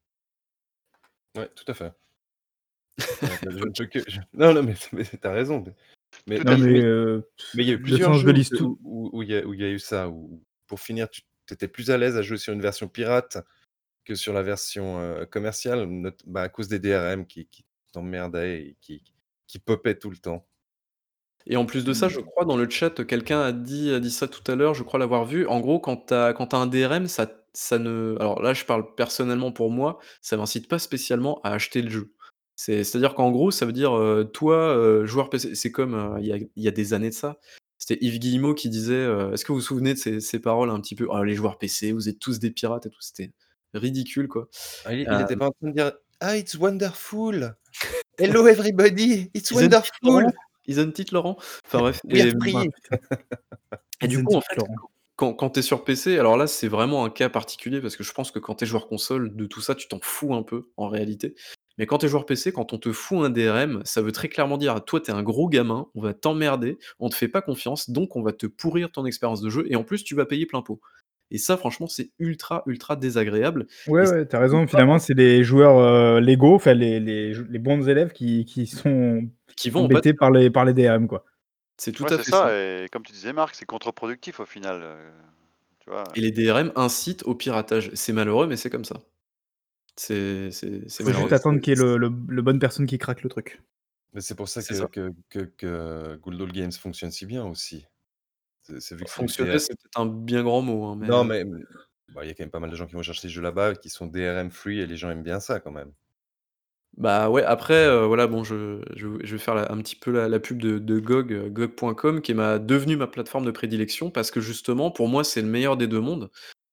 Ouais, tout à fait. Ouais, bah, je ne peux OK. que je non, non, mais mais tu as raison, mais mais Tout Non à mais fait. mais mais heu, mais il y a eu le plusieurs sens jeux de où l'histoire. où où où il y a où il y a eu ça, où pour finir, tu tu étais plus à l'aise à jouer sur une version pirate que sur la version, heu, commerciale, not bah, à cause des D R M qui qui t'emmerdaient et qui qui popaient tout le temps. Et en plus de ça, je Mmh. crois dans le chat, quelqu'un a dit a dit ça tout à l'heure, je crois l'avoir vu. En gros, quand tu as quand tu as un D R M, ça ça ne alors là, je parle personnellement pour moi, ça m'incite pas spécialement à acheter le jeu. C'est c'est-à-dire qu'en gros, ça veut dire, heu, toi, heu, joueur P C c'est comme, heu, il y a il y a des années de ça, c'était Yves Guillemot qui disait, heu est-ce que vous vous souvenez de ces ces paroles un petit peu: «Ah les joueurs P C, vous êtes tous des pirates» et tout, c'était ridicule, quoi. Ah, il Heu, il était pas en train de dire: «Ah, it's wonderful! Hello everybody, it's Isn't it wonderful! Laurent? Isn't it Laurent? Enfin bref We are et mmh Ah free!» putain, et du coup, en Identique fait, Laurent. quand quand tu es sur P C, alors là, c'est vraiment un cas particulier parce que je pense que quand tu es joueur console, de tout ça, tu t'en fous un peu en réalité. Mais quand tu es joueur P C, quand on te fout un D R M, ça veut très clairement dire: «Toi, tu es un gros gamin, on va t'emmerder, on te fait pas confiance, donc on va te pourrir ton expérience de jeu et en plus, tu vas payer plein pot». Et ça, franchement, c'est ultra, ultra désagréable Ouais, et c'est ouais, tu as raison, finalement, c'est les joueurs, heu, légaux, enfin les les jou les bons élèves qui qui sont qui vont en embêtés pâtir. par les par les D R M, quoi. C'est tout Ouais, à c'est fait ça. ça et comme tu disais Marc, c'est contre-productif au final, heu, tu vois? Et les D R M incitent au piratage. C'est malheureux, mais c'est comme ça. C'est c'est c'est Faut malheureux, juste attendre c'est qu'il y ait le le le bonne personne qui craque le truc. Mais c'est pour ça c'est que ça. que que que Guldo Games fonctionne si bien aussi. C'est c'est vu que c'est du Fonctionner, D R c'est peut-être un bien grand mot, hein, mais non, heu, mais mmh, bah, il y a quand même pas mal de gens qui vont chercher des jeux là-bas, qui sont D R M free et les gens aiment bien ça quand même. bah, ouais, après, heu, voilà, bon, je je je vais faire la un petit peu la la pub de de G O G, heu, G O G point com qui est ma devenue ma plateforme de prédilection parce que justement, pour moi, c'est le meilleur des deux mondes.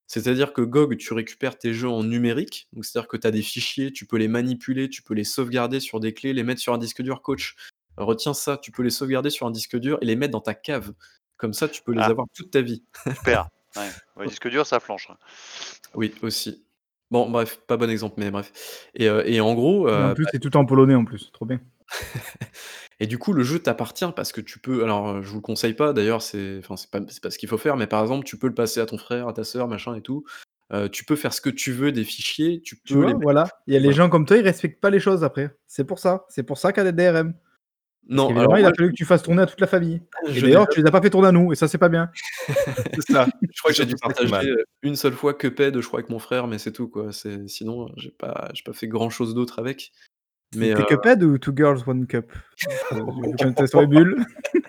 C'est-à-dire que G O G, tu récupères tes jeux en numérique, donc c'est-à-dire que tu as des fichiers, tu peux les manipuler, tu peux les sauvegarder sur des clés, les mettre sur un disque dur. Coach, retiens ça, tu peux les sauvegarder sur un disque dur et les mettre dans ta cave. Comme ça, tu peux les Ah. avoir toute ta vie. Super, ouais. Ouais, disque dur, ça flanche, hein. Oui, aussi. Bon bref, pas bon exemple, mais bref. Et heu et en gros, Et en heu, plus, bah c'est tout en polonais en plus, trop bien. et du coup, le jeu t'appartient parce que tu peux alors, heu, je vous le conseille pas d'ailleurs, c'est enfin, c'est pas c'est pas ce qu'il faut faire, mais par exemple, tu peux le passer à ton frère, à ta sœur, machin et tout. Heu, tu peux faire ce que tu veux des fichiers, tu Tu peux les vois? mettre Voilà, il y a les voilà. gens comme toi, ils respectent pas les choses après. C'est pour ça, c'est pour ça qu'il y a des D R M. Parce Non, qu'évidemment, alors il moi a fallu que tu fasses tourner à toute la famille. je Et je l'ai d'ailleurs, ja tu les as pas fait tourner à nous et ça, c'est pas bien. C'est ça, je crois c'est que j'ai dû surtout ça qui est partager, mal. heu, une seule fois Cuphead, je crois avec mon frère, mais c'est tout quoi. C'est sinon, heu, j'ai pas j'ai pas fait grand chose d'autre avec. Mais C'était heu Cuphead ou Two Girls, One Cup? Parce que vu qu'on était sur les bulles.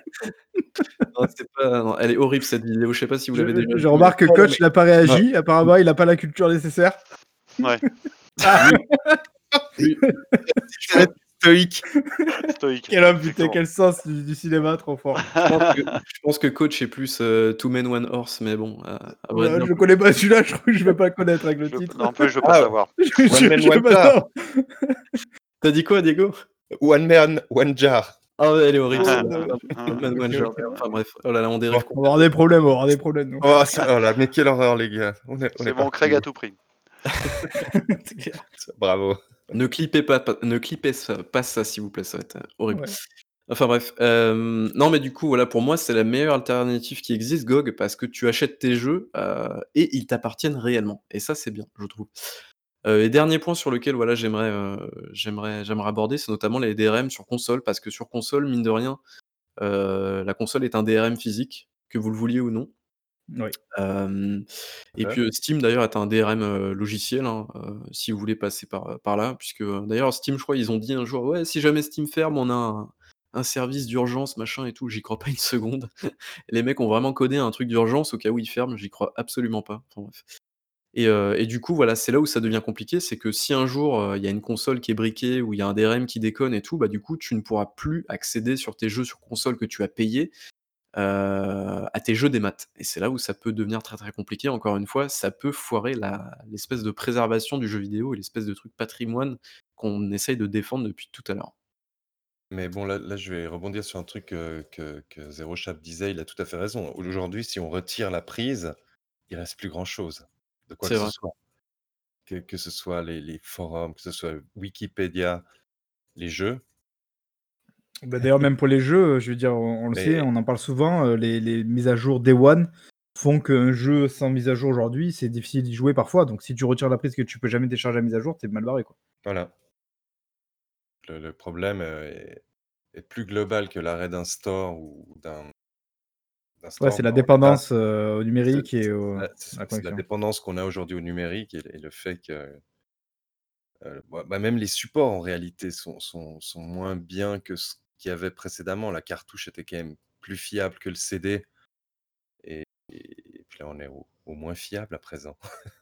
Non, c'est pas non, elle est horrible cette vidéo, je sais pas si vous Je l'avez déjà je vue, mais remarque que Oh non, mais Coach, il a pas ouais. réagi. Apparemment, il a pas la culture nécessaire. Ouais. Oui. Oui. Je pense Stoïque. Stoïque, Quel homme, putain, exactement. quel sens du du cinéma, trop fort. je pense que je pense que Coach est plus, heu, Two Men One Horse, mais bon, à à vrai Voilà, dire je connais pas celui-là, je crois que je vais pas le connaître avec le Je veux titre. non plus, je veux pas Ah, savoir. Je One je Man, je One veux Jar. pas. Tu as dit quoi, Diego? One Man, One Jar. Ah ouais, elle est horrible Oh celle-là. non. One Man, One OK, Jar. OK. Enfin bref, oh là là, on Bon. dérive On va avoir des problèmes, on va avoir des problèmes, nous. Oh ça oh là, mais quelle horreur les gars. On est on C'est est mon Craig à partis. tout prix. C'est clair. Bravo. Ne clippez pas pas ne clippez ça pas ça s'il vous plaît, ça va être, heu, horrible. Ouais. Enfin bref, hem, non mais du coup, voilà, pour moi, c'est la meilleure alternative qui existe, G O G, parce que tu achètes tes jeux, heu et ils t'appartiennent réellement et ça, c'est bien, je trouve. Heu et dernier point sur lequel, voilà, j'aimerais, heu, j'aimerais j'aimerais aborder, c'est notamment les D R M sur console, parce que sur console, mine de rien, heu, la console est un D R M physique, que vous le vouliez ou non. Oui. Hem et Ouais. puis, heu, Steam d'ailleurs est un D R M, heu, logiciel, hein, heu, si vous voulez passer par, heu, par là, puisque, heu, d'ailleurs Steam, je crois, ils ont dit un jour: «Ouais, si jamais Steam ferme, on a un un service d'urgence, machin et tout». J'y crois pas une seconde. Les mecs ont vraiment codé un truc d'urgence au cas où ils ferment, j'y crois absolument pas. Enfin bref. Et heu et du coup, voilà, c'est là où ça devient compliqué, c'est que si un jour, heu, il y a une console qui est briquée ou il y a un D R M qui déconne et tout, bah, du coup, tu ne pourras plus accéder sur tes jeux sur console que tu as payés, heu, à tes jeux démat et c'est là où ça peut devenir très, très compliqué. Encore une fois, ça peut foirer la l'espèce de préservation du jeu vidéo et l'espèce de truc patrimoine qu'on essaye de défendre depuis tout à l'heure. Mais bon, là là, je vais rebondir sur un truc, heu, que que Zero Shap disait, il a tout à fait raison. Aujourd'hui, si on retire la prise, il reste plus grand chose, de quoi C'est que ce vrai. soit. Que que ce soit les les forums, que ce soit Wikipédia, les jeux. Bah, d'ailleurs, même pour les jeux, heu, je veux dire, on on le sait, Mais on en parle souvent, heu, les les mises à jour day one font qu'un jeu sans mise à jour aujourd'hui, c'est difficile d'y jouer parfois. Donc si tu retires la prise que tu peux jamais télécharger la mise à jour, tu es mal barré, quoi. voilà. Le le problème, heu, est est plus global que l'arrêt d'un store ou d'un d'un Ouais, store c'est la dans les masses. dépendance, heu, au C'est numérique et c'est au la à la c'est c'est la connexion. dépendance qu'on a aujourd'hui au numérique et et le fait que, heu, bah bah, même les supports en réalité sont sont sont moins bien que ce qu'il y avait précédemment. La cartouche était quand même plus fiable que le C D et et puis là, on est au au moins fiable à présent,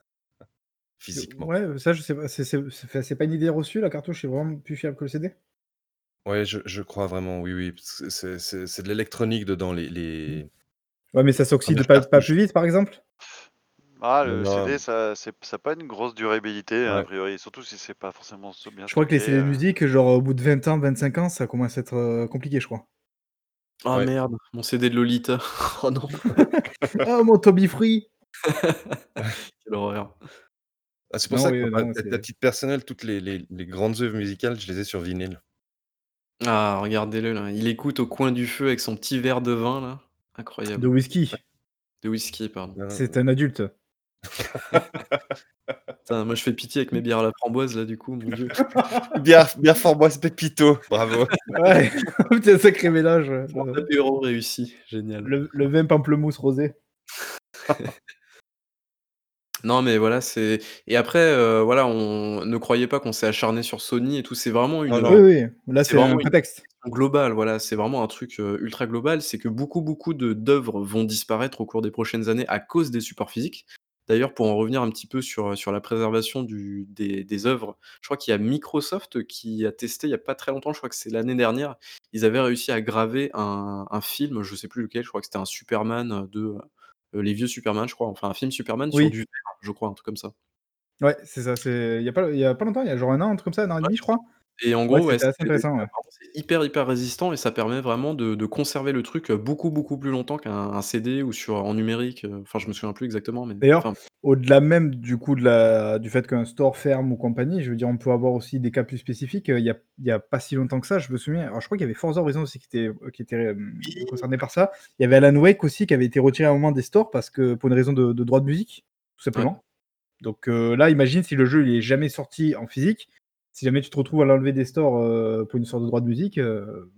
Heu, physiquement. ouais, ça je sais pas, c'est c'est c'est enfin, c'est pas une idée reçue, la cartouche est vraiment plus fiable que le C D? Ouais, je je crois vraiment, oui, oui, parce que c'est c'est c'est de l'électronique dedans, les Mmh. les Ouais, mais ça s'oxyde premières pas pas plus cartouches. vite, par exemple? Ah, Non, le C D, non, ça c'est ça a pas une grosse durabilité, hein, a ouais. priori, surtout si c'est pas forcément s bien Je crois que les stocké, C D de heu. musique, genre au bout de vingt ans, vingt-cinq ans, ça commence à être, heu, compliqué, je crois. Ah Ouais. merde, mon C D de Lolita. Oh non, Ah mon Toby Free! quelle horreur. Ah, c'est pour Non, ça que oui, moi, non, à à c'est titre personnel, toutes les les les grandes œuvres musicales, je les ai sur vinyle. Ah, regardez-le là, il écoute au coin du feu avec son petit verre de vin là, de incroyable. whisky. De whisky, pardon. Non, C'est non. un adulte. Putain, moi je fais pitié avec mes bières à la framboise là du coup, mon Dieu. Bière bière Framboise Pépito, bravo. Ouais, c'est un sacré mélange, ouais, Grand le apéro réussi, génial. le le vin pamplemousse rosé. Non mais voilà, c'est et après, heu, voilà, on ne croyez pas qu'on s'est acharné sur Sony et tout, c'est vraiment une, Oh Oui, heu, non. oui, là, c'est c'est vraiment un une prétexte. question globale, voilà, c'est vraiment un truc, heu, ultra global. C'est que beaucoup, beaucoup de d'œuvres vont disparaître au cours des prochaines années à cause des supports physiques. D'ailleurs, pour en revenir un petit peu sur, heu, sur la préservation du des des œuvres, je crois qu'il y a Microsoft qui a testé il y a pas très longtemps, je crois que c'est l'année dernière, ils avaient réussi à graver un un film, je sais plus lequel, je crois que c'était un Superman, heu, de heu, les vieux Superman, je crois, enfin un film Superman sur Oui. du verre, je crois, un truc comme ça. Ouais, c'est ça, c'est il y a pas il y a pas longtemps, il y a genre un an, un truc comme ça, un an et Ouais, demi, je crois? et en Ouais, gros, ouais, c'était assez c'est intéressant, ouais. apparemment c'est hyper, hyper résistant et ça permet vraiment de de conserver le truc, heu, beaucoup, beaucoup plus longtemps qu'un un C D ou sur en numérique, heu, enfin je me souviens plus exactement, mais D'ailleurs, enfin au-delà même du coup de la du fait qu'un store ferme ou compagnie, je veux dire, on peut avoir aussi des cas plus spécifiques, heu, il y a il y a pas si longtemps que ça, je me souviens, alors je crois qu'il y avait Forza Horizon aussi qui était, heu, qui était, hem, oui! concerné par ça. Il y avait Alan Wake aussi qui avait été retiré à un moment des stores parce que pour une raison de de droit de musique, tout Ouais. simplement. Donc heu, là, imagine si le jeu il est jamais sorti en physique, si jamais tu te retrouves à l'enlever des stores, heu, pour une histoire de droit de musique, heu,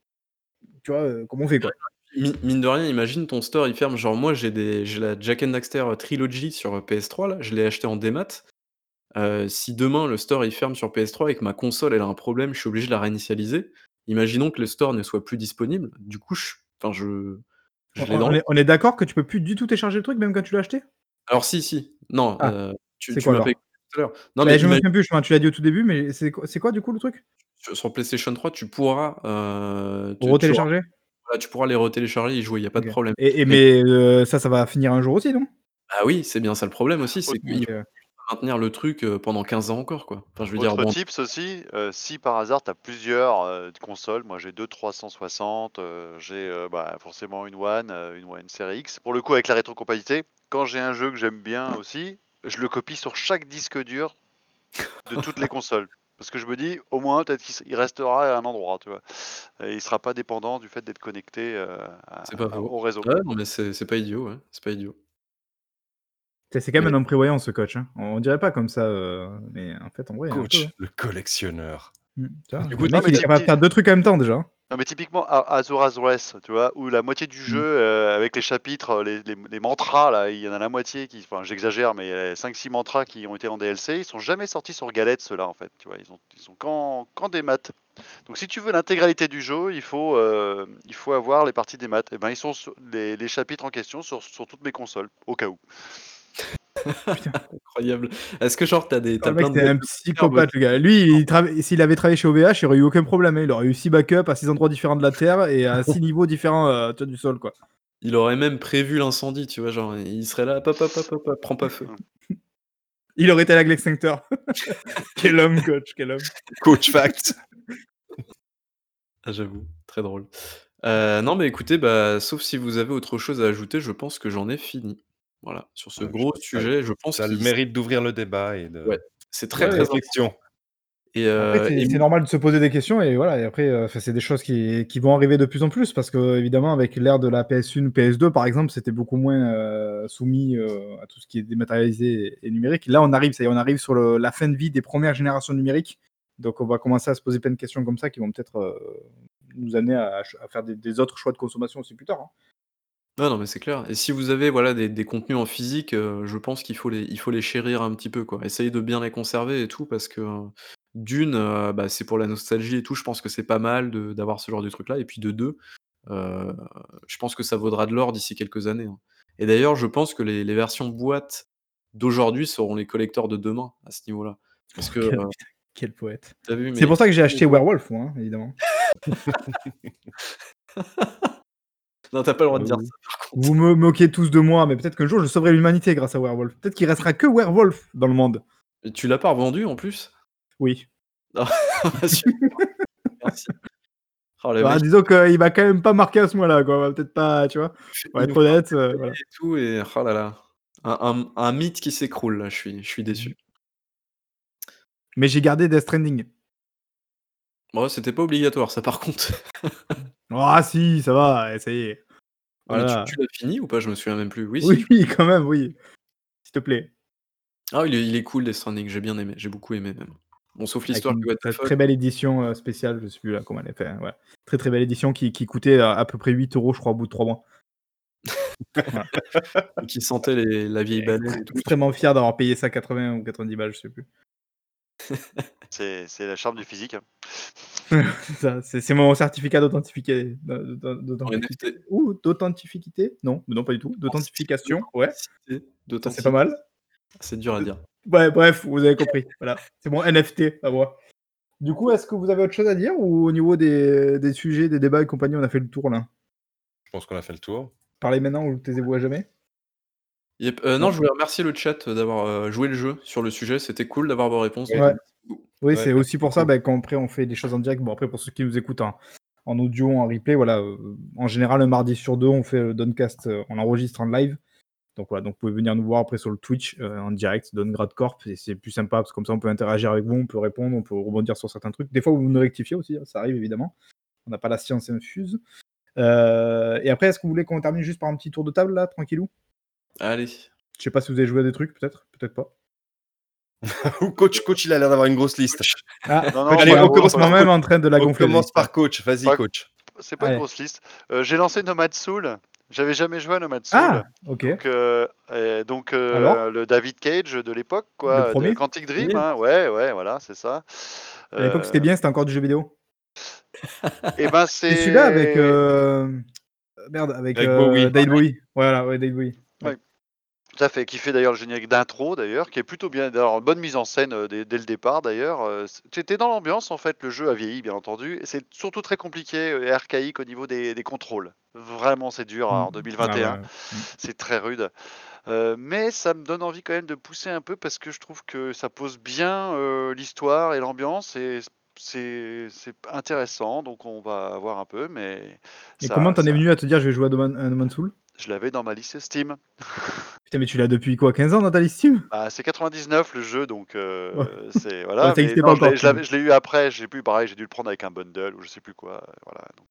tu vois, heu, comment on fait, quoi? Mi mine de rien, imagine ton store il ferme, genre moi j'ai des j'ai la Jak and Daxter, heu, Trilogy sur, heu, P S trois là, je l'ai acheté en démat. Heu, si demain le store il ferme sur P S trois et que ma console elle a un problème, je suis obligé de la réinitialiser. Imaginons que le store ne soit plus disponible, du coup je enfin je On je l'ai on dans on le est on est d'accord que tu peux plus du tout télécharger le truc même quand tu l'as acheté? alors si, si, non, Ah, heu, tu c'est tu quoi m'as pas alors? écouté tout à l'heure. Non mais Beh, je me imagine souviens plus, enfin, tu l'as dit au tout début, mais c'est quoi c'est quoi du coup le truc? sur sur PlayStation trois, tu pourras, heu, Pour te tu auras retélécharger? voilà, tu pourras les retélécharger et y jouer, il y a pas de OK. problème. Et et Mais mais heu, ça, ça va finir un jour aussi, non? bah oui, c'est bien ça le problème aussi, c'est qu'ils OK. vont maintenir le truc, heu, pendant quinze ans encore quoi. Enfin je veux dire Autre bon tips aussi, heu, si par hasard tu as plusieurs, heu, consoles, moi j'ai deux trois cent soixante, heu, j'ai, heu, bah, forcément une One, heu, une One Series X. Pour le coup avec la rétrocompatibilité, quand j'ai un jeu que j'aime bien aussi, je le copie sur chaque disque dur de toutes les consoles. Parce que je me dis: «Au moins peut-être qu'il s il restera à un endroit», tu vois? Et il sera pas dépendant du fait d'être connecté, heu, c'est pas à à faux. au réseau. Ouais, non mais c'est c'est pas idiot, ouais, c'est pas idiot. C'est c'est quand même Mais un homme prévoyant ce coach, hein. On dirait pas comme ça, heu, mais en fait, en vrai, un peu, Coach, hein. le collectionneur. Mmh, tu vois? du coup Le Non mec, mais il est ti capable de ti faire deux trucs en même temps déjà, hein. Non mais typiquement A Azora's Wrath, tu vois? Où la moitié du jeu, Mmh. heu, avec les chapitres, les les les mantras là, il y en a la moitié qui enfin j'exagère, mais il y a cinq six mantras qui ont été en D L C, ils sont jamais sortis sur galette ceux-là en fait, tu vois? Ils ont ils sont qu'en qu'en démat. Donc si tu veux l'intégralité du jeu, il faut, heu, il faut avoir les parties démat. Et ben ils sont sur les les chapitres en question sur sur toutes mes consoles, au cas où. Putain. incroyable. Est-ce que genre tu as des tu Oh, as le mec, plein de c'est boîtes un de conserve psychopathe, aussi? le gars. Lui, il trava s'il avait travaillé chez O V H, il aurait eu aucun problème, hein. Il aurait eu six backups à six endroits différents de la terre et à six niveaux différents, heu, tu vois, du sol, quoi. Il aurait même prévu l'incendie, tu vois? Genre il serait là: «Hop, hop, hop, hop, hop, hop, prends pas feu». Il aurait été avec l'extincteur. Quel homme, coach, quel homme. Coach fact. Ah j'avoue, très drôle. Heu, non mais écoutez, bah, sauf si vous avez autre chose à ajouter, je pense que j'en ai fini. Voilà, sur ce Ouais, je gros pense que ça sujet, je pense ça a le qu'il s mérite d'ouvrir le débat et de ouais, c'est de très, la très Ouais, important réflexion. et après, heu c'est et c'est m normal de se poser des questions et voilà et après, heu, enfin, c'est des choses qui qui vont arriver de plus en plus parce qu'évidemment, avec l'ère de la P S un, P S deux, par exemple, c'était beaucoup moins, heu, soumis, heu, à tout ce qui est dématérialisé et et numérique. Là, on arrive, ça y est, on arrive sur le la fin de vie des premières générations numériques, donc on va commencer à se poser plein de questions comme ça qui vont peut-être, heu, nous amener à ch à faire des des autres choix de consommation aussi plus tard, hein. non, non mais c'est clair et si vous avez voilà des des contenus en physique, heu, je pense qu'il faut les il faut les chérir un petit peu quoi. Essayer de bien les conserver et tout parce que, heu, d'une, heu, bah, c'est pour la nostalgie et tout, je pense que c'est pas mal de d'avoir ce genre de truc là et puis de deux, heu, je pense que ça vaudra de l'or d'ici quelques années, hein et d'ailleurs, je pense que les les versions boîte d'aujourd'hui seront les collectors de demain à ce niveau-là. Parce que, heu, Quel quel poète. tu vu, C'est mais pour ça que j'ai acheté Werewolf, moi, hein, évidemment. non, tu pas le droit Ah de dire oui. ça par contre. Vous me moquez tous de moi, mais peut-être qu'un jour je sauverai l'humanité grâce à Werewolf. Peut-être qu'il restera que Werewolf dans le monde. Et tu l'as pas revendu en plus? Oui. Non, super, merci. Oh le Bah, mec, disons qu'il m'a quand même pas marqué à ce moment-là, quoi. On va peut-être pas, tu vois? On va il nous être fait un honnête, heu, plaidoyer voilà. et tout et oh là là, un un un mythe qui s'écroule là, je suis je suis Mmh. déçu. Mais j'ai gardé Death Stranding. Bon, c'était pas obligatoire ça par contre. Ah si, ça va, eh, ça y est. Ah mais tu Voilà. tu l'as fini ou pas? Je me souviens même plus. Oui si Oui, tu quand même, oui. S'il te plaît. ah il est il est cool Death Stranding, j'ai bien aimé, j'ai beaucoup aimé même. Bon sauf Avec l'histoire une que what the très fuck. très belle édition, heu, spéciale, je sais plus là comment elle est faite, ouais. Très, très belle édition qui qui coûtait à à peu près huit euros je crois au bout de trois mois. Voilà. Et qui sentait les la vieille baleine et tout. Extrêmement fier d'avoir payé ça quatre-vingts ou quatre-vingt-dix balles, je sais plus. C'est c'est la charme du physique, hein. C'est ça, c'est c'est mon certificat d'authentifié d'au d'au En d'authentifié N F T. ou d'authentifiquité? Non, non pas du tout, En style d'authentification, ouais, d'authenticité ça c'est pas d'authenticité. mal. C'est dur à Heu, dire. ouais, bref, vous avez compris, voilà. C'est mon N F T à moi. Du coup, est-ce que vous avez autre chose à dire ou au niveau des des sujets, des débats et compagnie, on a fait le tour là? Je pense qu'on a fait le tour. Parlez maintenant ou taisez-vous à jamais? Yep, heu, non, je voulais remercier le chat d'avoir, heu, joué le jeu sur le sujet. C'était cool d'avoir vos réponses, Oui. donc Ouais. merci beaucoup. Oui, Ouais, c'est merci aussi pour ça, beaucoup. bah, qu'après on fait des choses en direct. Bon, après pour ceux qui nous écoutent en en audio, en replay, voilà, heu, en général, un mardi sur deux, on fait le Doncast, heu, on enregistre en live. Donc voilà, donc vous pouvez venir nous voir après sur le Twitch, heu, en direct, Dongrad Corp, et c'est plus sympa parce que comme ça on peut interagir avec vous, on peut répondre, on peut rebondir sur certains trucs. Des fois, vous nous rectifiez aussi, hein, ça arrive évidemment. On n'a pas la science infuse. Heu et après, est-ce que vous voulez qu'on termine juste par un petit tour de table là, tranquillou? Allez. Je sais pas si vous avez joué à des trucs peut-être? Peut-être pas? Ou coach, coach, il a l'air d'avoir une grosse liste. Coach. Ah, Non, non, coach, Allez, pas voilà, on en gros, commence ce pas par moment gros. même coach. en train de la On gonfler la commence liste, là. par coach. Vas-y, Pas coach. c'est pas une Allez. grosse liste. Heu, j'ai lancé Nomad Soul. J'avais jamais joué à Nomad Soul. Ah! OK. Donc heu et donc Alors? heu, le David Cage de l'époque Le quoi, de premier Quantic Dream, Premier? hein. Ouais, ouais, voilà, c'est ça. À l'époque, c'était Heu bien, c'était encore du jeu vidéo? et ben, C'est celui-là avec, c'est hem, merde, avec, Avec heu, Bowie. David Bowie. Voilà, ouais, David Bowie. ouais, Ouais. tout à fait, qui fait d'ailleurs le générique d'intro d'ailleurs, qui est plutôt bien d'ailleurs bonne mise en scène, heu, dès dès le départ d'ailleurs, heu, c tu étais dans l'ambiance en fait, le jeu a vieilli bien entendu et c'est surtout très compliqué, heu et archaïque au niveau des des contrôles. Vraiment, c'est dur Mmh. en Ah deux mille vingt et un, ouais. Mmh. c'est très rude. Heu, mais ça me donne envie quand même de pousser un peu parce que je trouve que ça pose bien, heu, l'histoire et l'ambiance et c c'est c'est intéressant donc on va voir un peu mais Et comment ça t'en es ça venu à te dire: «Je vais jouer à Doman à No Man's Soul»? je l'avais dans ma liste Steam. Putain, mais tu l'as depuis quoi, quinze ans dans ta liste Steam? Bah, c'est quatre-vingt-dix-neuf le jeu donc Ouais. heu, c'est Ouais, voilà ça mais existait pas non je encore l'ai je Steam. l'avais je l'ai eu après, je sais plus pareil, j'ai dû le prendre avec un bundle ou je sais plus quoi, heu, voilà donc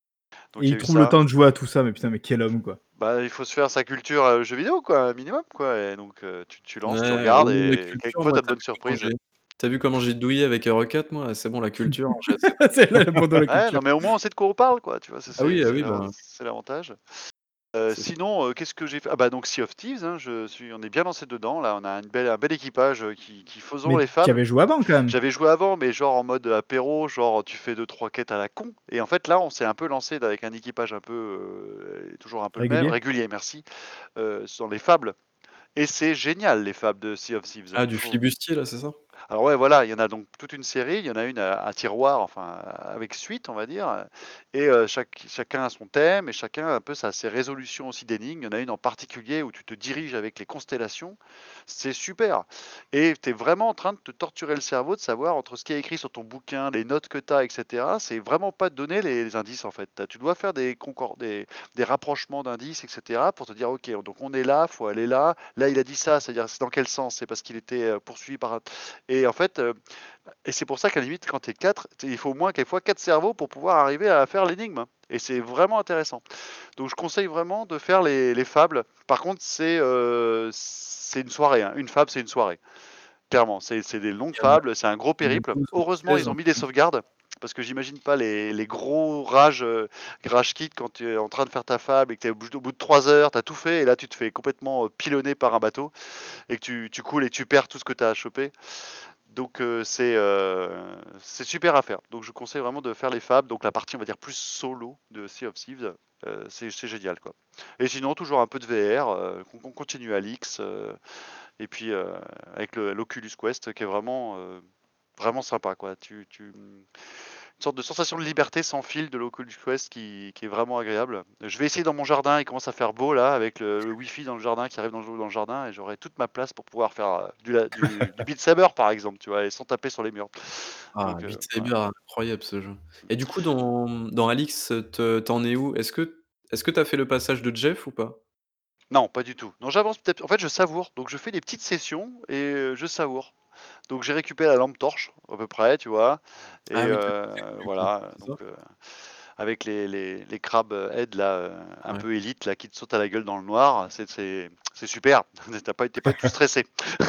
Et donc il y il a eu trouve le ça. temps de jouer à tout ça, mais putain, mais quel homme, quoi. Bah, il faut se faire sa culture, heu, jeux vidéo quoi, un minimum quoi et donc heu, tu tu lances, tu Ouais, regardes oh la et culture, quelquefois moi, tu as de tu as bonnes vu comment surprises. j'ai tu as vu comment j'ai douillé avec Hero quatre moi? C'est bon la culture, j'ai assez C'est là le bon de la Ouais, culture. non mais au moins on sait de quoi on parle quoi, tu vois? C'est Ah oui, c'est ah c'est oui, l'avan bah, c'est l'avantage. Heu, c'est sûr. sinon, heu, qu'est-ce que j'ai fait? Ah bah, donc Sea of Thieves, hein, je suis on est bien lancé dedans là, on a une belle un bel équipage, heu, qui qui faisons Mais les tu y fables. avais joué avant quand même? J'avais joué avant, mais genre en mode apéro, genre tu fais deux trois quêtes à la con et en fait là, on s'est un peu lancé avec un équipage un peu, heu, toujours un peu le même Régulier? régulier, merci, heu, sur les fables et c'est génial les fables de Sea of Thieves, hein, Ah il du faut flibustier là, c'est ça? alors ouais, voilà, il y en a donc toute une série, il y en a une à à tiroir, enfin, avec suite, on va dire, heu et heu, chaque chacun a son thème et chacun un peu ça ses résolutions aussi d'énigmes. Il y en a une en particulier où tu te diriges avec les constellations. C'est super et tu es vraiment en train de te torturer le cerveau de savoir entre ce qui est écrit sur ton bouquin, les notes que tu as et cetera, c'est vraiment pas donner les les indices, en fait. Tu tu dois faire des concor des des rapprochements d'indices et cetera pour te dire: «OK, donc on est là, faut aller là. Là, il a dit ça, c'est-à-dire c'est dans quel sens? C'est parce qu'il était, heu, poursuivi par un» et en fait, heu et c'est pour ça qu'à la limite, quand tu es quatre, tu il faut au moins quelquefois quatre cerveaux pour pouvoir arriver à faire l'énigme hein, et c'est vraiment intéressant. Donc je conseille vraiment de faire les les fables. Par contre, c'est, heu, c'est une soirée, hein. Une fable, c'est une soirée. Clairement, c'est c'est des longues Il y a fables, c'est un gros il y a périple. douze ou Heureusement, seize ils un ont mis truc des comme ça. sauvegardes parce que j'imagine pas les les gros rages, heu, rage quit quand tu es en train de faire ta fable et que tu es au bout au bout de trois heures, tu as tout fait et là, tu te fais complètement, heu, pilonner par un bateau et que tu tu coules et tu perds tout ce que tu as chopé. Donc heu, c'est, heu, c'est super à faire. Donc je conseille vraiment de faire les fables, donc la partie on va dire plus solo de Sea of Thieves, heu, c'est c'est génial quoi. Et sinon toujours un peu de V R, heu, on on continue Alix, heu et puis, heu, avec le l'Oculus Quest qui est vraiment, heu, vraiment sympa quoi. Tu tu, mmh, une sorte de sensation de liberté sans fil de l'Oculus Quest qui qui est vraiment agréable. Je vais essayer dans mon jardin, il commence à faire beau là avec le le wifi dans le jardin qui arrive dans le dans le jardin et j'aurai toute ma place pour pouvoir faire, heu, du la du du Beat Saber par exemple, tu vois? Et sans taper sur les murs. Ah Donc heu, Beat voilà. Saber, incroyable ce jeu. Et du coup dans, mmh, dans Alix, te tu en es où? Est-ce que est-ce que tu as fait le passage de Jeff ou pas? Non, pas du tout. Non, j'avance peut-être en fait, je savoure, donc je fais des petites sessions et heu, je savoure. Donc j'ai récupéré la lampe torche à peu près, tu vois? Et Ah oui, tu as heu, tout fait du coup, voilà, c'est ça? donc heu, avec les les les crabes head là, heu, un Ouais. peu élite là, qui te sautent à la gueule dans le noir, c'est c'est c'est super. Tu pas tu pas du tout stressé.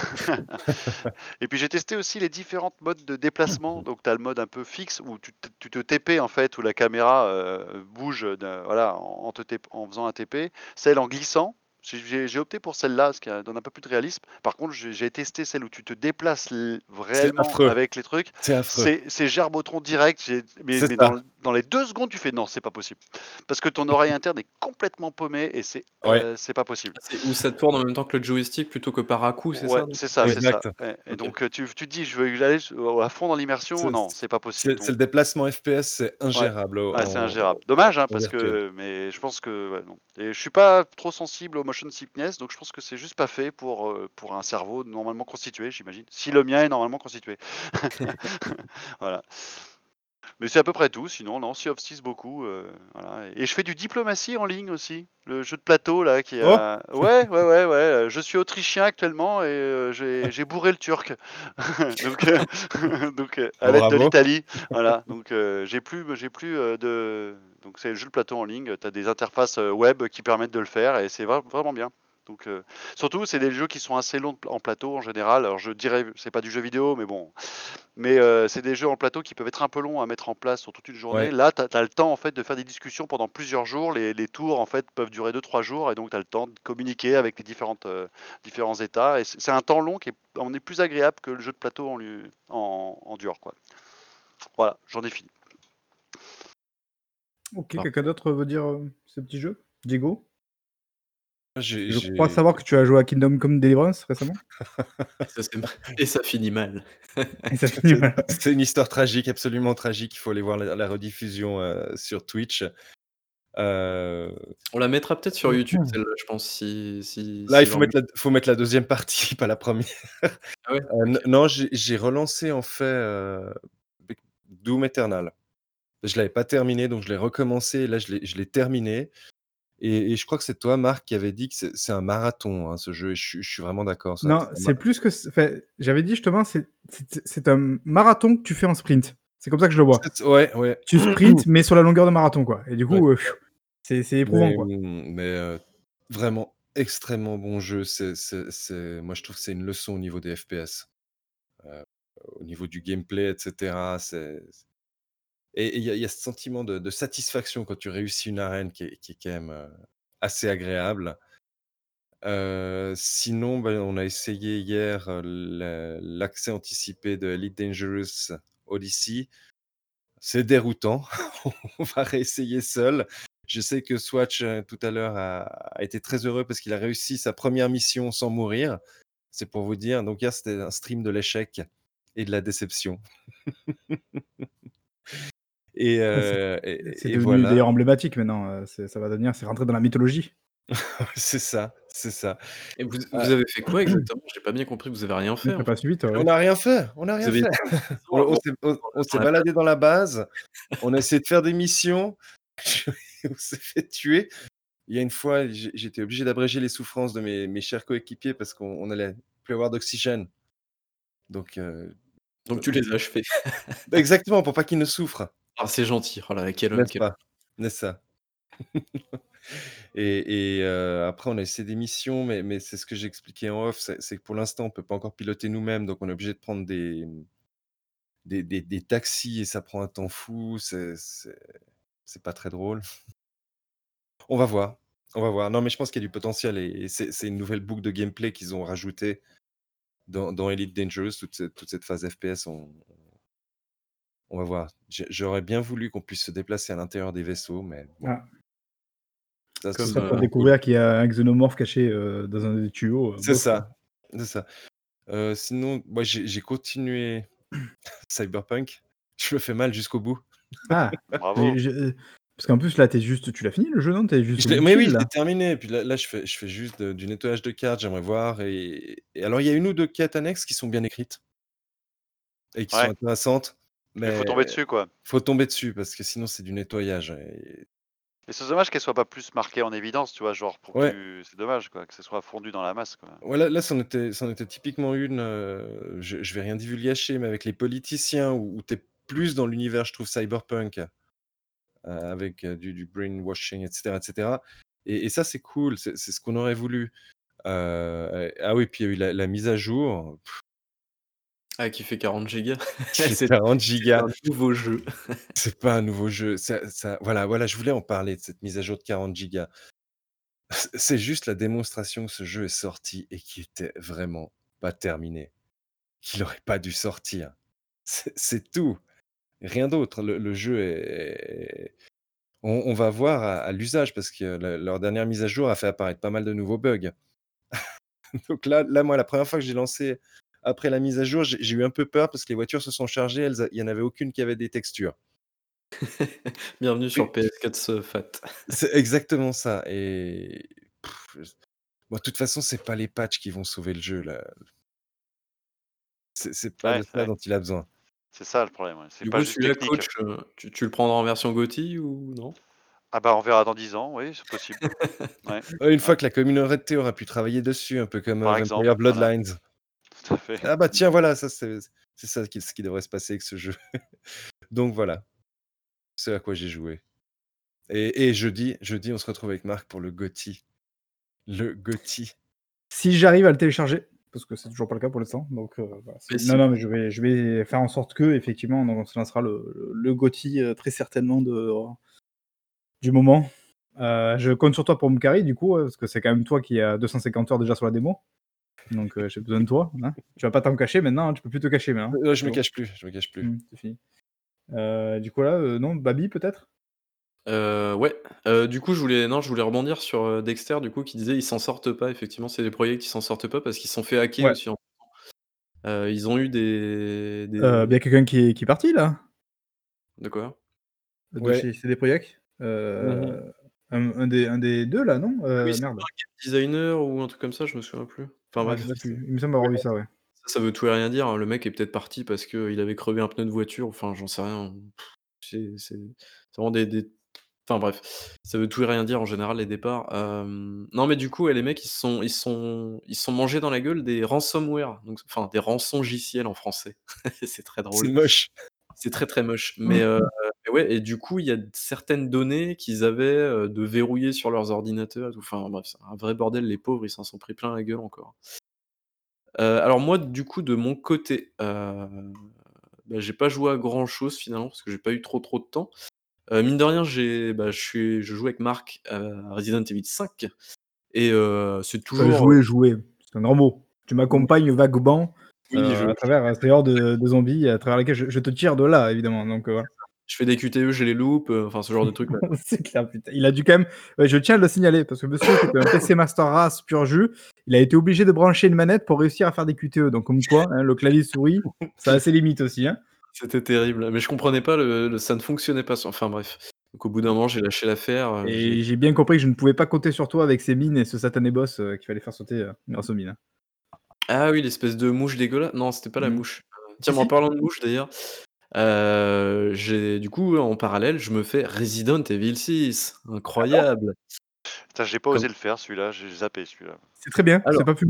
Et puis j'ai testé aussi les différentes modes de déplacement. Donc tu as le mode un peu fixe où tu te tu te T P en fait, où la caméra, heu, bouge de voilà, en en te T P en faisant un T P. Celle en glissant, j'ai j'ai j'ai opté pour celle-là, parce qu'elle donne un peu plus de réalisme. Par contre, j'ai j'ai testé celle où tu te déplaces l C'est réellement affreux, avec les trucs. c'est affreux. C'est c'est gerbotron direct, j'ai mais C'est mais dans ça. l dans les deux secondes, tu fais: «Non, c'est pas possible». Parce que ton oreille interne est complètement paumée et c'est, Ouais. heu, c'est pas possible. Ah, c'est où ça tourne en même temps que le joystick plutôt que par à-coup, c'est Ouais, ça donc? c'est ça, c'est ça. Exact. Et et OK. donc, heu, tu tu te dis: «Je veux y aller s à fond dans l'immersion». C'est Non, c'est pas possible. c'est c'est Donc le déplacement F P S, c'est ouais, ingérable au ouais, c'est en ingérable. Dommage, hein, en parce virtuel. que mais je pense que ouais, non. Et je suis pas trop sensible au motion sickness, donc je pense que c'est juste pas fait pour, heu, pour un cerveau normalement constitué, j'imagine. Si le mien est normalement constitué. Voilà. Mais c'est à peu près tout, sinon non, Sea of Thieves beaucoup, heu, voilà. Et je fais du diplomatie en ligne aussi, le jeu de plateau là qui Oh! a ouais, ouais, ouais, ouais, heu, je suis autrichien actuellement et heu, j'ai j'ai bourré le turc. Donc heu, donc heu, à Bah, l'aide de bravo. l'Italie, voilà. Donc heu, j'ai plus j'ai plus, heu, de donc c'est le jeu de plateau en ligne, tu as des interfaces, heu, web qui permettent de le faire et c'est vra vraiment bien. Donc heu, surtout c'est des jeux qui sont assez longs en plateau en général. Alors je dirais c'est pas du jeu vidéo, mais bon, mais heu, c'est des jeux en plateau qui peuvent être un peu longs à mettre en place sur toute une journée. Ouais. Là, tu as tu as le temps en fait de faire des discussions pendant plusieurs jours. Les les tours en fait peuvent durer deux trois jours et donc tu as le temps de communiquer avec les différentes, heu, différents états et c'est c'est un temps long qui est on est plus agréable que le jeu de plateau en lu en en dur, quoi. Voilà, j'en ai fini. OK, Ah. quelqu'un d'autre veut dire, heu, ce petit jeu? Diego? J'ai Je crois j'ai savoir que tu as joué à Kingdom Come: Deliverance récemment? Ça c'est et ça finit mal. Et ça finit C'est mal. c'est une histoire tragique, absolument tragique. Il faut aller voir la la rediffusion, heu, sur Twitch. Heu, On la mettra peut-être sur YouTube celle-là, je pense si si là, il si faut vraiment mettre la faut mettre la deuxième partie, pas la première. ah ouais? Heu, n OK. non, j'ai j'ai relancé en fait, heu, Bec Doom Eternal. Je l'avais pas terminé, donc je l'ai recommencé et là je l'ai je l'ai terminé et et je crois que c'est toi, Marc, qui avait dit que c'est c'est un marathon, hein, ce jeu et je suis je suis vraiment d'accord, ça Non, c'est un ma c'est plus que c enfin, j'avais dit justement, c'est c'est c'est un marathon que tu fais en sprint. C'est comme ça que je le vois. c'est ouais, ouais. Tu sprintes, mais sur la longueur de marathon, quoi. Et du Ouais, coup, heu, ouais. c'est c'est éprouvant, Mais quoi. mmh, mais heu, vraiment extrêmement bon jeu. C'est c'est c'est moi, je trouve que c'est une leçon au niveau des F P S, heu, au niveau du gameplay et cetera. C'est et et il y a il y a ce sentiment de de satisfaction quand tu réussis une arène qui est qui est quand même, heu, assez agréable. Heu, sinon, bah, on a essayé hier, heu, le l'accès anticipé de Elite Dangerous Odyssey. C'est déroutant. On va réessayer seul. Je sais que Swatch, heu, tout à l'heure a a été très heureux parce qu'il a réussi sa première mission sans mourir. C'est pour vous dire. Donc hier, c'était un stream de l'échec et de la déception et Ouais, c'est heu c'est et et devenu voilà. d'ailleurs emblématique maintenant, heu, c'est ça va devenir c'est rentré dans la mythologie. C'est ça, c'est ça. Et vous Ah, vous avez fait quoi exactement? J'ai pas bien compris, vous avez rien Mais fait tu en as fait? pas suivi toi, on ouais? n'a rien fait, on n'a Vous rien avez fait. été On à on voir s'est on on dans s'est la base? baladé dans la base, on a essayé de faire des missions, on s'est fait tuer. Il y a une fois, j'ai j'étais obligé d'abréger les souffrances de mes mes chers coéquipiers parce qu'on on allait plus avoir d'oxygène. Donc heu, Donc tu les as achevés. exactement, pour pas qu'ils ne souffrent, Ah c'est gentil. Oh là là, quel homme, n'est-ce quel pas? N'est-ce ça? Et et heu, après on a essayé des missions, mais mais c'est ce que j'expliquais en off, c'est c'est que pour l'instant, on peut pas encore piloter nous-mêmes, donc on est obligé de prendre des, mmh, des des des taxis et ça prend un temps fou, c'est c'est c'est pas très drôle. On va voir, on va voir. Non, mais je pense qu'il y a du potentiel et et c'est c'est une nouvelle boucle de gameplay qu'ils ont rajoutée dans dans Elite Dangerous, toute cette toute cette phase F P S, on on va voir. J'ai j'aurais bien voulu qu'on puisse se déplacer à l'intérieur des vaisseaux, mais bon, Ah, ça ce ce Comme, serait serait pour heu trop cool. découvrir qu'il y a un xénomorphe caché, heu, dans un des tuyaux, heu, C'est bof quoi. ça, c'est ça. Heu, sinon, moi j'ai j'ai continué Cyberpunk. Je me fais mal jusqu'au bout. Ah! Bravo. Mais je heu, parce qu'en plus là, tu es juste tu l'as fini le jeu, non? Tu es juste Je au l'ai bout du mais oui, fil je l'ai là? terminé, puis là là je fais je fais juste de du nettoyage de cartes, j'aimerais voir et et alors il y a une ou deux quêtes annexes qui sont bien écrites et qui sont Ouais, intéressantes, mais faut mais tomber dessus, quoi. faut tomber dessus parce que sinon c'est du nettoyage et Et c'est dommage qu'elle soit pas plus marquée en évidence, tu vois? Genre pour que ouais, tu c'est dommage, quoi, que ce soit fondu dans la masse, quoi. ouais, là là, c'en était c'en était typiquement une, heu, je je vais rien divulgacher, mais avec les politiciens où où tu es plus dans l'univers, je trouve, cyberpunk, heu, avec, heu, du du brainwashing et cetera et cetera et et ça, c'est cool, c'est c'est ce qu'on aurait voulu. Heu, ah oui, puis il y a eu la la mise à jour ah qui fait quarante gigas. qui fait C'est quarante c'est gigas. un nouveau jeu. C'est pas un nouveau jeu, ça ça voilà voilà, je voulais en parler de cette mise à jour de quarante gigas. C c'est juste la démonstration que ce jeu est sorti et qu'il était vraiment pas terminé, qu'il aurait pas dû sortir. C'est c'est tout. rien d'autre. Le le jeu est on on va voir à à l'usage parce que le leur dernière mise à jour a fait apparaître pas mal de nouveaux bugs. Donc là là, moi, la première fois que j'ai lancé après la mise à jour, j'ai j'ai eu un peu peur parce que les voitures se sont chargées, elles a il y en avait aucune qui avait des textures. Bienvenue sur Oui, P S quatre se fat. c'est exactement ça et pff, bon, de toute façon, c'est pas les patchs qui vont sauver le jeu là. C'est c'est pas de Ouais, ça ouais. dont il a besoin. C'est ça le problème, ouais. C'est Du pas coup, juste celui-là, technique. coach, heu, tu tu le prendras en version GOTY ou non? Ah bah, on verra dans dix ans, oui, c'est possible. Ouais, Ouais, une ouais, fois que la communauté aura pu travailler dessus, un peu comme, heu, par exemple, Vampire voilà, Bloodlines. tout à fait. Ah bah tiens, voilà, ça c'est c'est ça qui ce qui devrait se passer avec ce jeu. Donc voilà, ce à quoi j'ai joué et et jeudi jeudi, on se retrouve avec Marc pour le GOTY. Le GOTY. Si j'arrive à le télécharger, parce que c'est toujours pas le cas pour l'instant, donc heu, voilà, Mais si non, si. non, mais je vais je vais faire en sorte que effectivement, donc on se lancera le le le GOTY, heu, très certainement de du moment. Heu, je compte sur toi pour me carry du coup, ouais, parce que c'est quand même toi qui a deux cent cinquante heures déjà sur la démo, donc heu, j'ai besoin de toi, hein. Tu vas pas t'en cacher maintenant, hein, tu peux plus te cacher maintenant, Heu, je c'est me bon. cache plus, je me cache plus. Mmh, c'est fini. Heu, du coup là, heu, non, Babi peut-être? Heu, ouais, heu, du coup, je voulais non, je voulais rebondir sur, heu, Dexter, du coup, qui disait: «Ils s'en sortent pas». Effectivement, c'est des projets qui s'en sortent pas parce qu'ils se sont fait hacker Ouais. aussi en heu, ils ont eu des Heu, bah, il y des a quelqu'un qui est qui est parti là, de quoi? de Ouais, chez C D Projekt. Mmh. Heu, un un des un des deux là, non? Ah oui, Heu, c'était merde. pas un game designer ou un truc comme ça, je me souviens plus. Enfin Ah, je bref, sais c'est plus. Il me semble ouais, avoir vu ça, ouais. ça, ça veut tout et rien dire, hein. Le mec est peut-être parti parce qu'il avait crevé un pneu de voiture, enfin, j'en sais rien. C'est c'est c'est vraiment des des enfin bref, ça veut tout et rien dire en général les départs. Hem, non mais du coup, ouais, les mecs ils se sont ils se sont ils se sont mangés dans la gueule des ransomware, donc enfin des rançongiciels en français. C'est très c'est drôle. moche. C'est très, très moche, mais heu, mais ouais et du coup, il y a certaines données qu'ils avaient, heu, de verrouillées sur leurs ordinateurs et tout. Enfin bref, c'est un vrai bordel, les pauvres, ils s'en sont pris plein la gueule encore. Heu, alors moi, du coup, de mon côté, heu, bah, j'ai pas joué à grand chose finalement parce que j'ai pas eu trop, trop de temps. Heu, mine de rien, j'ai bah, je suis je joue avec Marc, heu, à Resident Evil cinq et heu, c'est Enfin, toujours, heu jouer, jouer, c'est un grand mot. Tu oui, m'accompagnes vaguement, oui, je heu, à travers, heu, ces hordes de de zombies à travers lesquels je je te tire de là évidemment, donc heu, voilà. je fais des Q T E, j'ai les loupe, heu, enfin ce genre de trucs là. C'est clair, putain. Il a dû quand même, ouais, je tiens à le signaler parce que monsieur qui était un P C Master Race pur jus, il a été obligé de brancher une manette pour réussir à faire des Q T E, donc comme quoi, hein, le clavier souris, ça a ses limites aussi, hein. C'était terrible, mais je comprenais pas le le ça ne fonctionnait pas, enfin bref. Donc au bout d'un moment, j'ai lâché l'affaire, heu, j'ai Et j'ai bien compris que je ne pouvais pas compter sur toi avec ces mines et ce satané boss, heu, qu'il fallait faire sauter, heu, grâce aux mines, hein. ah oui, l'espèce de mouche dégueulasse. Non, c'était pas la Mmh. mouche. Heu, Si, tiens, mais en si. parlant de mouche d'ailleurs, heu, j'ai du coup, en parallèle, je me fais Resident Evil six, Alors? incroyable. Putain, j'ai pas Comme osé le faire celui-là, j'ai zappé celui-là. C'est très bien, c'est alors, pas plus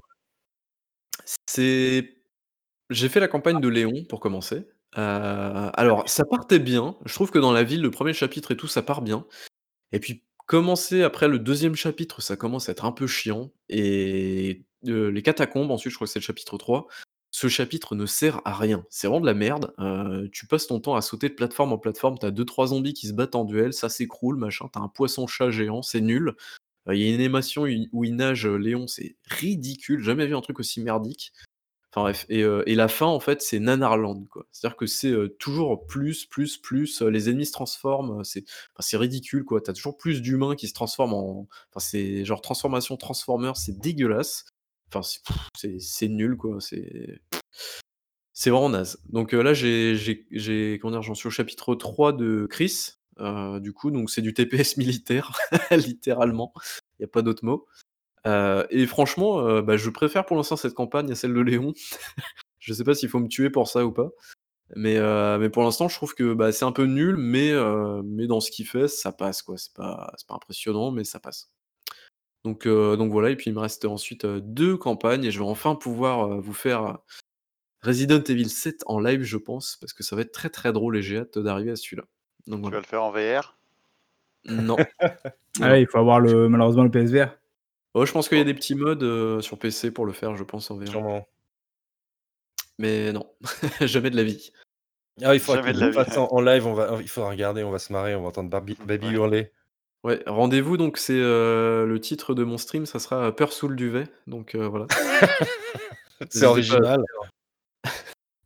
c'est j'ai fait la campagne de Léon pour commencer. Heu, alors ça partait bien. Je trouve que dans la ville, le premier chapitre et tout, ça part bien. Et puis commencer après le deuxième chapitre, ça commence à être un peu chiant et heu, les catacombes ensuite, je crois que c'est le chapitre trois. Ce chapitre ne sert à rien. C'est vraiment de la merde, heu, tu passes ton temps à sauter de plateforme en plateforme, tu as deux trois zombies qui se battent en duel, ça s'écroule, machin, tu as un poisson-chat géant, c'est nul. Heu, il y a une animation où il où il nage, heu, Léon, c'est ridicule, jamais vu un truc aussi merdique. Enfin bref et heu et la fin en fait c'est Nanarland quoi. C'est-à-dire que c'est, heu, toujours plus, plus, plus, heu, les ennemis se transforment, heu, c'est enfin c'est ridicule quoi. Tu as toujours plus d'humains qui se transforment en enfin c'est genre transformation Transformers, c'est dégueulasse. Enfin c'est pff, c'est c'est nul quoi, c'est c'est vraiment naze. Donc heu, là j'ai j'ai j'ai comment dire? J'en suis au chapitre trois de Chris, heu, du coup donc c'est du T P S militaire littéralement, il y a pas d'autre mot. Heu et franchement, heu, bah, je préfère pour l'instant cette campagne à celle de Léon. Je sais pas s'il faut me tuer pour ça ou pas, mais heu, mais pour l'instant, je trouve que, bah, c'est un peu nul, mais heu, mais dans ce qu'il fait, ça passe quoi. C'est pas c'est pas impressionnant, mais ça passe. Donc heu, donc voilà et puis il me reste ensuite, heu, deux campagnes et je vais enfin pouvoir, heu, vous faire, heu, Resident Evil sept en live, je pense, parce que ça va être très, très drôle et j'ai hâte d'arriver à celui-là. Donc Tu vas voilà. le faire en V R? Non, non, ah ouais, non. il faut avoir le malheureusement le P S V R. Oh, je pense qu'il y a Bon, des petits mods, heu, sur P C pour le faire, je pense, en V R. Sûrement. Mais non, jamais de la vie. Ah, il faudra jamais qu'il de le la vie. fasse en en live, on va il faudra regarder, on va se marrer, on va entendre Babi Baby Ouais. hurler. Ouais, rendez-vous donc c'est, heu, le titre de mon stream, ça sera, heu, Peur sous le duvet, donc heu, voilà. C'est N'hésitez pas à original.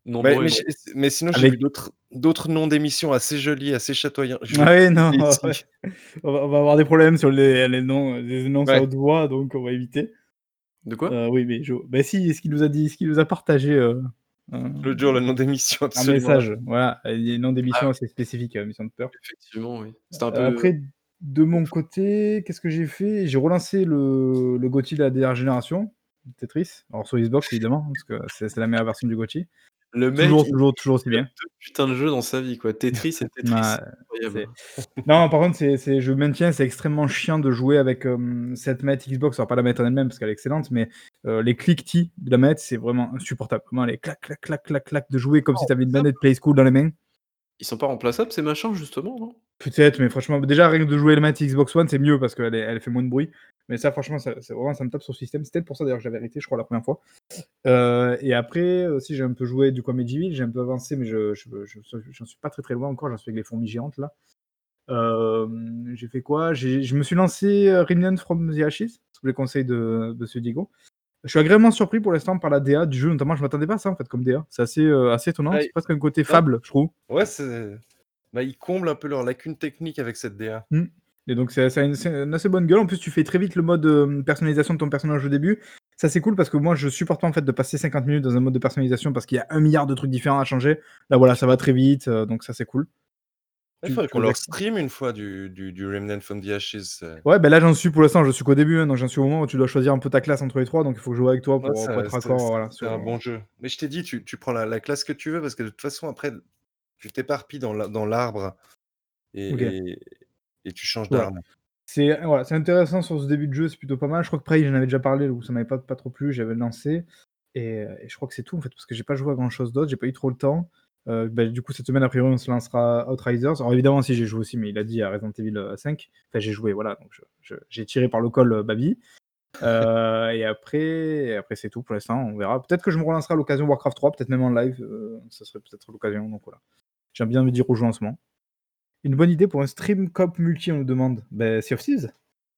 Non, Mais non et mais non. j'ai mais sinon j'ai Avec vu d'autres d'autres noms d'émissions assez jolis, assez chatoyants. Je vais Ah oui, non, les ouais. ici. On va on va avoir des problèmes sur les les noms, les énonces à Ouais. haute voix, donc on va éviter. De quoi? Heu, oui, mais je bah si, ce qu'il nous a dit, ce qu'il nous a partagé, heu, un L'autre jour, le nom d'émission un absolument message, voilà, il y a des noms Ah d'émissions oui. assez spécifiques, heu, émissions de peur. Effectivement, oui. C'était un Heu, peu après, de mon ouf. côté, qu'est-ce que j'ai fait? J'ai relancé le le GOTY de la dernière génération, Tetris. Alors sur Xbox évidemment, parce que c'est c'est la meilleure version du GOTY. Le mec, Toujours, il toujours, toujours aussi il a bien. deux putains de jeux dans sa vie, quoi. Tetris et Tetris. Ouais, Incroyable. c'est non, par contre, c'est c'est je maintiens, c'est extrêmement chiant de jouer avec, hem, cette manette Xbox. Alors pas la manette en elle-même parce qu'elle est excellente, mais heu, les cliquetis de la manette, c'est vraiment insupportable. Vraiment les clac, clac, clac, clac, clac de jouer comme Pas si tu avais une remplaçables? manette Play School dans les mains. Ils sont pas remplaçables ces machins justement, non? Peut-être, mais franchement, déjà rien que de jouer la manette Xbox One, c'est mieux parce qu'elle est elle fait moins de bruit. Mais ça franchement, ça c'est vraiment ça me tape sur le système. C'est peut-être pour ça d'ailleurs que j'avais arrêté, je crois, la première fois. Heu et après aussi, j'ai un peu joué du coup à Medieval, j'ai un peu avancé, mais je je je j'en suis pas très, très loin encore, j'en suis avec les fourmis géantes là. Hem, j'ai fait quoi? J'ai je me suis lancé, heu, Remnant from the Ashes, sous les conseils de de ce Diego. Je suis agréablement surpris pour l'instant par la D A du jeu, notamment je m'attendais pas à ça en fait comme D A. C'est assez, heu, assez étonnant, Ouais, c'est presque un côté non, fable, je trouve. ouais, c'est bah, ils comblent un peu leurs lacunes techniques avec cette D A. Mmh et donc c'est ça a une c'est une assez bonne gueule. En plus, tu fais très vite le mode, hem, personnalisation de ton personnage au début. Ça, c'est cool parce que moi, je supporte pas en fait de passer cinquante minutes dans un mode de personnalisation parce qu'il y a un milliard de trucs différents à changer. Là, voilà, ça va très vite, heu, donc ça, c'est cool. Il Tu faudrait tu qu'on faisais leur stream une fois du du du Remnant from the Ashes, heu. Ouais, bah, là, j'en suis pour l'instant, je suis qu'au début, hein, donc j'en suis au moment où tu dois choisir un peu ta classe entre les trois, donc il faut que je joue avec toi Ouais, pour, pour ça être c'est raccord, voilà, c'est sur, un heu bon jeu. Mais je t'ai dit, tu tu prends la la classe que tu veux parce que de toute façon après tu t'éparpilles dans la dans l'arbre OK. et et et tu changes Voilà. d'arme. C'est voilà, c'est intéressant sur ce début de jeu, c'est plutôt pas mal. Je crois que Prey, j'en avais déjà parlé, où ça m'avait pas pas trop plu, j'avais lancé et heu et je crois que c'est tout en fait, parce que j'ai pas joué à grand chose d'autre, j'ai pas eu trop le temps. Heu, bah, du coup, cette semaine, a priori, on se lancera Outriders. Alors évidemment, si j'ai joué aussi, mais il a dit à Resident Evil, heu, cinq. Enfin, j'ai joué, voilà, donc je je j'ai tiré par le col, heu, Babi. Heu et après et après c'est tout pour l'instant, on verra. Peut-être que je me relancerai à l'occasion Warcraft trois, peut-être même en live, heu, ça serait peut-être l'occasion, donc voilà. J'aime bien me dire aux jouer en ce moment. Une bonne idée pour un stream coop multi, on nous demande. Beh, Sea of Thieves?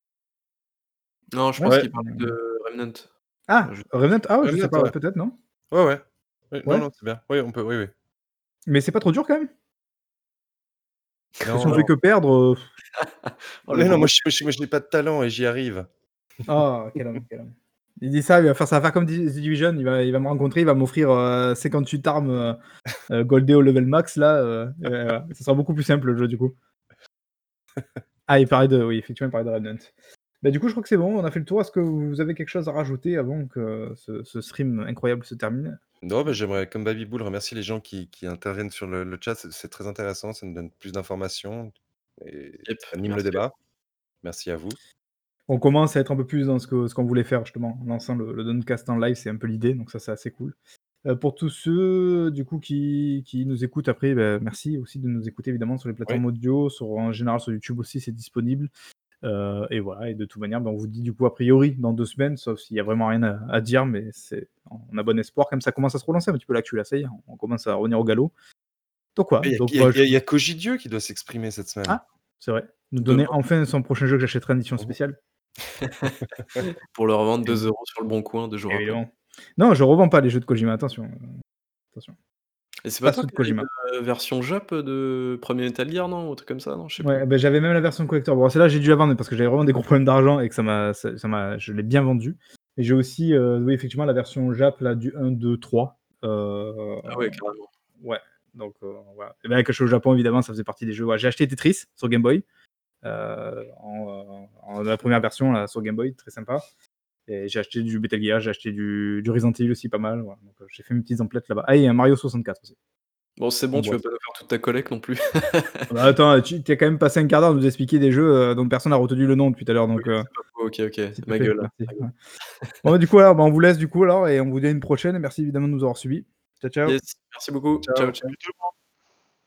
Non, je Ouais, pense Ouais. qu'il parlait de Remnant. Ah! Je Remnant? Ah ouais, je sais Remnant, pas, ouais, ouais. peut-être, non? Ouais, ouais. Oui, non, Ouais? non, c'est bien. Oui, on peut, oui, oui. Mais c'est pas trop dur quand même? Parce que si Non, on fait non. que perdre, heu Oh le Mais non, moi gros je moi je j'ai pas de talent et j'y arrive. oh, quel homme, quel homme. Il dit ça, il va faire ça va faire comme The The Division, il va il va me rencontrer, il va m'offrir, heu, cinquante-huit armes, heu heu, goldées au level max là, heu et voilà. Ça sera beaucoup plus simple le jeu du coup. Ah, il parlait de oui, effectivement, il parlait de Remnant. Bah, du coup, je crois que c'est bon, on a fait le tour. Est-ce que vous avez quelque chose à rajouter avant que ce ce stream incroyable se termine? Non, mais j'aimerais, comme Baby-Bull, remercier les gens qui qui interviennent sur le le chat. C'est c'est très intéressant, ça nous donne plus d'informations et Yep, ça anime le merci à débat. Merci à vous. On commence à être un peu plus dans ce que ce qu'on voulait faire justement, en lançant le le Downcast en live, c'est un peu l'idée, donc ça, c'est assez cool. Heu, pour tous ceux, du coup, qui qui nous écoutent après, bah, merci aussi de nous écouter évidemment sur les Oui. plateformes audio, sur en général sur YouTube aussi, c'est disponible. Heu et voilà et de toute manière, bah, on vous dit du coup a priori dans deux semaines, sauf s'il y a vraiment rien à à dire, mais c'est on a bon espoir comme ça commence à se relancer un petit peu l'actu là, ça y est, on commence à revenir au galop. Donc voilà, Il y a donc il y a bah, il y je a il y a Cogidieu qui doit s'exprimer cette semaine. ah! C'est vrai, nous donner Demain enfin son prochain jeu que j'achèterai en édition Mmh mh. spéciale. pour le revendre deux Évi euros sur le bon coin deux jours après. évidemment. Non, je revends pas les jeux de Kojima, attention, heu, attention. Et c'est pas Pas toi ceux de qui avais Kojima. une, heu, version Jap de premier Metal Gear, non? Ou un truc comme ça, non? Je sais plus. Ouais, bah, j'avais même la version collector. Bon, celle-là, j'ai dû la vendre parce que j'avais vraiment des gros problèmes d'argent et que ça m'a ça ça m'a je l'ai bien vendue. Et j'ai aussi, heu, oui, effectivement, la version Jap là du un, deux, trois. Heu, Ah ouais, carrément. ouais, donc heu, voilà. Et bah, quand je suis au Japon, évidemment, ça faisait partie des jeux. Ouais, j'ai acheté Tetris sur Game Boy, heu, en, heu, en la première version là sur Game Boy, très sympa. Et j'ai acheté du Metal Gear, j'ai acheté du du Resident Evil aussi pas mal, voilà. Donc heu, j'ai fait mes petites emplettes là-bas. Ah et un Mario soixante-quatre aussi, Bon, c'est en bon, tu veux boîte. pas nous faire toute ta collecte non plus? Ah bah, attends, tu tu as quand même passé un quart d'heure à nous expliquer des jeux, heu, dont personne n'a retenu le nom depuis tout à l'heure, Oui, donc heu, c'est pas faux. OK, OK. c'est Ma parfait, gueule, merci, ma gueule. ouais. Bon, bah, du coup, alors, bah, on vous laisse du coup alors et on vous dit à une prochaine et merci évidemment de nous avoir suivis. Ciao, ciao. Yes, merci beaucoup. Ciao, Ciao. ciao. Salut tout le monde.